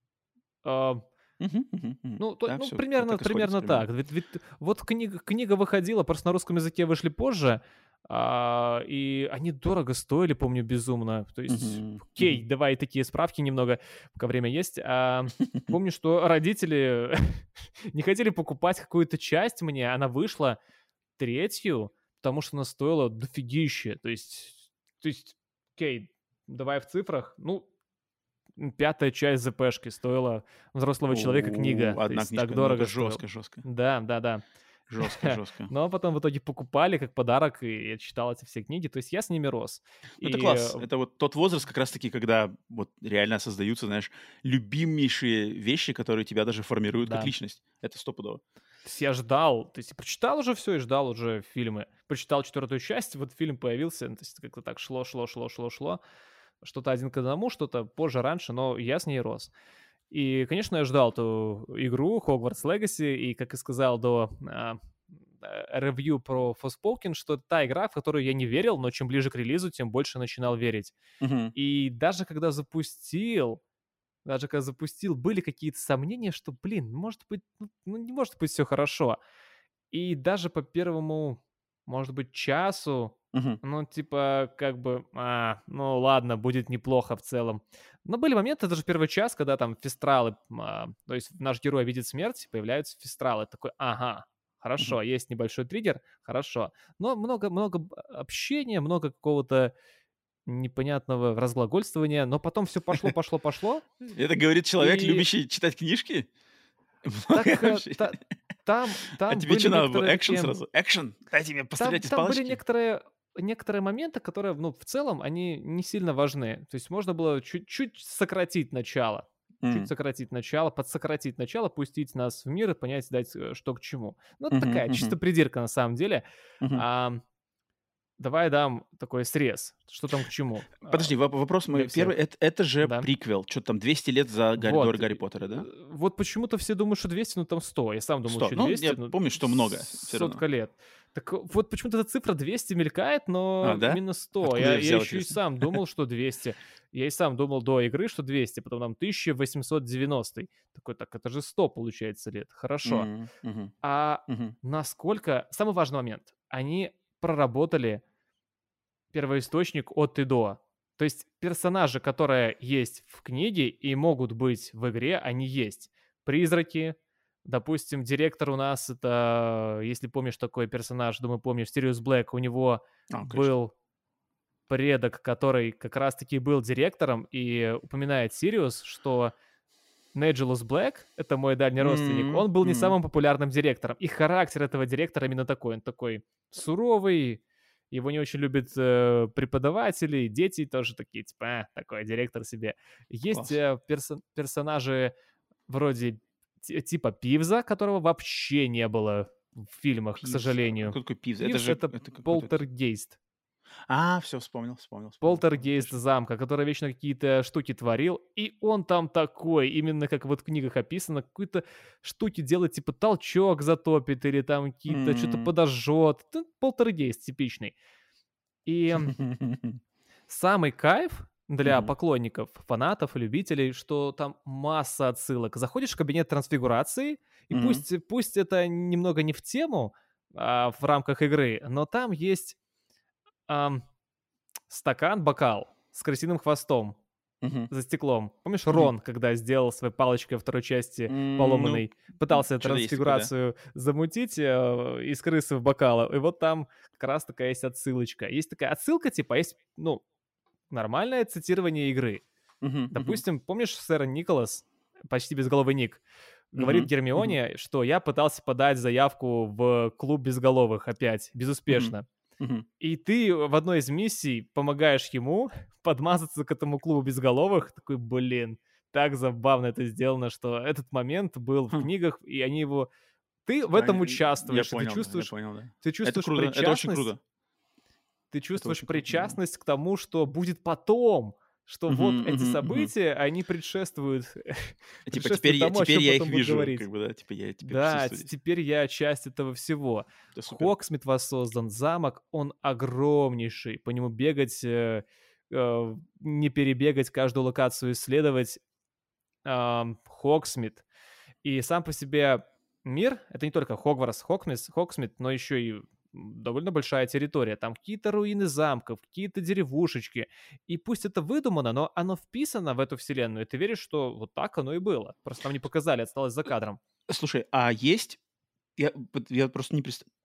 А, Мгм, мгм, мгм. Ну, то Да, ну, все, примерно так и сходится примерно примерно. так. Ведь ведь вот книга книга выходила, просто на русском языке вышли позже, а, и они дорого стоили, помню, безумно. То есть, Мгм, окей, мгм. давай такие справки немного, пока время есть. А, помню, что родители не хотели покупать какую-то часть мне, она вышла третью, потому что она стоила дофигище. То есть то есть, окей, давай в цифрах, ну, пятая часть ЗПшки стоила взрослого человека книга. У, одна есть книжка, так ну, это дорого жестко, стоила. жестко. Да, да, да. Жестко, жестко. Но потом в итоге покупали как подарок, и я читал эти все книги. То есть я с ними рос. Ну, это И класс. э, Это вот тот возраст как раз-таки, когда вот реально создаются, знаешь, любимейшие вещи, которые тебя даже формируют как да. личность. Это стопудово. То есть я ждал, то есть прочитал уже все и ждал уже фильмы. Прочитал четвертую часть, вот фильм появился, ну, то есть как-то так шло, шло, шло, шло, шло. Что-то один к одному, что-то позже, раньше, но я с ней рос. И, конечно, я ждал эту игру Hogwarts Legacy, и, как и сказал до а, э, ревью про Forspoken, что это та игра, в которую я не верил, но чем ближе к релизу, тем больше начинал верить. Мгм. И даже когда запустил, даже когда запустил, были какие-то сомнения, что, блин, может быть, ну, ну, не может быть все хорошо. И даже по первому, может быть, часу, Мгм. ну, типа, как бы, а, ну, ладно, будет неплохо в целом. Но были моменты, даже первый час, когда там фестралы, а, то есть наш герой видит смерть, появляются фестралы. Такой, ага, Мгм. хорошо, есть небольшой триггер, хорошо. Но много-много общения, много какого-то непонятного разглагольствования, но потом все пошло, пошло, пошло, Это говорит человек, и любящий читать книжки? Много так э, общения. та- там, А там тебе были что надо было? некоторые Экшен такие. сразу? Экшен? Дайте мне Там пострелять из там были палочки? некоторые некоторые моменты, которые, ну, в целом, они не сильно важны. То есть можно было чуть-чуть сократить начало. Чуть М. сократить начало, подсократить начало, пустить нас в мир и понять, дать, э, что к чему. Ну, это Мгм, такая чисто мгм, придирка на самом деле. мгм. Ам, давай дам такой срез, что там к чему, а, Подожди, воп вопрос для мой первый. всех. Эт это же Да. приквел. Чё там, двести лет за Гарри до Вот, Гарри э, Поттера, да? вот почему-то все думают, что двести, ну там сто. Я сам думал, Сто. что Ну, двести, я ну помню, что много всё равно. сотка лет. Так э, вот почему-то эта цифра двести мелькает, А, но да? именно сто. Откуда Я, я я взял, еще и интересно? сам думал, что двести. Я и сам думал до игры, что двести, потом там тысяча восемьсот девяностый. Такой, так это же сто получается лет. Хорошо. М, мгм, А мгм. насколько... Самый важный момент. Они проработали первоисточник от и до. То есть персонажи, которые есть в книге и могут быть в игре, они есть. Призраки, допустим, директор у нас это, если помнишь такой персонаж, думаю, помнишь, Сириус Блэк, у него А, конечно. был предок, который как раз-таки был директором, и упоминает Сириус, что Неджелус Блэк, это мой дальний родственник, М, он был не м. самым популярным директором. И характер этого директора именно такой. Он такой суровый, его не очень любят э, преподаватели, дети тоже такие, типа, «А, такой директор себе». Есть Класс. э, персон- персонажи вроде ти- типа Пивза, которого вообще не было в фильмах, к Пивз. А сожалению. кто такой Пивз? Это Пивз — же это это какой-то этот. полтергейст. А, всё, вспомнил, вспомнил, вспомнил, вспомнил, Полтергейст точно. замка, который вечно какие-то штуки творил, и он там такой, именно как вот в книгах описано, какие-то штуки делает, типа толчок затопит или там какие-то что-то М. подожжет. Т- Полтергейст типичный. И самый кайф для Мгм. поклонников, фанатов, любителей, что там масса отсылок. Заходишь в кабинет трансфигурации, и Мгм. пусть, пусть это немного не в тему а, в рамках игры, но там есть ам, стакан, бокал с крысиным хвостом Мгм. за стеклом. Помнишь, Мгм. Рон, когда сделал своей палочкой во второй части М, ну, поломанной, пытался что-то есть такое, да. трансфигурацию замутить э, из крысы в бокал, и вот там как раз такая есть отсылочка. Есть такая отсылка, типа, а есть, ну, нормальное цитирование игры. Мгм, мгм, Допустим, помнишь, сэр Николас, почти безголовый Ник, говорит мгм, мгм, Гермионе, что я пытался подать заявку в клуб безголовых опять, мгм, безуспешно. мгм. И ты в одной из миссий помогаешь ему подмазаться к этому клубу безголовых. Такой, блин, так забавно это сделано, что этот момент был в Хм. книгах, и они его... Ты в этом Пон Я участвуешь, и ты понял, да, я чувствуешь, понял, да. ты Это чувствуешь круто, это очень причастность, круто. ты Это чувствуешь очень круто, да. причастность к тому, что будет потом, что вот Мгм, эти мгм, мгм. события, они предшествуют, Типа теперь предшествуют я тому, о теперь чем я их потом будут вижу, говорить. как бы, да, типа я теперь Да, присутствую т- здесь. теперь я часть этого всего. Это супер. Хоксмит воссоздан, замок, он огромнейший, по нему бегать, э, э, не перебегать, каждую локацию исследовать. ам, Хоксмит. И сам по себе мир — это не только Хогвартс, Хокмис, Хоксмит, но еще и м, довольно большая территория. Там какие-то руины замков, какие-то деревушечки. И пусть это выдумано, но оно вписано в эту вселенную, и ты веришь, что вот так оно и было. Просто нам не показали, осталось за кадром. Слушай, а есть я вот я просто не прест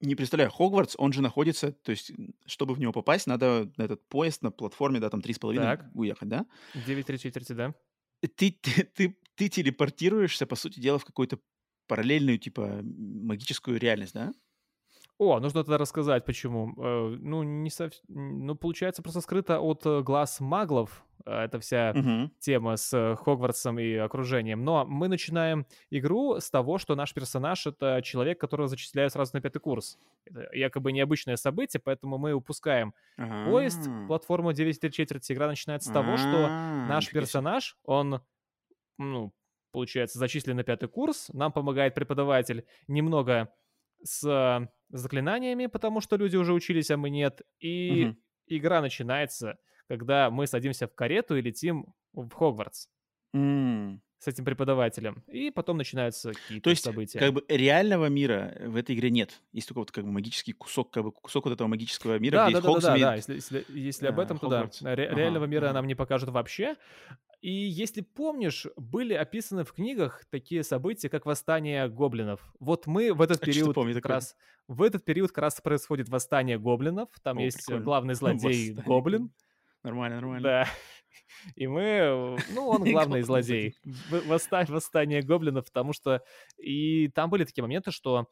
Не представляю, Хогвартс, он же находится, то есть, чтобы в него попасть, надо на этот поезд на платформе, да, там три с половиной Так. уехать, да? девять три четверти, да. Ты, ты, ты, ты телепортируешься, по сути дела, в какую-то параллельную, типа, магическую реальность, да? О, нужно тогда рассказать, почему. Э, ну, не сов... ну, получается, просто скрыто от э, глаз маглов э, эта вся Угу. тема с э, Хогвартсом и окружением. Но мы начинаем игру с того, что наш персонаж — это человек, которого зачисляют сразу на пятый курс. Это якобы необычное событие, поэтому мы упускаем поезд, А, платформу девять три четверти. Игра начинается с того, что а, наш нифига себе. персонаж, он, ну, получается, зачислен на пятый курс, нам помогает преподаватель немного с э, заклинаниями, потому что люди уже учились, а мы нет. И Мгм. игра начинается, когда мы садимся в карету и летим в Хогвартс М. с этим преподавателем. И потом начинаются То какие-то есть, события. как бы реального мира в этой игре нет. Есть только вот как бы магический кусок, как бы кусок вот этого магического мира, Да, где есть да, да, да, да, да. Хогсмит, Если, если, если об э, этом, то да. Хогвартс. Ре- Ага, реального мира ага. нам не покажут вообще. И если помнишь, были описаны в книгах такие события, как восстание гоблинов. Вот мы в этот А что-то период помню как такое. раз... В этот период как раз происходит восстание гоблинов. Там О, есть э, прикольно. главный злодей Восстание гоблин. гоблинов. Нормально, нормально. Да. И мы... э, Ну, он главный Главный злодей. злодей. В- восста- Восстание гоблинов, потому что... И там были такие моменты, что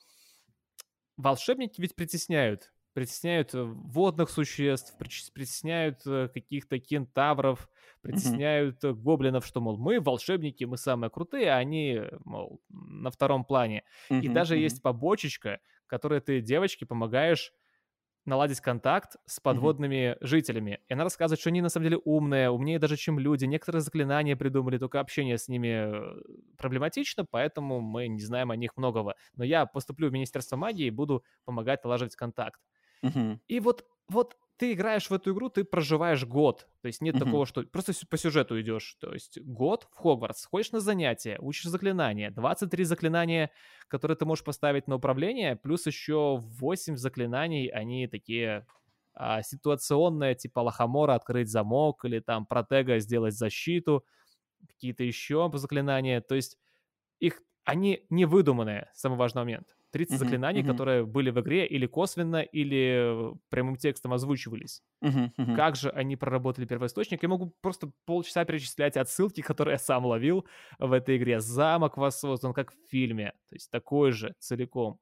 волшебники ведь притесняют. Притесняют э, водных существ, прич- притесняют э, каких-то кентавров, Мгм. притесняют э, гоблинов, что, мол, мы волшебники, мы самые крутые, а они, э, мол, на втором плане. И Мгм, даже мгм, есть побочечка, которой ты девочке помогаешь наладить контакт с мгм. подводными жителями. И она рассказывает, что они на самом деле умные, умнее даже, чем люди. Некоторые заклинания придумали, только общение с ними э, проблематично, поэтому мы не знаем о них многого. Но я поступлю в Министерство магии и буду помогать налаживать контакт. Мгм. И вот, вот ты играешь в эту игру, ты проживаешь год. То есть нет Мгм. такого, что просто сю- по сюжету идешь. То есть год в Хогвартс, ходишь на занятия, учишь заклинания. двадцать три заклинания, которые ты можешь поставить на управление, плюс еще восемь заклинаний, они такие а, ситуационные, типа Лохомора открыть замок или там Протега сделать защиту, какие-то еще заклинания. То есть их они не выдуманные, самый важный момент. тридцать Мгм. заклинаний, Мгм. которые были в игре или косвенно, или э, прямым текстом озвучивались. Мгм. Мгм. Как же они проработали первоисточник? Я могу просто полчаса перечислять отсылки, которые я сам ловил в этой игре. Замок воссоздан, как в фильме. То есть такой же целиком.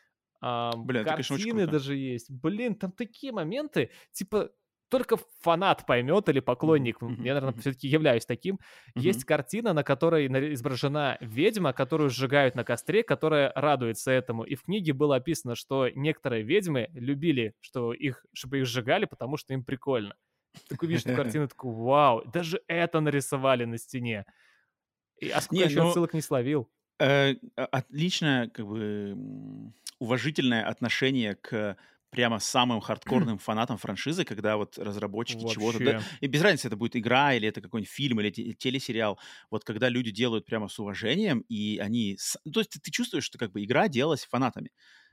Ам, Бля, это, конечно, очень картины круто. даже есть. Блин, там такие моменты, типа, только фанат поймет или Мгм. поклонник, м, Мгм. я, наверное, Мгм. все-таки являюсь таким. Мгм. Есть картина, на которой на- изображена ведьма, которую сжигают на костре, которая радуется этому. И в книге было описано, что некоторые ведьмы любили, что их, чтобы их сжигали, потому что им прикольно. Такой видишь эту картину, такой, вау, даже это нарисовали на стене. И, а сколько я Не, еще ну, отсылок не словил. Э, о отличное, как бы, м, уважительное отношение к прямо самым хардкорным фанатам франшизы, когда вот разработчики чего-то, да, Вообще. и без разницы, это будет игра или это какой-нибудь фильм или те телесериал. Вот когда люди делают прямо с уважением, и они с ну, то есть ты ты чувствуешь, что как бы игра делалась фанатами.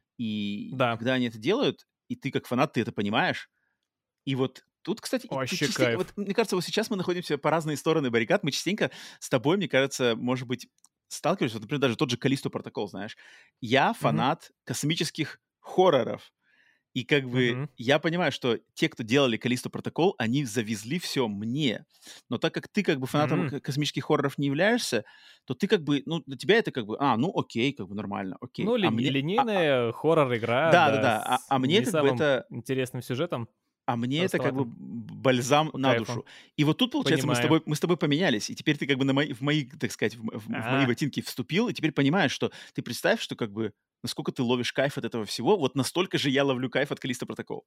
И Да, когда они это делают, и ты как фанат, ты это понимаешь. И вот тут, кстати, и ты вообще частенько кайф. вот мне кажется, вот сейчас мы находимся по разные стороны баррикад. Мы частенько с тобой, мне кажется, может быть, сталкиваемся. Вот, например, даже тот же Callisto Protocol, знаешь. Я Мгм, фанат космических хорроров. И как бы мгм. я понимаю, что те, кто делали Callisto Protocol, они завезли все мне. Но так как ты как бы фанатом М. к космических хорроров не являешься, то ты как бы, ну, для тебя это как бы, а, ну, окей, как бы нормально, окей. Ну, А лини мне, а, а, линейная хоррор-игра, да, да-да-да, а, с а мне не как бы самым это интересным сюжетом, а мне это как бы простоватым, б бальзам по на кайфу. душу. И вот тут, получается, мы с Понимаю. тобой мы с тобой поменялись, и теперь ты как бы на мои в мои, так сказать, в м в мои А, ботинки вступил, и теперь понимаешь, что ты представь, что как бы насколько ты ловишь кайф от этого всего, вот настолько же я ловлю кайф от Callisto Protocol.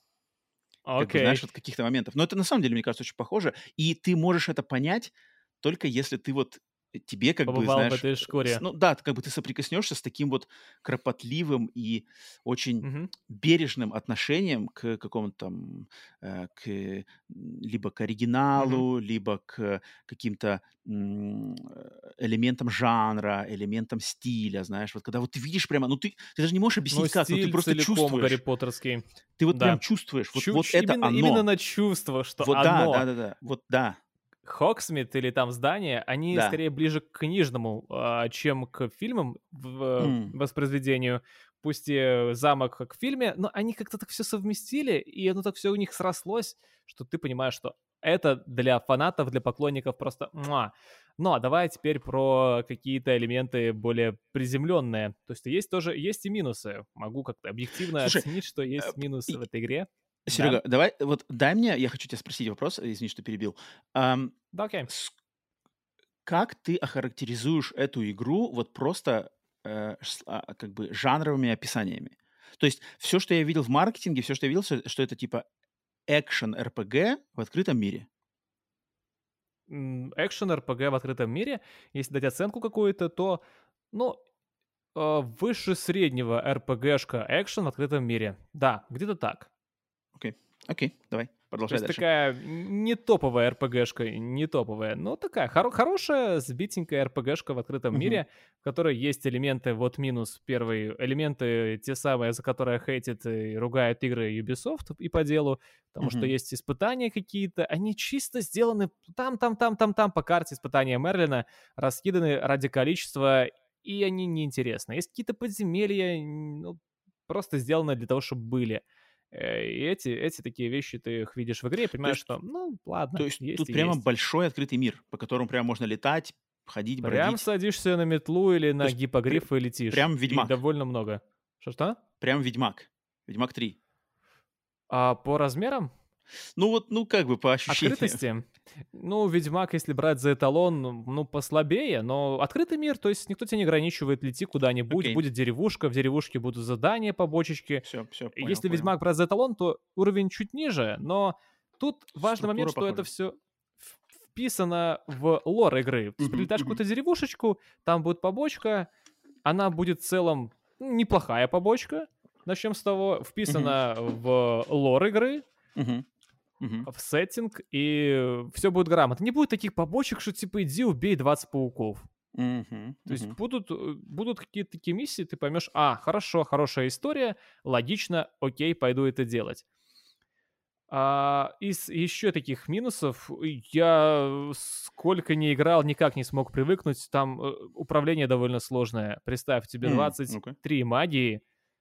Как бы, знаешь, окей. от каких-то моментов. Но это на самом деле, мне кажется, очень похоже. И ты можешь это понять только если ты вот э, тебе как бы, Побывал в знаешь, этой э, с- шкуре. ну да, ты как бы ты соприкоснешься с таким вот кропотливым и очень Мгм. бережным отношением к какому-то там, э, к, э, м, либо к Мгм. оригиналу, либо к каким-то м, э, элементам жанра, элементам стиля, знаешь, вот когда вот ты видишь прямо, ну ты, ты даже не можешь Ну, объяснить как, но ты стиль просто целиком Гарри чувствуешь, Поттерский. ты вот прям Да. чувствуешь, вот, вот Чуть это именно именно оно, на чувство, что вот да, оно. да-да-да, вот да, Хоксмит или там здание, они да. скорее ближе к книжному, а, чем к фильмам в М, воспроизведению. пусть и замок как в фильме, но они как-то так все совместили, и оно так все у них срослось, что ты понимаешь, что это для фанатов, для поклонников просто муа. Но давай теперь про какие-то элементы более приземленные. То есть есть тоже, есть и минусы. Могу как-то объективно Слушай, оценить, что есть минусы в этой игре. Серега, Да, давай, вот дай мне, я хочу тебя спросить вопрос, извини, что перебил. Ам, да, окей. с- как ты охарактеризуешь эту игру вот просто э, с- а, как бы жанровыми описаниями? То есть все, что я видел в маркетинге, все, что я видел, что, что это типа экшен эр пи джи в открытом мире. М, Экшен-эр пи джи в открытом мире. Если дать оценку какую-то, то, ну, э, выше среднего эр пи джи-шка экшен в открытом мире. Да, где-то так. Окей, окей, давай, То продолжай есть дальше. такая не топовая эр пи джи-шка, не топовая, но такая хоро- хорошая, сбитенькая эр пи джи-шка в открытом Мгм. мире, в которой есть элементы, вот минус первый, элементы те самые, за которые хейтят и ругают игры Ubisoft и по делу, потому что Мгм. есть испытания какие-то, они чисто сделаны там, там, там, там, там по карте испытания Мерлина, раскиданы ради количества, и они неинтересны. Есть какие-то подземелья, ну, просто сделаны для того, чтобы были. Э, И эти, эти такие вещи ты их видишь в игре и То понимаешь, есть, что, ну, то ладно, есть есть тут и прямо есть. большой открытый мир, по которому прямо можно летать, ходить, Прям бродить. садишься на метлу или То на есть пр- гиппогриф и летишь. прям И Ведьмак, довольно много. Что-что? прям Ведьмак, Ведьмак три. А по размерам? Ну вот, ну как бы по ощущениям. Открытости? Ну, Ведьмак, если брать за эталон, ну, ну, послабее, но открытый мир, то есть никто тебя не ограничивает, лети куда-нибудь, Окей, будет деревушка, в деревушке будут задания по бочечке. все, все, понял, Если понял. Ведьмак брать за эталон, то уровень чуть ниже, но тут важный момент, Структура что это похожа. все вписано в лор игры. То есть Мгм, прилетаешь в мгм, какую-то деревушечку, там будет побочка, она будет в целом ну, неплохая побочка. Начнем с того, мгм, вписана в лор игры, мгм, мгм, в сеттинг, и все будет грамотно. Не будет таких побочек, что типа иди убей двадцать пауков. мгм, То есть мгм. будут, э, будут какие-то такие миссии, ты поймешь, а, хорошо, хорошая история, логично, окей, пойду это делать. А, из еще таких минусов, я сколько не играл, никак не смог привыкнуть. Там э, управление довольно сложное. Представь, тебе М, двадцать Ну-ка. три магии,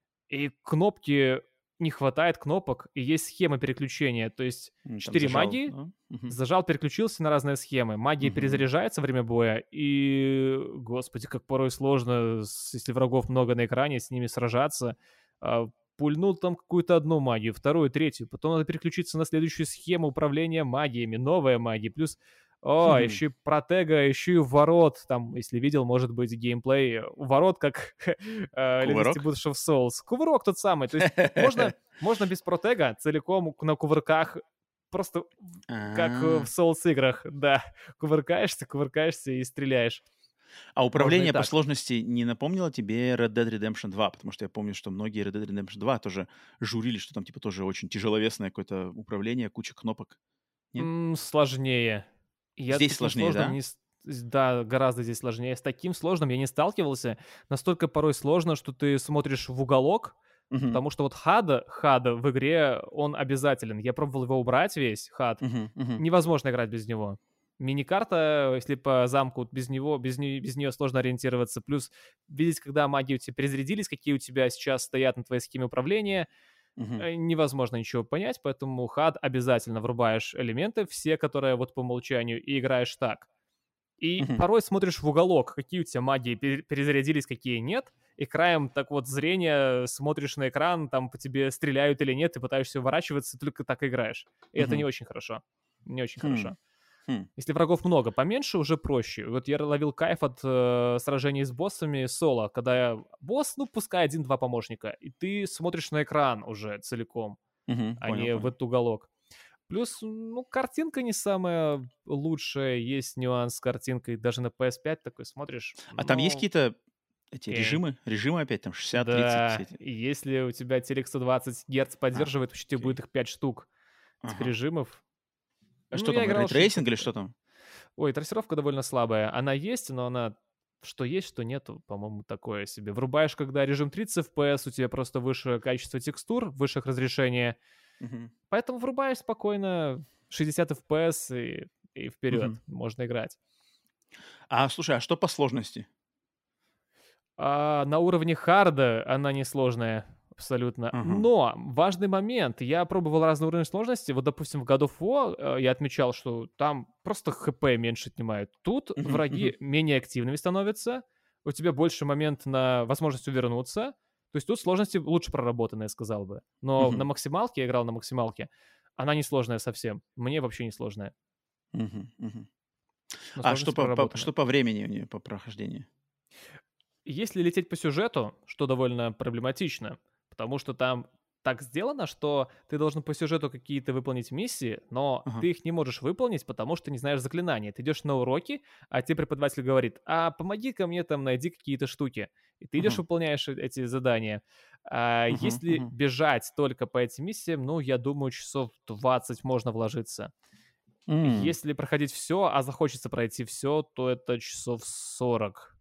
и кнопки не хватает кнопок, и есть схема переключения. То есть М, Там четыре зажал, магии, да? Мгм, зажал, переключился на разные схемы. Магия мгм, перезаряжается во время боя, и, господи, как порой сложно, с- если врагов много на экране, с ними сражаться. А, Пульнул там какую-то одну магию, вторую, третью, потом надо переключиться на следующую схему управления магиями, новая магия, плюс о, мгм. еще и протега, еще и ворот, там, если видел, может быть, геймплей у ворот, как э, Legacy Кувырок? Boots of Souls. Кувырок тот самый, то есть можно, можно без протега целиком на кувырках просто как э, в А Souls-играх, да. Кувыркаешься, кувыркаешься и стреляешь. а Можно и управление по так. сложности не напомнило тебе Red Dead Redemption два? Потому что я помню, что многие Red Dead Redemption два тоже журили, что там типа тоже очень тяжеловесное какое-то управление, куча кнопок. Нет? М, сложнее. Я с Здесь таким сложнее, сложным да? не... с- с- Да, гораздо здесь сложнее. С таким сложным я не сталкивался. Настолько порой сложно, что ты смотришь в уголок, Мгм, потому что вот хада, хада в игре, он обязателен. Я пробовал его убрать весь, хад. мгм, мгм, Невозможно играть без него. Миникарта, если по замку, без него, без, не- без нее сложно ориентироваться. Плюс видеть, когда магии у тебя перезарядились, какие у тебя сейчас стоят на твоей схеме управления, мгм, э, невозможно ничего понять, поэтому хад обязательно врубаешь элементы, все, которые вот по умолчанию, и играешь так. И мгм, порой смотришь в уголок, какие у тебя магии пере- перезарядились, какие нет, и краем так вот зрения смотришь на экран, там по тебе стреляют или нет, ты пытаешься уворачиваться, только так играешь. И это не мгм. очень хорошо. Не очень Хм, хорошо. хм. Если врагов много, поменьше уже проще. Вот я ловил кайф от э, сражений с боссами соло, когда босс, ну, пускай один-два помощника, и ты смотришь на экран уже целиком, Мгм. а Понял, не в понял. этот уголок. Плюс, ну, картинка не самая лучшая, есть нюанс с картинкой, даже на пи эс пять такой смотришь, А там есть ну, какие-то эти окей. режимы? Режимы опять там шестьдесят тридцать все Да, эти? и если у тебя телек сто двадцать Гц А, поддерживает, вообще тебе окей. будет их пять штук, этих Ага. режимов. А Ну, что я там, играл что-то рейтрейсинг или такое. что там? Ой, трассировка довольно слабая. Она есть, но она что есть, что нету, по-моему, такое себе. Врубаешь, когда режим тридцать эф пи эс, у тебя просто выше качество текстур, выше их разрешение. Мгм. Поэтому врубаешь спокойно шестьдесят эф пи эс и, и вперед, Мгм. можно играть. А слушай, а что по сложности? А, на уровне харда она несложная абсолютно. Ага. Но важный момент. Я пробовал разные уровни сложности. Вот, допустим, в God of War э, я отмечал, что там просто хп меньше отнимают. Тут Мгм, враги мгм. менее активными становятся. У тебя больше момент на возможность увернуться. То есть тут сложности лучше проработаны, я сказал бы. Но на Мгм. максималке, я играл на максималке, она не сложная совсем. Мне вообще не сложная. Мгм, мгм. Но А что сложности по, по- проработаны. что по времени у нее, по прохождению? Если лететь по сюжету, что довольно проблематично, потому что там так сделано, что ты должен по сюжету какие-то выполнить миссии, но Ага. ты их не можешь выполнить, потому что не знаешь заклинания. Ты идешь на уроки, а тебе преподаватель говорит: а помоги-ка мне там найди какие-то штуки. И ты идешь, Мгм, выполняешь э- эти задания. А мгм, если мгм. бежать только по этим миссиям, ну, я думаю, часов двадцать можно вложиться. М, Если проходить все, а захочется пройти все, то это часов сорок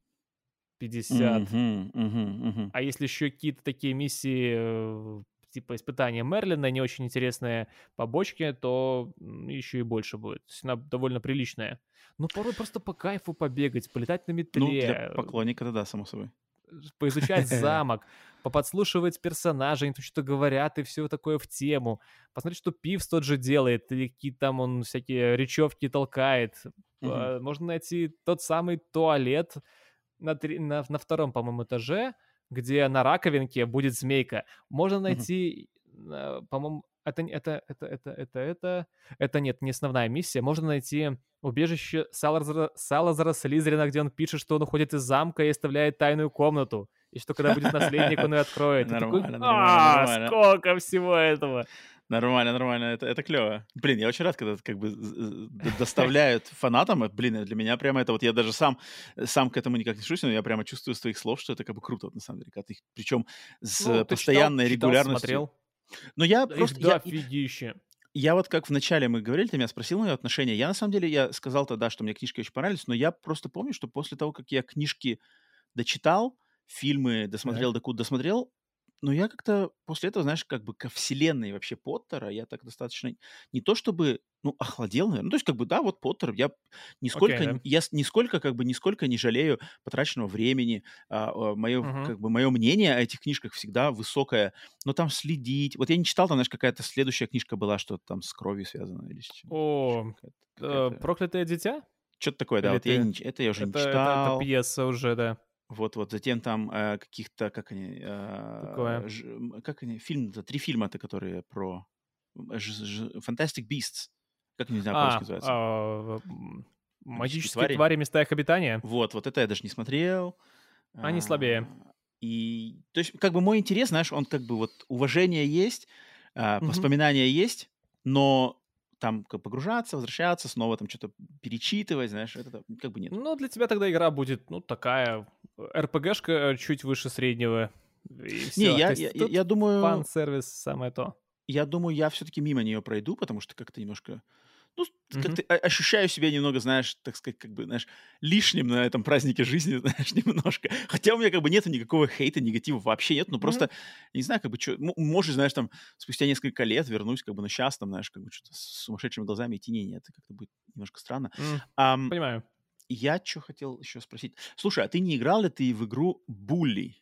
пятьдесят. мгм, мгм, мгм. А если еще какие-то такие миссии, э, типа испытания Мерлина, не очень интересные побочки, то еще и больше будет. То есть она довольно приличная. Но порой просто по кайфу побегать, полетать на Ну, для метле, э, поклонника-то да, само собой. поизучать замок, поподслушивать персонажей, они тут что-то говорят, и все такое в тему. Посмотреть, что Пивз тот же делает, или какие там он всякие речевки толкает. Мгм, Э, Можно найти тот самый туалет, на, три- на, на втором, по-моему, этаже, где на раковинке будет змейка. Можно мгм. найти, э, по-моему, это, не- это, это, это, это, это, это нет, не основная миссия. Можно найти убежище Салазара, Салазара Слизерина, где он пишет, что он уходит из замка и оставляет тайную комнату. И что когда будет наследник, он ее откроет. И такой, Нормально, нормально, а, нормально. сколько всего этого. Нормально, нормально, это, это клево. Блин, я очень рад, когда как бы з- з- д- доставляют фанатам. Это, блин, для меня прямо это вот я даже сам сам к этому никак не шусь, но я прямо чувствую с твоих слов, что это как бы круто, вот, на самом деле, когда ты их, причем Ну, с ты читал, постоянной читал, регулярностью. смотрел. Но я Да их просто я и- дофигища. я вот как в начале мы говорили, ты меня спросил мое отношение. Я на самом деле я сказал тогда, что мне книжки очень понравились, но я просто помню, что после того, как я книжки дочитал, фильмы досмотрел, Так. докуда досмотрел. Но я как-то после этого, знаешь, как бы ко вселенной вообще Поттера я так достаточно не то чтобы, ну, охладел, наверно. Ну, то есть как бы, да, вот Поттер, я Окей, нисколько, н да. я с нисколько, как бы, нисколько не жалею потраченного времени. А, а, моё, Мгм. как бы, мое мнение о этих книжках всегда высокое, но там следить вот я не читал, там, знаешь, какая-то следующая книжка была, что-то там с кровью связано или с чем еще О, какая-то э, какая-то "Проклятое дитя"? чё-то такое, да, Или вот я ты не ч это я уже не это это это читал. пьеса уже, да, Вот-вот. Затем там, э, каких-то, как они, такое. а, ж м, как они, фильм-то, три фильма-то, которые про, м, ж ж Fantastic Beasts. Как они, не знаю, по-русски А, называются? а, м, Магические "Магические твари? твари. Места их обитания"? Вот, вот это я даже не смотрел. Они слабее. А, и, то есть, как бы мой интерес, знаешь, он как бы вот уважение есть, а, Мгм. воспоминания есть, но там как погружаться, возвращаться, снова там что то перечитывать, знаешь, это как бы нет. Ну, для тебя тогда игра будет, ну, такая, э, эр пэ гэшка, э, чуть выше среднего, и Не, все. я То я есть я тут я думаю фан-сервис самое то. Я думаю, я все таки мимо нее пройду, потому что как-то немножко, ну, с Мгм. как-то о ощущаю себя немного, знаешь, так сказать, как бы, знаешь, лишним на этом празднике жизни, знаешь, немножко. Хотя у меня как бы нету никакого хейта, негатива вообще нет, ну, Мгм. просто, не знаю, как бы чё, м может, знаешь, там спустя несколько лет вернусь, как бы, но щас там, знаешь, как бы что то с сумасшедшими глазами идти, не, нет, это как-то будет немножко странно. М, Ам, понимаю. я чё хотел еще спросить. Слушай, а ты не играл ли ты в игру Bully?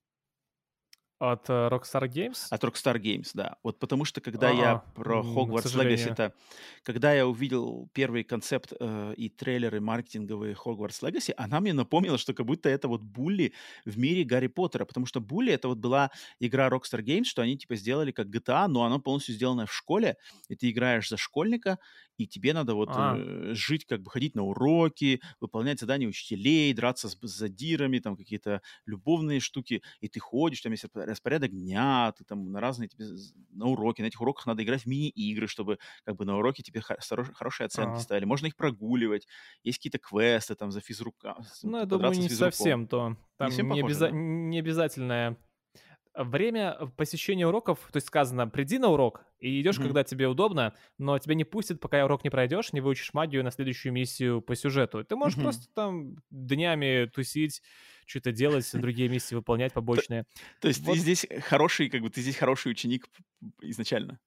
От, э, Rockstar Games? От Rockstar Games, да. Вот потому что, когда я А про м, к Hogwarts сожалению. Legacy-то, когда я увидел первый концепт, э, и трейлеры маркетинговые Hogwarts Legacy, она мне напомнила, что как будто это вот Булли в мире Гарри Поттера. Потому что Булли — это вот была игра Rockstar Games, что они типа сделали как джи ти эй, но она полностью сделана в школе, и ты играешь за школьника, и тебе надо вот, А, э, жить, как бы ходить на уроки, выполнять задания учителей, драться с б с задирами, там какие-то любовные штуки, и ты ходишь, там есть распо распорядок дня, ты там на разные тебе з на уроки. На этих уроках надо играть в мини-игры, чтобы как бы на уроке тебе ха сорош хорошие оценки а. ставили. Можно их прогуливать. Есть какие-то квесты там за физрука с Ну, я думаю, подраться с не физруком. совсем то. Не совсем Там не похоже, обяза да? не обязательное время, э, посещения уроков. То есть сказано: "Приди на урок", и идешь, Мгм. когда тебе удобно, но тебя не пустят, пока урок не пройдешь, не выучишь магию на следующую миссию по сюжету. Ты можешь Мгм. просто там днями тусить, что то делать, другие миссии выполнять То побочные. то есть ты Вот. здесь хороший, как бы ты здесь хороший ученик п п изначально?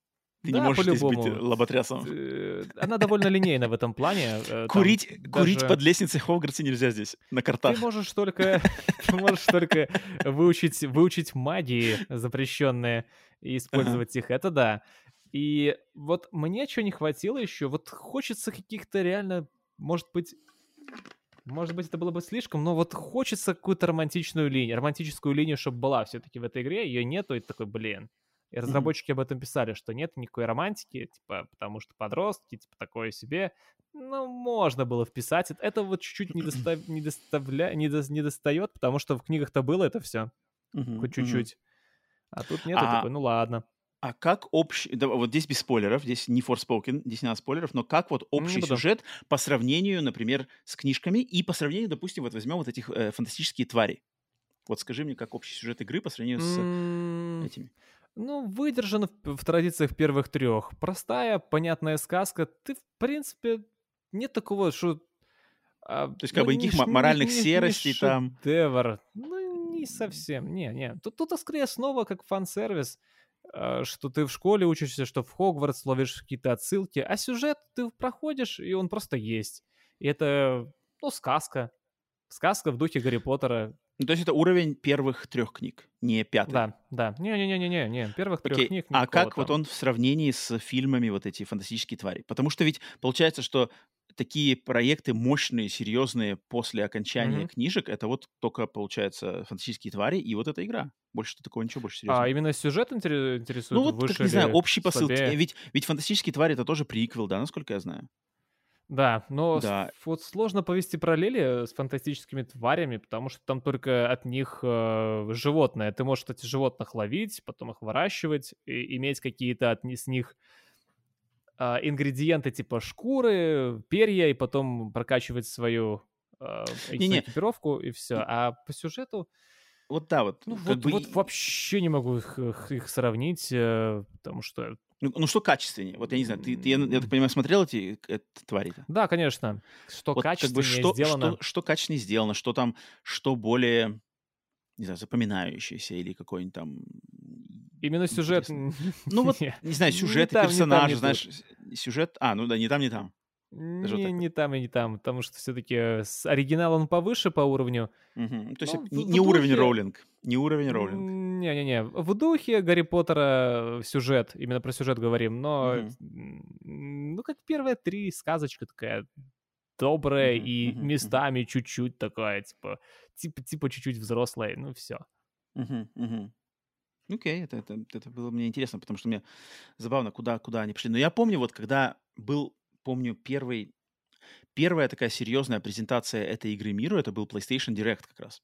Ты да, не можешь здесь быть по-любому. лоботрясом. Она довольно линейна в этом плане. Курить, курить даже... под лестницей в Хогвартсе нельзя здесь, на картах. Ты можешь только, ты можешь только выучить, выучить магии запрещенные и использовать их. Это да. И вот мне чего не хватило еще, вот хочется каких-то реально, может быть, может быть, это было бы слишком, но вот хочется какую-то романтичную линию, романтическую линию, чтобы была все-таки в этой игре, ее нету, и ты такой, блин. И разработчики об этом писали, что нет никакой романтики, типа, потому что подростки, типа, такое себе. Ну, можно было вписать. Это вот чуть-чуть не, достав... не, доставля... не, до... не достает, потому что в книгах-то было это все, Мгм, хоть мгм. чуть-чуть. А тут нету, А, такой, ну ладно. а как общий... да, вот здесь без спойлеров, здесь не Forspoken, здесь не надо спойлеров, но как вот Не общий буду. сюжет по сравнению, например, с книжками и по сравнению, допустим, вот возьмем вот этих э, фантастические твари. Вот скажи мне, как общий сюжет игры по сравнению с М, этими. Ну, выдержано в, в традициях первых трех. Простая, понятная сказка. Ты, в принципе, нет такого, что... а, То есть ну, как бы не, никаких ш- мо- не, моральных не, не серостей там. шедевр. Ну, не совсем. Не, не. Тут, тут скорее снова как фан-сервис, а, что ты в школе учишься, что в Хогвартс ловишь какие-то отсылки, а сюжет ты проходишь, и он просто есть. И это, ну, сказка. Сказка в духе Гарри Поттера. Ну, то есть это уровень первых трех книг, не пятый. Да, да. Не-не-не-не-не, не. Первых трех Окей, книг а никакого как вот там. он в сравнении с фильмами вот эти «Фантастические твари»? Потому что ведь получается, что такие проекты мощные, серьезные после окончания Мгм. книжек — это вот только, получается, «Фантастические твари» и вот эта игра. Больше такого ничего больше А серьезного. именно сюжет интере- Ну интересует? вот, как, Выше не знаю, или общий посыл. Э, слабее? Ведь, ведь «Фантастические твари» — это тоже приквел, да, насколько я знаю? Да, но с- Да. вот сложно повести параллели с фантастическими тварями, потому что там только от них э, животное. Ты можешь этих животных ловить, потом их выращивать, и иметь какие-то от ни- с них а, ингредиенты типа шкуры, перья, и потом прокачивать свою, а, э, свою Не-не, экипировку, и все. и- А по сюжету, вот да, вот ну как вот, бы... вот и- вообще не могу их, их- их сравнить, э, потому что... Ну, ну что качественнее? Вот я не знаю, ты, ты, я, я так понимаю, смотрел эти э, твари-то? Да, конечно. Что Вот как бы качественнее что, что, сделано. что качественнее сделано, что там, что более, не знаю, запоминающееся или какой-нибудь там Именно сюжет... интересный. Ну вот, Не, не знаю, не сюжеты, там, не там, не персонажи, тут. знаешь, с- сюжет... А, ну да, не там, не там. Даже вот Не, так вот. не там и не там, потому что все-таки оригинал он повыше по уровню. Мгм. То есть Ну, это в, не, в не уровень духе... Роулинг, не уровень Роулинг. м, Не-не-не, в духе Гарри Поттера сюжет, именно про сюжет говорим, но, Мгм. м, ну, как первые три, сказочка такая добрая Мгм. и Мгм. Мгм. местами чуть-чуть такая, типа, типа, типа чуть-чуть взрослая, ну, все. Мгм. Мгм. Окей, это, это, это было мне интересно, потому что мне забавно, куда, куда они пришли. Но я помню, вот когда был, помню, первый, первая такая серьезная презентация этой игры миру, это был PlayStation Direct как раз.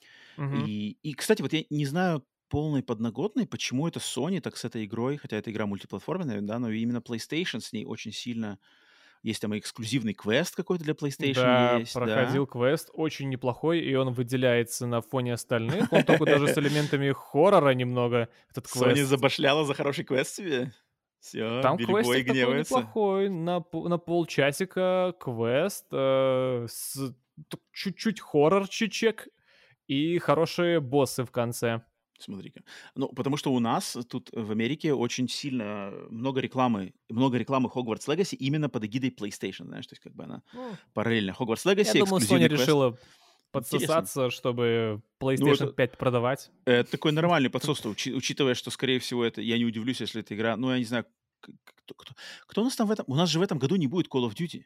И, и, кстати, вот я не знаю полной подноготной, почему это Sony так с этой игрой, хотя эта игра мультиплатформенная, да, но именно PlayStation с ней очень сильно... Есть там и эксклюзивный квест какой-то для PlayStation Да, есть, да. проходил квест, очень неплохой, и он выделяется на фоне остальных. Он только даже с элементами хоррора немного, этот Sony квест. забашляла за хороший квест себе. Все, Там Билли Бой квестик такой гневается. неплохой, на, пол- на полчасика квест, э, с т- чуть-чуть хоррор-чичек и хорошие боссы в конце. Смотри-ка. Ну, потому что у нас тут в Америке очень сильно много рекламы, много рекламы Hogwarts Legacy именно под эгидой PlayStation, знаешь, то есть как бы она Ну, параллельно. Hogwarts я Legacy, думаю, Sony эксклюзивный квест. решила Интересно. подсосаться, чтобы Ну, PlayStation это, пять продавать. это такой нормальный подсос, учи- учитывая, что, скорее всего, это, я не удивлюсь, если эта игра, ну, я не знаю, к- кто, кто, кто у нас там в этом, у нас же в этом году не будет Call of Duty.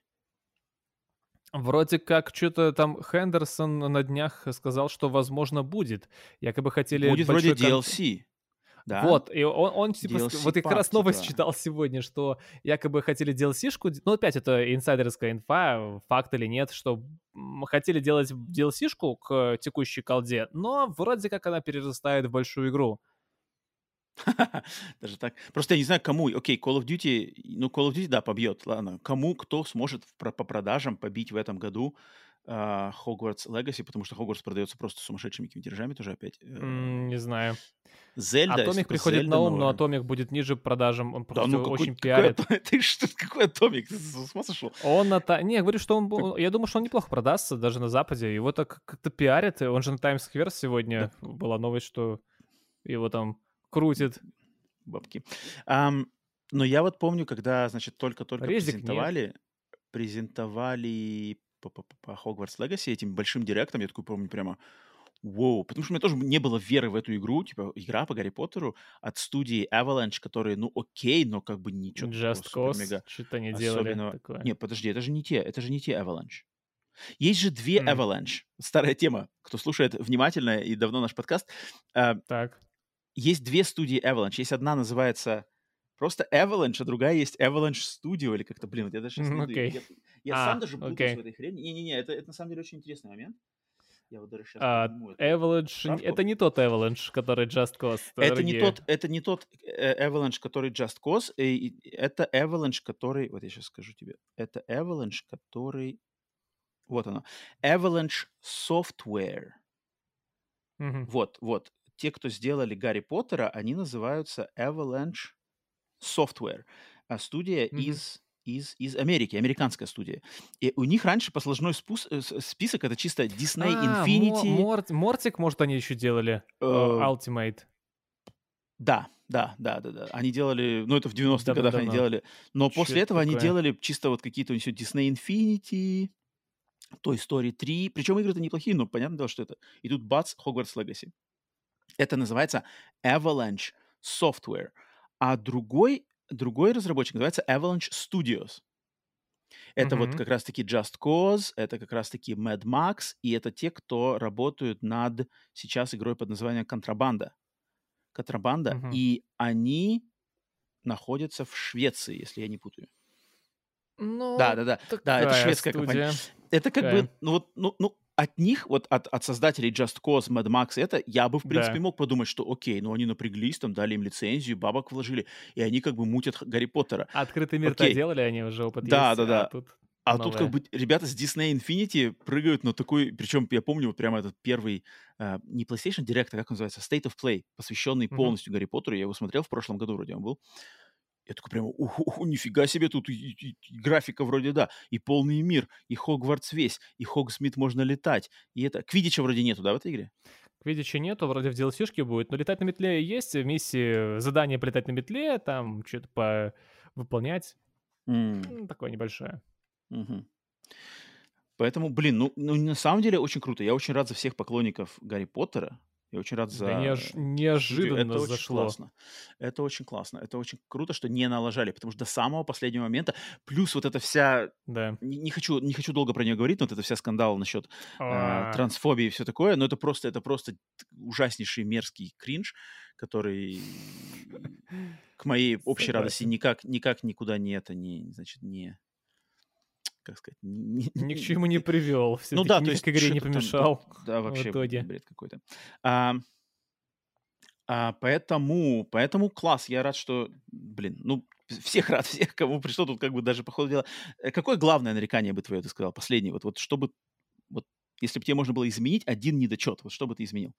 Вроде как что-то там Хендерсон на днях сказал, что возможно будет. Якобы хотели Будет вроде большой контент. ди эл си, да? Вот, и он, он типа, ск- вот я как ди эл си-пак, раз новость типа. читал сегодня, что якобы хотели ди эл си-шку, д- ну опять это инсайдерская инфа, факт или нет, что м, хотели делать ди эл си-шку к текущей колде, но вроде как она перерастает в большую игру. Даже так. Просто я не знаю, кому. Окей, Call of Duty, ну, Call of Duty, да, побьет. Ладно. Кому, кто сможет в про- по продажам побить в этом году а, Hogwarts Legacy, потому что Hogwarts продается просто сумасшедшими какими-то тиражами тоже опять. Э, М, не знаю. Зельда, если Атомик только приходит Зельда на ум, но новая. Атомик будет ниже продажам, он Да, ну просто какой, очень какой, пиарит. Атомик? Ты что, какой Атомик? Ты с ума сошел? Он на та... Не, я говорю, что он... Так, бу- Я думаю, что он неплохо продастся даже на Западе. Его так как-то пиарит. и Он же на Times Square сегодня так, была новость, что его там крутит. бабки. Ам, Но я вот помню, когда, значит, только-только Резик нет. презентовали, презентовали по, по, по Hogwarts Legacy этим большим директом, я такой помню прямо, вау, потому что у меня тоже не было веры в эту игру, типа игра по Гарри Поттеру от студии Avalanche, которые, ну, окей, но как бы ничего такого Just Cause, супер-мега что-то они делали особенного. такое. Нет, подожди, это же не те, это же не те Avalanche. Есть же две М. Avalanche. Старая тема. Кто слушает внимательно и давно наш подкаст, а, Так. есть две студии Avalanche. Есть одна называется просто Avalanche, а другая есть Avalanche Studio или как-то, блин, вот я даже сейчас М, найду. Я, Окей. я- я сам А, даже путаюсь в окей. этой хрени. Не-не-не, это, это на самом деле очень интересный момент. Я вот даже сейчас А, подниму эту Avalanche, н- шапку. это не тот Avalanche, который Just Cause, это Это не другие. тот, это не тот э, Avalanche, который Just Cause, и- и это Avalanche, который, вот я сейчас скажу тебе, это Avalanche, который, вот оно, Avalanche Software. Мгм. Вот, вот. Те, кто сделали Гарри Поттера, они называются Avalanche Software. А студия Мгм. из, из, из Америки, американская студия. И у них раньше послужной спус- э, с- список это чисто Disney А, Мо- Infinity. Морт- Мортик, может, они еще делали? Э, э, Ultimate. да, да, да, да, да. Они делали, ну это в девяностых годах они Давно-давно. делали, но после Что-то этого они такое. делали чисто вот какие-то у них Disney Infinity, Toy Story три. Причем игры-то неплохие, но понятное дело, что это. И тут бац, Hogwarts Legacy. Это называется Avalanche Software. А другой, другой разработчик называется Avalanche Studios. Это вот Мгм. как раз-таки Just Cause, это как раз-таки Mad Max, и это те, кто работают над сейчас игрой под названием «Контрабанда». «Контрабанда», Мгм. и они находятся в Швеции, если я не путаю. Ну, Да-да-да, да, это такая шведская компания. студия. Это как бы, Такая. ну вот, ну, ну от них, вот от, от создателей Just Cause, Mad Max, это я бы, в принципе, Да. мог подумать, что окей, ну они напряглись, там дали им лицензию, бабок вложили, и они как бы мутят Х- Гарри Поттера. Открытый мир-то Окей, делали, они уже опыт есть, а да-да-да. тут А тут как новое. бы ребята с Disney Infinity прыгают на такой, причем я помню вот прямо этот первый, а, не PlayStation Direct, а как он называется, State of Play, посвященный Мгм. полностью Гарри Поттеру, я его смотрел в прошлом году вроде он был. Я такой прямо, уху, нифига себе, тут и, и- и графика вроде да, и полный мир, и Хогвартс весь, и Хогсмит можно летать, и это... Квиддича вроде нету, да, в этой игре? Квиддича нету, вроде в ди эл си-шке будет, но летать на метле есть, в миссии задание полетать на метле, там что-то по выполнять. М, М, такое небольшое. мгм. Поэтому, блин, ну, ну, на самом деле очень круто. Я очень рад за всех поклонников Гарри Поттера. Я очень рад Да за неож- студию. неожиданно Это очень зашло. классно. Это очень классно. Это очень круто, что не налажали, потому что до самого последнего момента, плюс вот эта вся Да. не, не хочу, не хочу долго про нее говорить, но вот это вся скандал насчет э, А, трансфобии и все такое, но это просто, это просто т- ужаснейший мерзкий кринж, который к моей общей радости Согласен. никак, никак никуда не это, не, значит, не, как сказать, не, Ни к не- чему не не- привел. ну Все-таки да, то ни к есть игре не что-то там, да, помешал да, в вообще итоге. бред какой-то. А, а, поэтому, поэтому класс, я рад, что, блин, ну, всех рад, всех, кому пришло тут как бы даже по ходу дела. Э, Какое главное нарекание бы твое, ты сказал, последнее, вот, вот чтобы, вот, если бы тебе можно было изменить один недочет, вот что бы ты изменил?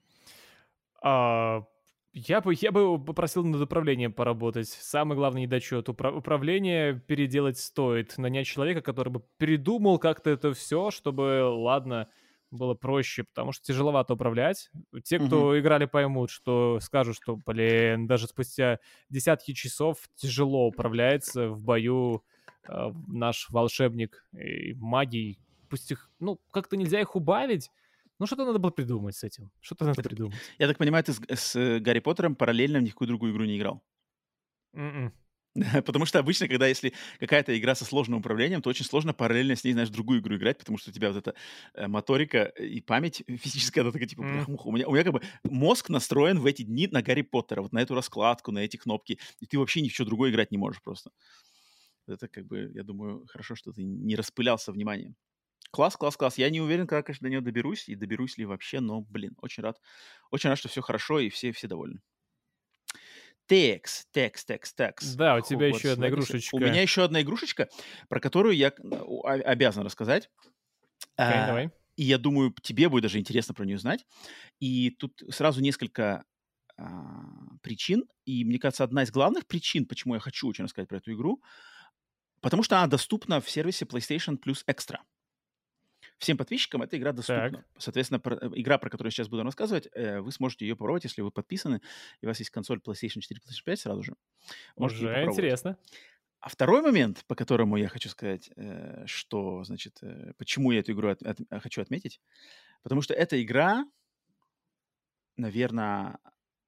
А, я бы я бы попросил над управлением поработать. Самый главный недочет. Упра- управление переделать стоит. Нанять человека, который бы придумал как-то это все, чтобы, ладно, было проще, потому что тяжеловато управлять. Те, Мгм. кто играли, поймут, что скажут, что, блин, даже спустя десятки часов тяжело управляется в бою э, наш волшебник и магией. Пусть их, ну, как-то нельзя их убавить. Ну, что-то надо было придумать с этим. Что-то надо Это, придумать. я так понимаю, ты с, с, э, Гарри Поттером параллельно в никакую другую игру не играл? М-м. Потому что обычно, когда если какая-то игра со сложным управлением, то очень сложно параллельно с ней, знаешь, другую игру играть, потому что у тебя вот эта э, моторика и память физическая, она такая, типа, М. бляха-муха. У меня, у меня как бы мозг настроен в эти дни на Гарри Поттера, вот на эту раскладку, на эти кнопки, и ты вообще ни в что другое играть не можешь просто. Это как бы, я думаю, хорошо, что ты не распылялся вниманием. Класс, класс, класс. Я не уверен, когда, конечно, до нее доберусь, и доберусь ли вообще, но, блин, очень рад. Очень рад, что все хорошо, и все, все довольны. Текс, текс, текс, текс. Да, у тебя еще Хогвартс одна Легаси. У меня игрушечка. еще одна игрушечка, про которую я э, у- а- обязан рассказать. Окей, А, давай. и я думаю, тебе будет даже интересно про нее знать. И тут сразу несколько а, причин. И мне кажется, одна из главных причин, почему я хочу очень рассказать про эту игру, потому что она доступна в сервисе PlayStation Plus Extra. всем подписчикам эта игра доступна. Так. Соответственно, про, игра, про которую я сейчас буду рассказывать, э, вы сможете ее попробовать, если вы подписаны, и у вас есть консоль PlayStation четыре, PlayStation пять сразу же. Можете ее Уже попробовать. интересно. А второй момент, по которому я хочу сказать, э, что, значит, э, почему я эту игру от, от, хочу отметить, потому что эта игра, наверное,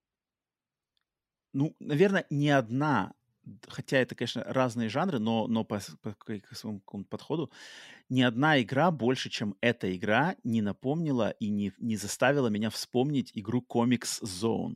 ну, наверное, не одна, хотя это, конечно, разные жанры, но, но по, по, по своему подходу, ни одна игра больше, чем эта игра, не напомнила и не, не заставила меня вспомнить игру Comics Zone.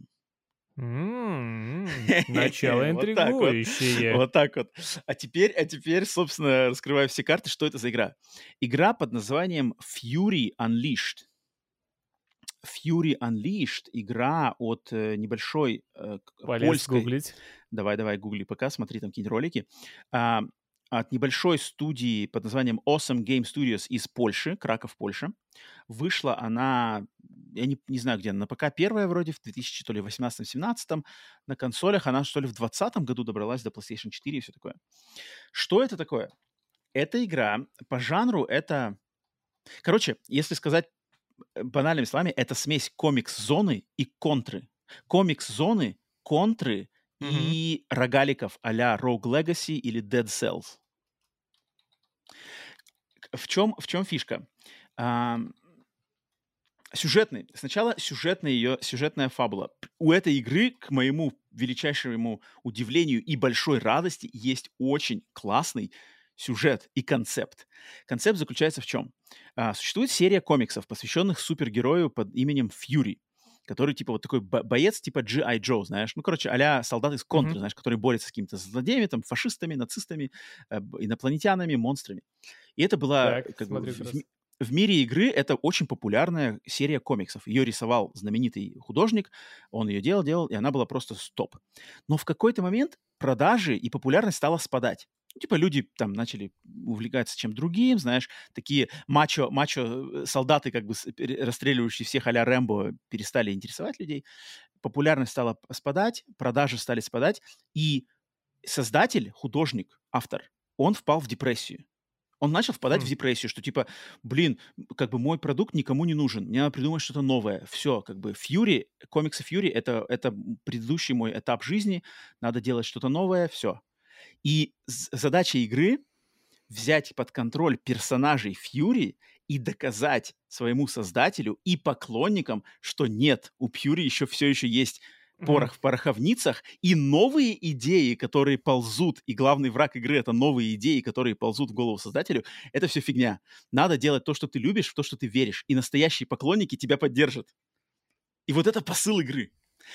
М-м-м, начало Вот так вот. интригующее. Вот так вот. А теперь, а теперь, собственно, раскрываю все карты. Что это за игра? Игра под названием Fury Unleashed. Fury Unleashed — игра от э, небольшой э, Полез польской... гуглить. Давай, давай, гугли пока, смотри там какие-нибудь ролики. А, от небольшой студии под названием Awesome Game Studios из Польши, Краков, Польша. Вышла она, я не, не знаю где, на ПК первая вроде в две тысячи восемнадцатом-семнадцатом, на консолях она что ли в двадцатом году добралась до PlayStation четыре и все такое. Что это такое? Эта игра по жанру это... Короче, если сказать банальными словами, это смесь комикс-зоны и контры. Комикс-зоны, контры и Мгм. рогаликов а-ля Rogue Legacy или Dead Cells. В чем, в чем фишка? А, сюжетный. Сначала сюжетная ее, сюжетная фабула. У этой игры, к моему величайшему удивлению и большой радости, есть очень классный сюжет и концепт. Концепт заключается в чем? А, существует серия комиксов, посвященных супергерою под именем Фьюри, который типа вот такой боец типа Джи Ай Джо, знаешь, ну, короче, а-ля солдат из контры, Мгм. знаешь, который борется с какими-то злодеями, там, фашистами, нацистами, э, инопланетянами, монстрами. И это была Так, как бы смотрю в, как в, раз. в мире игры это очень популярная серия комиксов. Ее рисовал знаменитый художник, он ее делал, делал, и она была просто стоп. Но в какой-то момент продажи и популярность стала спадать. Ну, типа люди там начали увлекаться чем другим, знаешь, такие мачо, мачо солдаты, как бы расстреливающие всех а-ля Рэмбо, перестали интересовать людей. Популярность стала спадать, продажи стали спадать, и создатель, художник, автор, он впал в депрессию. Он начал впадать в Хм. депрессию, что типа, блин, как бы мой продукт никому не нужен, мне надо придумать что-то новое. Все, как бы Фьюри, комиксы Фьюри — это, это предыдущий мой этап жизни, надо делать что-то новое, все. И задача игры — взять под контроль персонажей Фьюри и доказать своему создателю и поклонникам, что нет, у Фьюри еще все еще есть Мгм. порох в пороховницах, и новые идеи, которые ползут, и главный враг игры — это новые идеи, которые ползут в голову создателю, это все фигня. Надо делать то, что ты любишь, в то, что ты веришь, и настоящие поклонники тебя поддержат. И вот это посыл игры.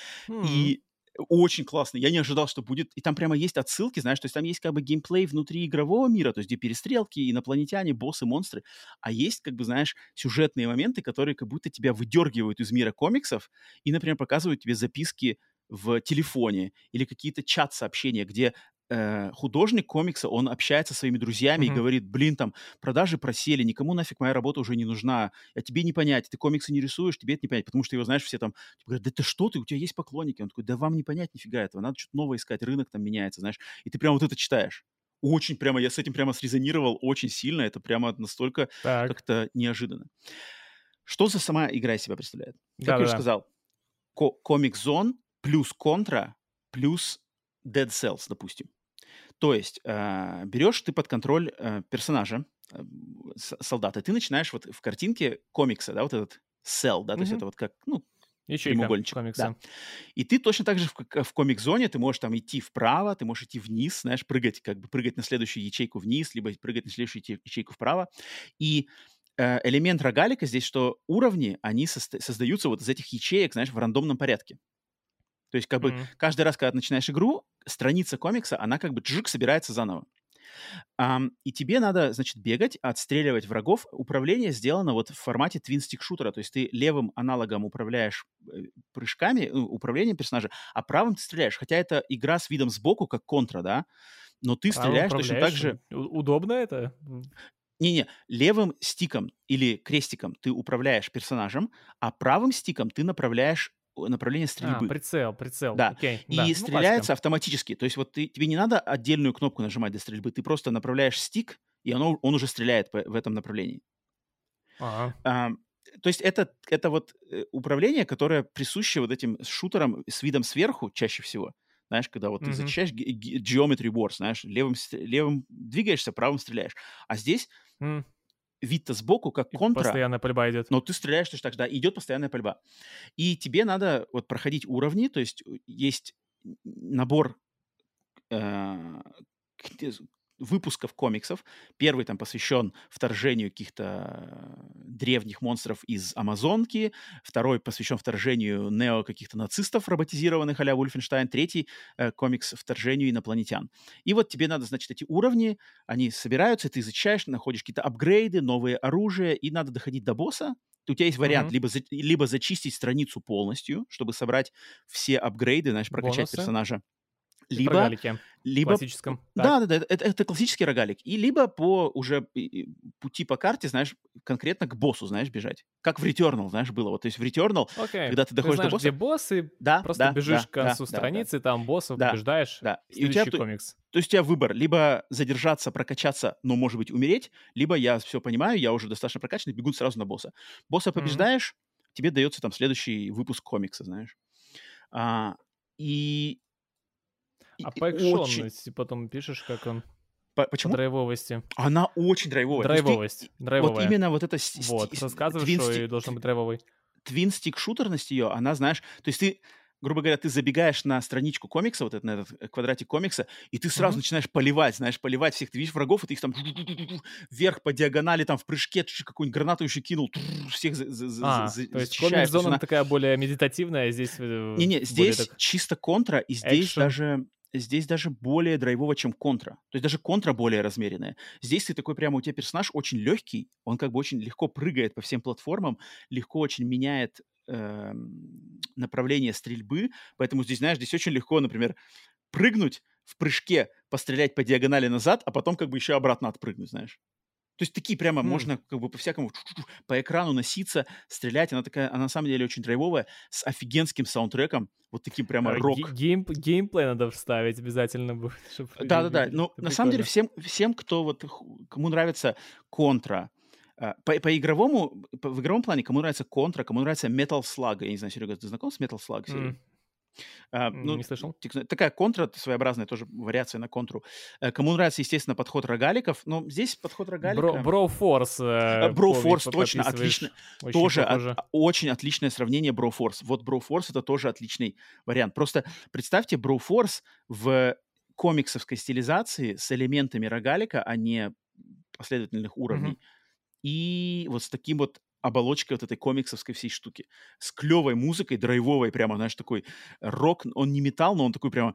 М. И очень классно. Я не ожидал, что будет. И там прямо есть отсылки, знаешь, то есть там есть как бы геймплей внутри игрового мира, то есть где перестрелки, инопланетяне, боссы, монстры. А есть, как бы, знаешь, сюжетные моменты, которые как будто тебя выдергивают из мира комиксов и, например, показывают тебе записки в телефоне или какие-то чат-сообщения, где э, художник комикса, он общается со своими друзьями и Мгм. говорит, блин, там, продажи просели, никому нафиг моя работа уже не нужна, а тебе не понять, ты комиксы не рисуешь, тебе это не понять, потому что его, знаешь, все там типа говорят, да ты что ты, у тебя есть поклонники. Он такой, да вам не понять нифига этого, надо что-то новое искать, рынок там меняется, знаешь. И ты прямо вот это читаешь. Очень прямо, я с этим прямо срезонировал очень сильно, это прямо настолько Так. как-то неожиданно. Что за сама игра из себя представляет? Как я уже Да-да-да. сказал, ко- Comic Zone плюс Contra плюс Dead Cells, допустим. То есть э, берешь ты под контроль э, персонажа, э, с- солдата, ты начинаешь вот в картинке комикса, да, вот этот cell, да, то есть Мгм. это вот как, ну, Ячейка прямоугольничек, да. комикса. И ты точно так же в, к- в комик-зоне, ты можешь там идти вправо, ты можешь идти вниз, знаешь, прыгать, как бы прыгать на следующую ячейку вниз, либо прыгать на следующую яче- ячейку вправо. И э, элемент рогалика здесь, что уровни, они состо- создаются вот из этих ячеек, знаешь, в рандомном порядке. То есть как бы М. каждый раз, когда ты начинаешь игру, страница комикса, она как бы джик собирается заново. Ам, и тебе надо, значит, бегать, отстреливать врагов. Управление сделано вот в формате твин-стик-шутера, то есть ты левым аналогом управляешь э, прыжками, ну, управлением персонажа, а правым ты стреляешь. Хотя это игра с видом сбоку, как контра, да, но ты Правым стреляешь точно так управляешь? же. У удобно это? М. Не-не, левым стиком или крестиком ты управляешь персонажем, а правым стиком ты направляешь э, направление А, стрельбы. прицел, прицел. Да, Окей, да. и Ну, классика. стреляется автоматически. То есть вот ты, тебе не надо отдельную кнопку нажимать для стрельбы, ты просто направляешь стик, и оно, он уже стреляет по- в этом направлении. Ага. А, то есть это, это вот э, управление, которое присуще вот этим шутерам с видом сверху чаще всего. Знаешь, когда вот ты Мгм. зачищаешь ге- ге- Geometry Wars, знаешь, левым, ст- левым двигаешься, правым стреляешь. А здесь М. вид-то сбоку, как И контра, постоянная пальба идет. но ты стреляешь точно так же, да, и идет постоянная пальба. И тебе надо вот проходить уровни, то есть э, есть н- набор э, к- выпусков комиксов. Первый там посвящен вторжению каких-то э, древних монстров из Амазонки. Второй посвящен вторжению нео каких-то нацистов роботизированных а-ля Вульфенштайн. Третий э, комикс вторжению инопланетян. И вот тебе надо, значит, эти уровни, они собираются, ты изучаешь, находишь какие-то апгрейды, новые оружия, и надо доходить до босса. У тебя есть вариант Мгм. либо, за- либо зачистить страницу полностью, чтобы собрать все апгрейды, знаешь, прокачать Бонусы персонажа, и в либо рогалике либо классическом. Так. да-да-да, это это классический рогалик. И либо по уже и и пути по карте, знаешь, конкретно к боссу, знаешь, бежать. Как в Returnal, знаешь, было. Вот, то есть в Returnal, Окей. когда ты Ты доходишь до знаешь, где босса, босс, и да, просто да, бежишь да, к да, концу да, да, страницы, там боссов да, побеждаешь. да. И у тебя Следующий то комикс. то есть у тебя выбор: либо задержаться, прокачаться, но, может быть, умереть, либо я все понимаю, я уже достаточно прокачанный, бегу сразу на босса. Босса Мгм. побеждаешь, тебе дается там следующий выпуск комикса, знаешь. А, и и А и по очень экшонности потом пишешь, как он по по почему? драйвовости. Она очень драйвовая. То есть ты Драйвовость. и вот Драйвовая. именно вот эта с сти Вот. с Рассказываешь, что твинсти и должен быть драйвовый. твинстик-шутерность ее, она, знаешь, то есть ты, грубо говоря, ты забегаешь на страничку комикса, вот этот, на этот э, квадратик комикса, и ты сразу Мгм. начинаешь поливать, знаешь, поливать всех. Ты видишь врагов, и ты их там вверх по диагонали, там в прыжке чуть какую-нибудь гранату еще кинул, всех за за за А, за то есть зачищаешь. То есть комикс-зона, она она такая более медитативная, а здесь, э, не-не, более здесь так чисто контра, и здесь экшен. даже здесь даже более драйвово, чем контра. То есть даже контра более размеренная. Здесь ты такой прямо, у тебя персонаж очень легкий, он как бы очень легко прыгает по всем платформам, легко очень меняет эм, направление стрельбы, поэтому здесь, знаешь, здесь очень легко, например, прыгнуть в прыжке, пострелять по диагонали назад, а потом как бы еще обратно отпрыгнуть, знаешь. То есть такие прямо Хм. можно как бы по-всякому по экрану носиться, стрелять. Она такая, она на самом деле очень драйвовая, с офигенским саундтреком, вот таким прямо А, ге рок. гейм геймплей надо вставить обязательно будет, чтобы люди Да-да-да. увидели. Ну, Это на самом деле, прикольно. всем, всем, кто вот, ху- кому нравится контра, а, по, по игровому, по- в игровом плане, кому нравится контра, кому нравится Metal Slug, я не знаю, Серега, ты знаком с Metal Slug М, серией? А, м, ну, не слышал. тик- такая контра своеобразная, тоже вариация на контру. Э, Кому нравится, естественно, подход рогаликов, но здесь подход Бро рогалика. Broforce, Э, э, помню, Broforce, п точно, отлично. подписываешь. Очень Тоже от- похоже. а, очень отличное сравнение Broforce. Вот Broforce это тоже отличный вариант. Просто представьте Broforce в комиксовской стилизации с элементами рогалика, а не последовательных Мгм. уровней. И вот с таким вот оболочкой вот этой комиксовской всей штуки. С клевой музыкой, драйвовой, прямо, знаешь, такой рок. Он не металл, но он такой прямо...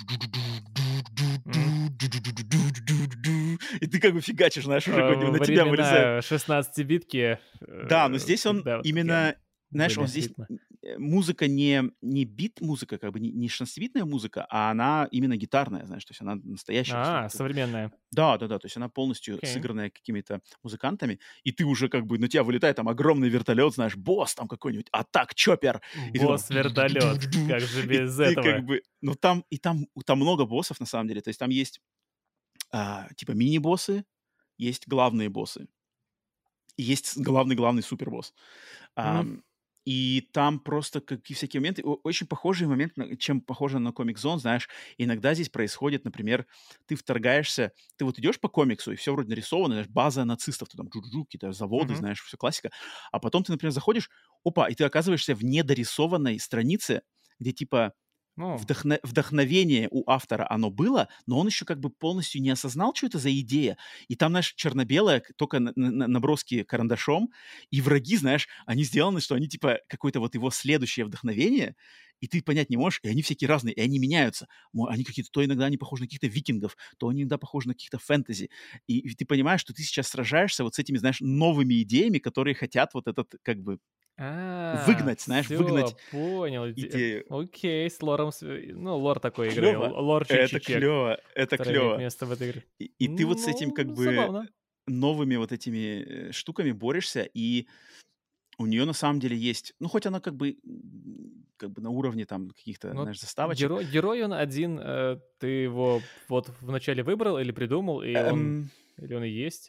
М. И ты как бы фигачишь, знаешь, уже Э, какой-нибудь во на тебя вылезает. времена шестнадцатибитки, Да, но э, здесь он когда вот такие именно, знаешь, он были здесь ритмы. э, музыка не, не бит-музыка, как бы не, не шестнадцатибитная музыка, а она именно гитарная, знаешь, то есть она настоящая. То есть А, вот это- современная. да, да, да, то есть она полностью Окей. сыгранная какими-то музыкантами, и ты уже как бы, на тебя вылетает там огромный вертолет, знаешь, босс там какой-нибудь, атак, чоппер, и ты там... Босс-вертолет. Как же И без ты как этого? бы... Ну там, и там, там много боссов на самом деле, то есть там есть а, типа мини-боссы, есть главные боссы, и есть с- главный-главный супербосс. М. Ам, и там просто какие всякие моменты, о- очень похожий момент, на- чем похоже на Comic Zone, знаешь, иногда здесь происходит, например, ты вторгаешься, ты вот идешь по комиксу, и все вроде нарисовано, знаешь, база нацистов, ты там джу-джу, какие-то заводы, Мгм. знаешь, все классика, а потом ты, например, заходишь, опа, и ты оказываешься в недорисованной странице, где типа Ну, вдохно- вдохновение у автора оно было, но он еще как бы полностью не осознал, что это за идея. И там, знаешь, черно-белое, к- только на- на- наброски карандашом, и враги, знаешь, они сделаны, что они типа какое-то вот его следующее вдохновение, и ты понять не можешь, и они всякие разные, и они меняются. Мо- Они какие-то, то иногда они похожи на каких-то викингов, то они иногда похожи на каких-то фэнтези. И, и ты понимаешь, что ты сейчас сражаешься вот с этими, знаешь, новыми идеями, которые хотят вот этот, как бы, а, выгнать, знаешь, выгнать всё, понял. Де идею. окей, с лором св ну, лор такой игры, л Клево, это лорчик-чек, клево, это который имеет клево. место в этой игре. И и ты вот с этим как Ну, бы забавно. новыми вот этими, э, штуками борешься, и у нее на самом деле есть, ну, хоть она как бы, м, как бы на уровне там каких-то, Ну, знаешь, заставочек. герой герой он один, э, ты его вот вначале выбрал или придумал, и он Эм, или он и есть?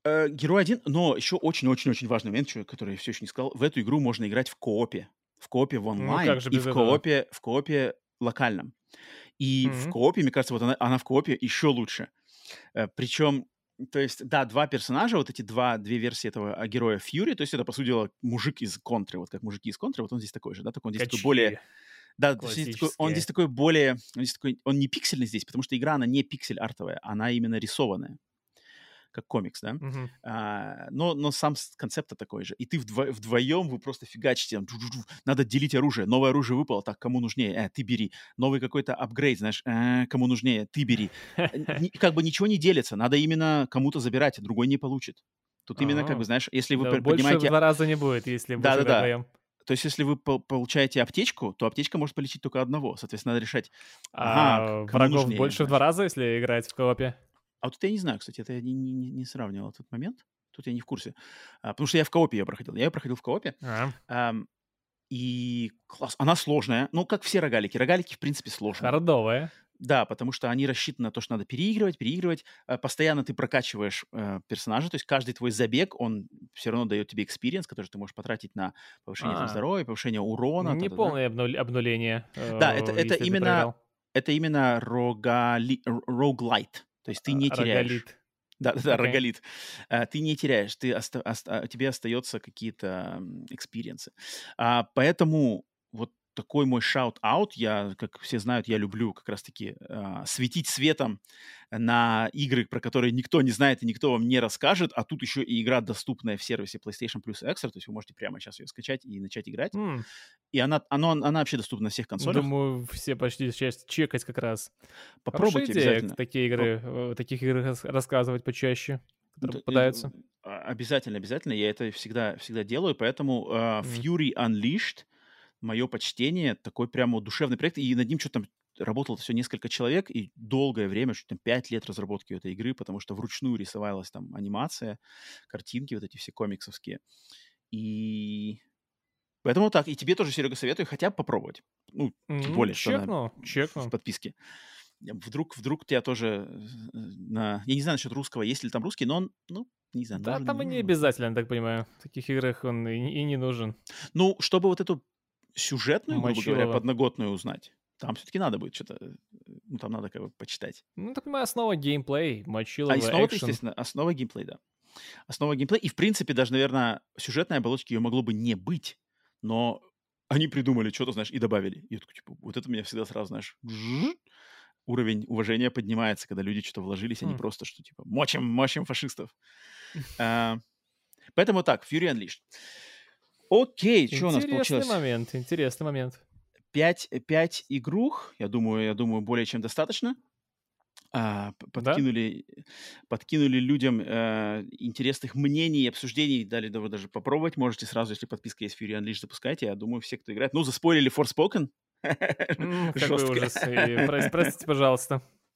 Э, герой один, но еще очень-очень-очень важный момент, чё- который я все еще не сказал. В эту игру можно играть в коопе. В коопе в Ну, онлайн как же и без в этого? коопе, в коопе локальном. И в Мгм. коопе, мне кажется, вот она, она в коопе еще лучше. Э, причем, то есть, да, два персонажа, вот эти два, две версии этого а, героя Фьюри, то есть это, по сути дела, мужик из Контры, вот как мужики из Контры, вот он здесь такой же, да, только он здесь такой более... Качки Да, то есть здесь такой- он здесь классические. такой более... Он, здесь такой, он не пиксельный здесь, потому что игра, она не пиксель-артовая, она именно рисованная, как комикс, да. Мгм. А, но, но сам с- концепт такой же. И ты вдво- вдвоем, вы просто фигачите, там, джу-джу-джу, надо делить оружие. Новое оружие выпало, так, кому нужнее? Э, ты бери. Новый какой-то апгрейд, знаешь, э, кому нужнее? Ты бери. Э, ни- как бы ничего не делится, надо именно кому-то забирать, а другой не получит. Тут именно, как бы, А, знаешь, если вы да, пр- больше в поднимаете... два раза не будет, если будешь играть Да-да-да. вдвоем. То есть если вы по- получаете аптечку, то аптечка может полечить только одного. Соответственно, надо решать, ага, к- А кому врагов нужнее, больше в два знаешь. раза, если играть в коопе? А вот это я не знаю, кстати, это я не, не- не- не сравнивал этот момент. Тут я не в курсе. А, потому что я в коопе ее проходил. Я ее проходил в коопе. А, Ам, и класс. Она сложная. Ну, как все рогалики. Рогалики, в принципе, сложные. хардовая. Да, потому что они рассчитаны на то, что надо переигрывать, переигрывать. А, Постоянно ты прокачиваешь э, персонажа. То есть каждый твой забег, он все равно дает тебе экспириенс, который ты можешь потратить на повышение там, А, здоровья, повышение урона. не Та-та-да. полное обнуль- обнуление, Да, это, э, это если ты именно, проиграл. это именно рогали, р- роглайт. То есть ты А, не теряешь. рогалит. Да-да-да, Окей. рогалит. А, ты не теряешь, ты оста- оста- тебе остается какие-то м, экспириенсы. А, поэтому вот такой мой shout-out, я, как все знают, я люблю как раз-таки а, светить светом на игры, про которые никто не знает и никто вам не расскажет, а тут еще и игра, доступная в сервисе PlayStation Plus Extra, то есть вы можете прямо сейчас ее скачать и начать играть. М, И она, оно, она вообще доступна на всех консолях. Думаю, все почти сейчас чекать как раз. Хорошая Попробуйте идея обязательно. такие Про- игры, э, таких играх рас- рассказывать почаще, которые Д- э, попадаются. а, Обязательно, обязательно. Я это всегда, всегда делаю. Поэтому а, М. Fury Unleashed, мое почтение, такой прямо вот душевный проект. И над ним что-то там работало все несколько человек, и долгое время, что там пять лет разработки этой игры, потому что вручную рисовалась там анимация, картинки вот эти все комиксовские. И поэтому так. И тебе тоже, Серега, советую хотя бы попробовать. Ну, тем М, более, что она Чекну, в в чекну. подписке. Я- Вдруг, вдруг тебя тоже э, на... Я не знаю насчет русского, есть ли там русский, но он, ну, не знаю, Да, нужен, не там и не нужен. Вот. обязательно, так понимаю. В таких играх он и, не и не нужен. Ну, чтобы вот эту сюжетную, грубо говоря, Мочилово. подноготную узнать, там все-таки надо будет что-то, э, ну, там надо как бы почитать. Ну, так понимаю, основа геймплей, А мочилово, основа-то, экшен. естественно, основа геймплей, да. Основа геймплей. И, в принципе, даже, наверное, сюжетной оболочки ее могло бы не быть, но они придумали что-то, знаешь, и добавили. И я такой, типа, вот это меня всегда сразу, знаешь, бжж, уровень уважения поднимается, когда люди что-то вложились, а не Хм. просто, что, типа, мочим, мочим фашистов. А, Поэтому так, Fury Unleashed. Окей, что у нас Интересный получилось? момент, интересный момент. Пять, пять игрух, я думаю, я думаю, более чем достаточно. А, п- Да? подкинули, подкинули людям э, интересных мнений и обсуждений, дали да- вы даже попробовать. Можете сразу, если подписка есть Fury Unleashed, запускайте. Я думаю, все, кто играет. Ну, заспойлили Forspoken. М, какой Жестко. ужас. И прос- простите, пожалуйста.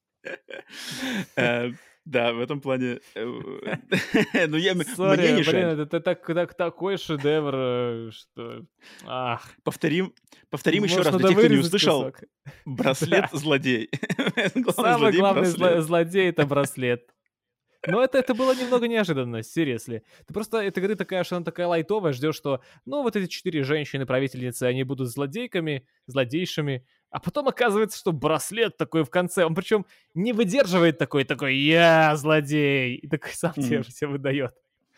Э, Да, в этом плане... э, Ну, я... Мне Сори, не блин, жаль. это та- так, так- такой шедевр, э, что... Ах, Повторим, повторим еще раз можно для тех, кто не довырезать услышал. кусок. Браслет Да. злодей. Главный Самый злодей главный зло- браслет. злодей — это браслет. Но это, это было немного неожиданно, серьезно. Ты просто, эта игра такая, что она такая лайтовая, ждешь, что, ну, вот эти четыре женщины-правительницы, они будут злодейками, злодейшами, а потом оказывается, что браслет такой в конце, он причем не выдерживает такой, такой, я злодей, и такой сам тебе Мгм. все выдает.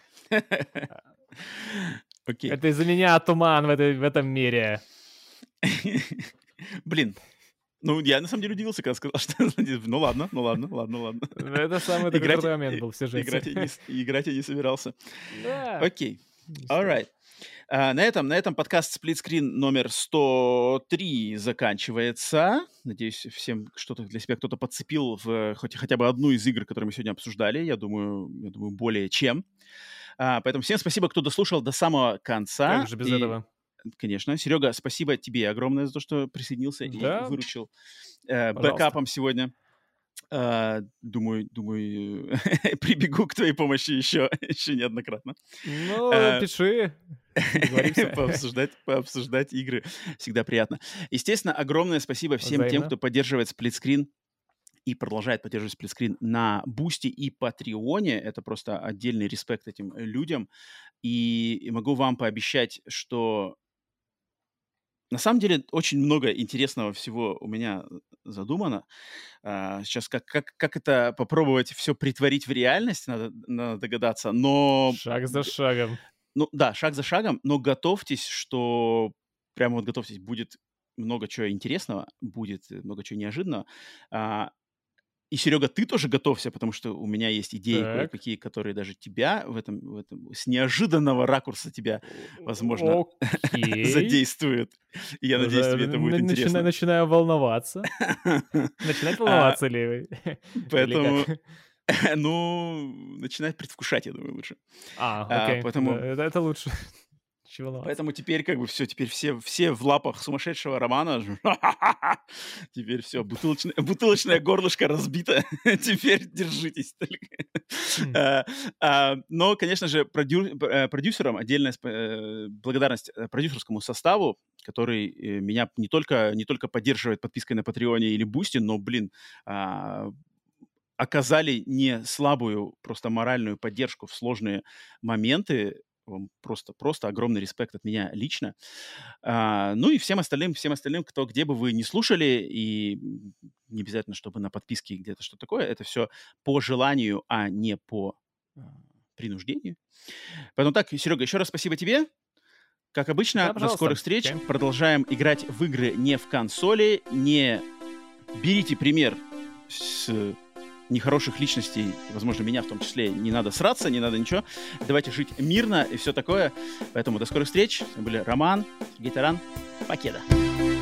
Окей. Это из-за меня туман в, этой, в этом мире. Блин. Ну, я на самом деле удивился, когда сказал, что... Ну ладно, ну ладно, ладно, ладно. Это самый такой Играть, крутой момент и- был в сюжете. играть, я не, с- играть я не собирался. Да. Окей. Не стоит. Alright. А, на, этом, на этом подкаст «Сплитскрин» номер сто три заканчивается. Надеюсь, всем что-то для себя кто-то подцепил в хоть, хотя бы одну из игр, которые мы сегодня обсуждали. Я думаю, я думаю более чем. А, поэтому всем спасибо, кто дослушал до самого конца. Как же без И, этого? Конечно. Серега, спасибо тебе огромное за то, что присоединился Да. и выручил э, Пожалуйста. бэкапом сегодня. А, думаю, думаю, прибегу к твоей помощи еще, еще неоднократно. Ну, Э, пиши. Договоримся. пообсуждать, пообсуждать игры. Всегда приятно. Естественно, огромное спасибо всем тем, Взаимно. кто поддерживает сплитскрин и продолжает поддерживать сплитскрин на Бусти и Патреоне. Это просто отдельный респект этим людям. И, и могу вам пообещать, что на самом деле очень много интересного всего у меня задумано. А, сейчас как, как, как это попробовать все притворить в реальность, надо, надо догадаться. Но... Шаг за шагом. Ну да, шаг за шагом, но готовьтесь, что... Прямо вот готовьтесь, будет много чего интересного, будет много чего неожиданного. А, и, Серега, ты тоже готовься, потому что у меня есть идеи Так. кое-какие, которые даже тебя в этом, в этом с неожиданного ракурса тебя, возможно, задействуют. И я надеюсь, тебе это будет интересно. Начинаю волноваться. Начинать волноваться ли? Поэтому, ну, начинать предвкушать, я думаю, лучше. А, окей. Это лучше. Поэтому теперь как бы все, теперь все, все в лапах сумасшедшего Романа. Теперь все, бутылочное, бутылочное горлышко разбито. Теперь держитесь только. Mm. а, но, конечно же, продю, продюсерам отдельная благодарность продюсерскому составу, который меня не только, не только поддерживает подпиской на Патреоне или Бусти, но, блин, а, оказали не слабую, просто моральную поддержку в сложные моменты. Вам просто, просто огромный респект от меня лично. А, ну и всем остальным, всем остальным, кто где бы вы не слушали, и не обязательно, чтобы на подписке где-то что-то такое, это все по желанию, а не по а, принуждению. Поэтому так, Серега, еще раз спасибо тебе. Как обычно, да, до скорых встреч. Okay. Продолжаем играть в игры не в консоли, не берите пример с... нехороших личностей, возможно, меня в том числе, не надо сраться, не надо ничего. Давайте жить мирно и все такое. Поэтому до скорых встреч. С вами были Роман, Гитаран, Покеда.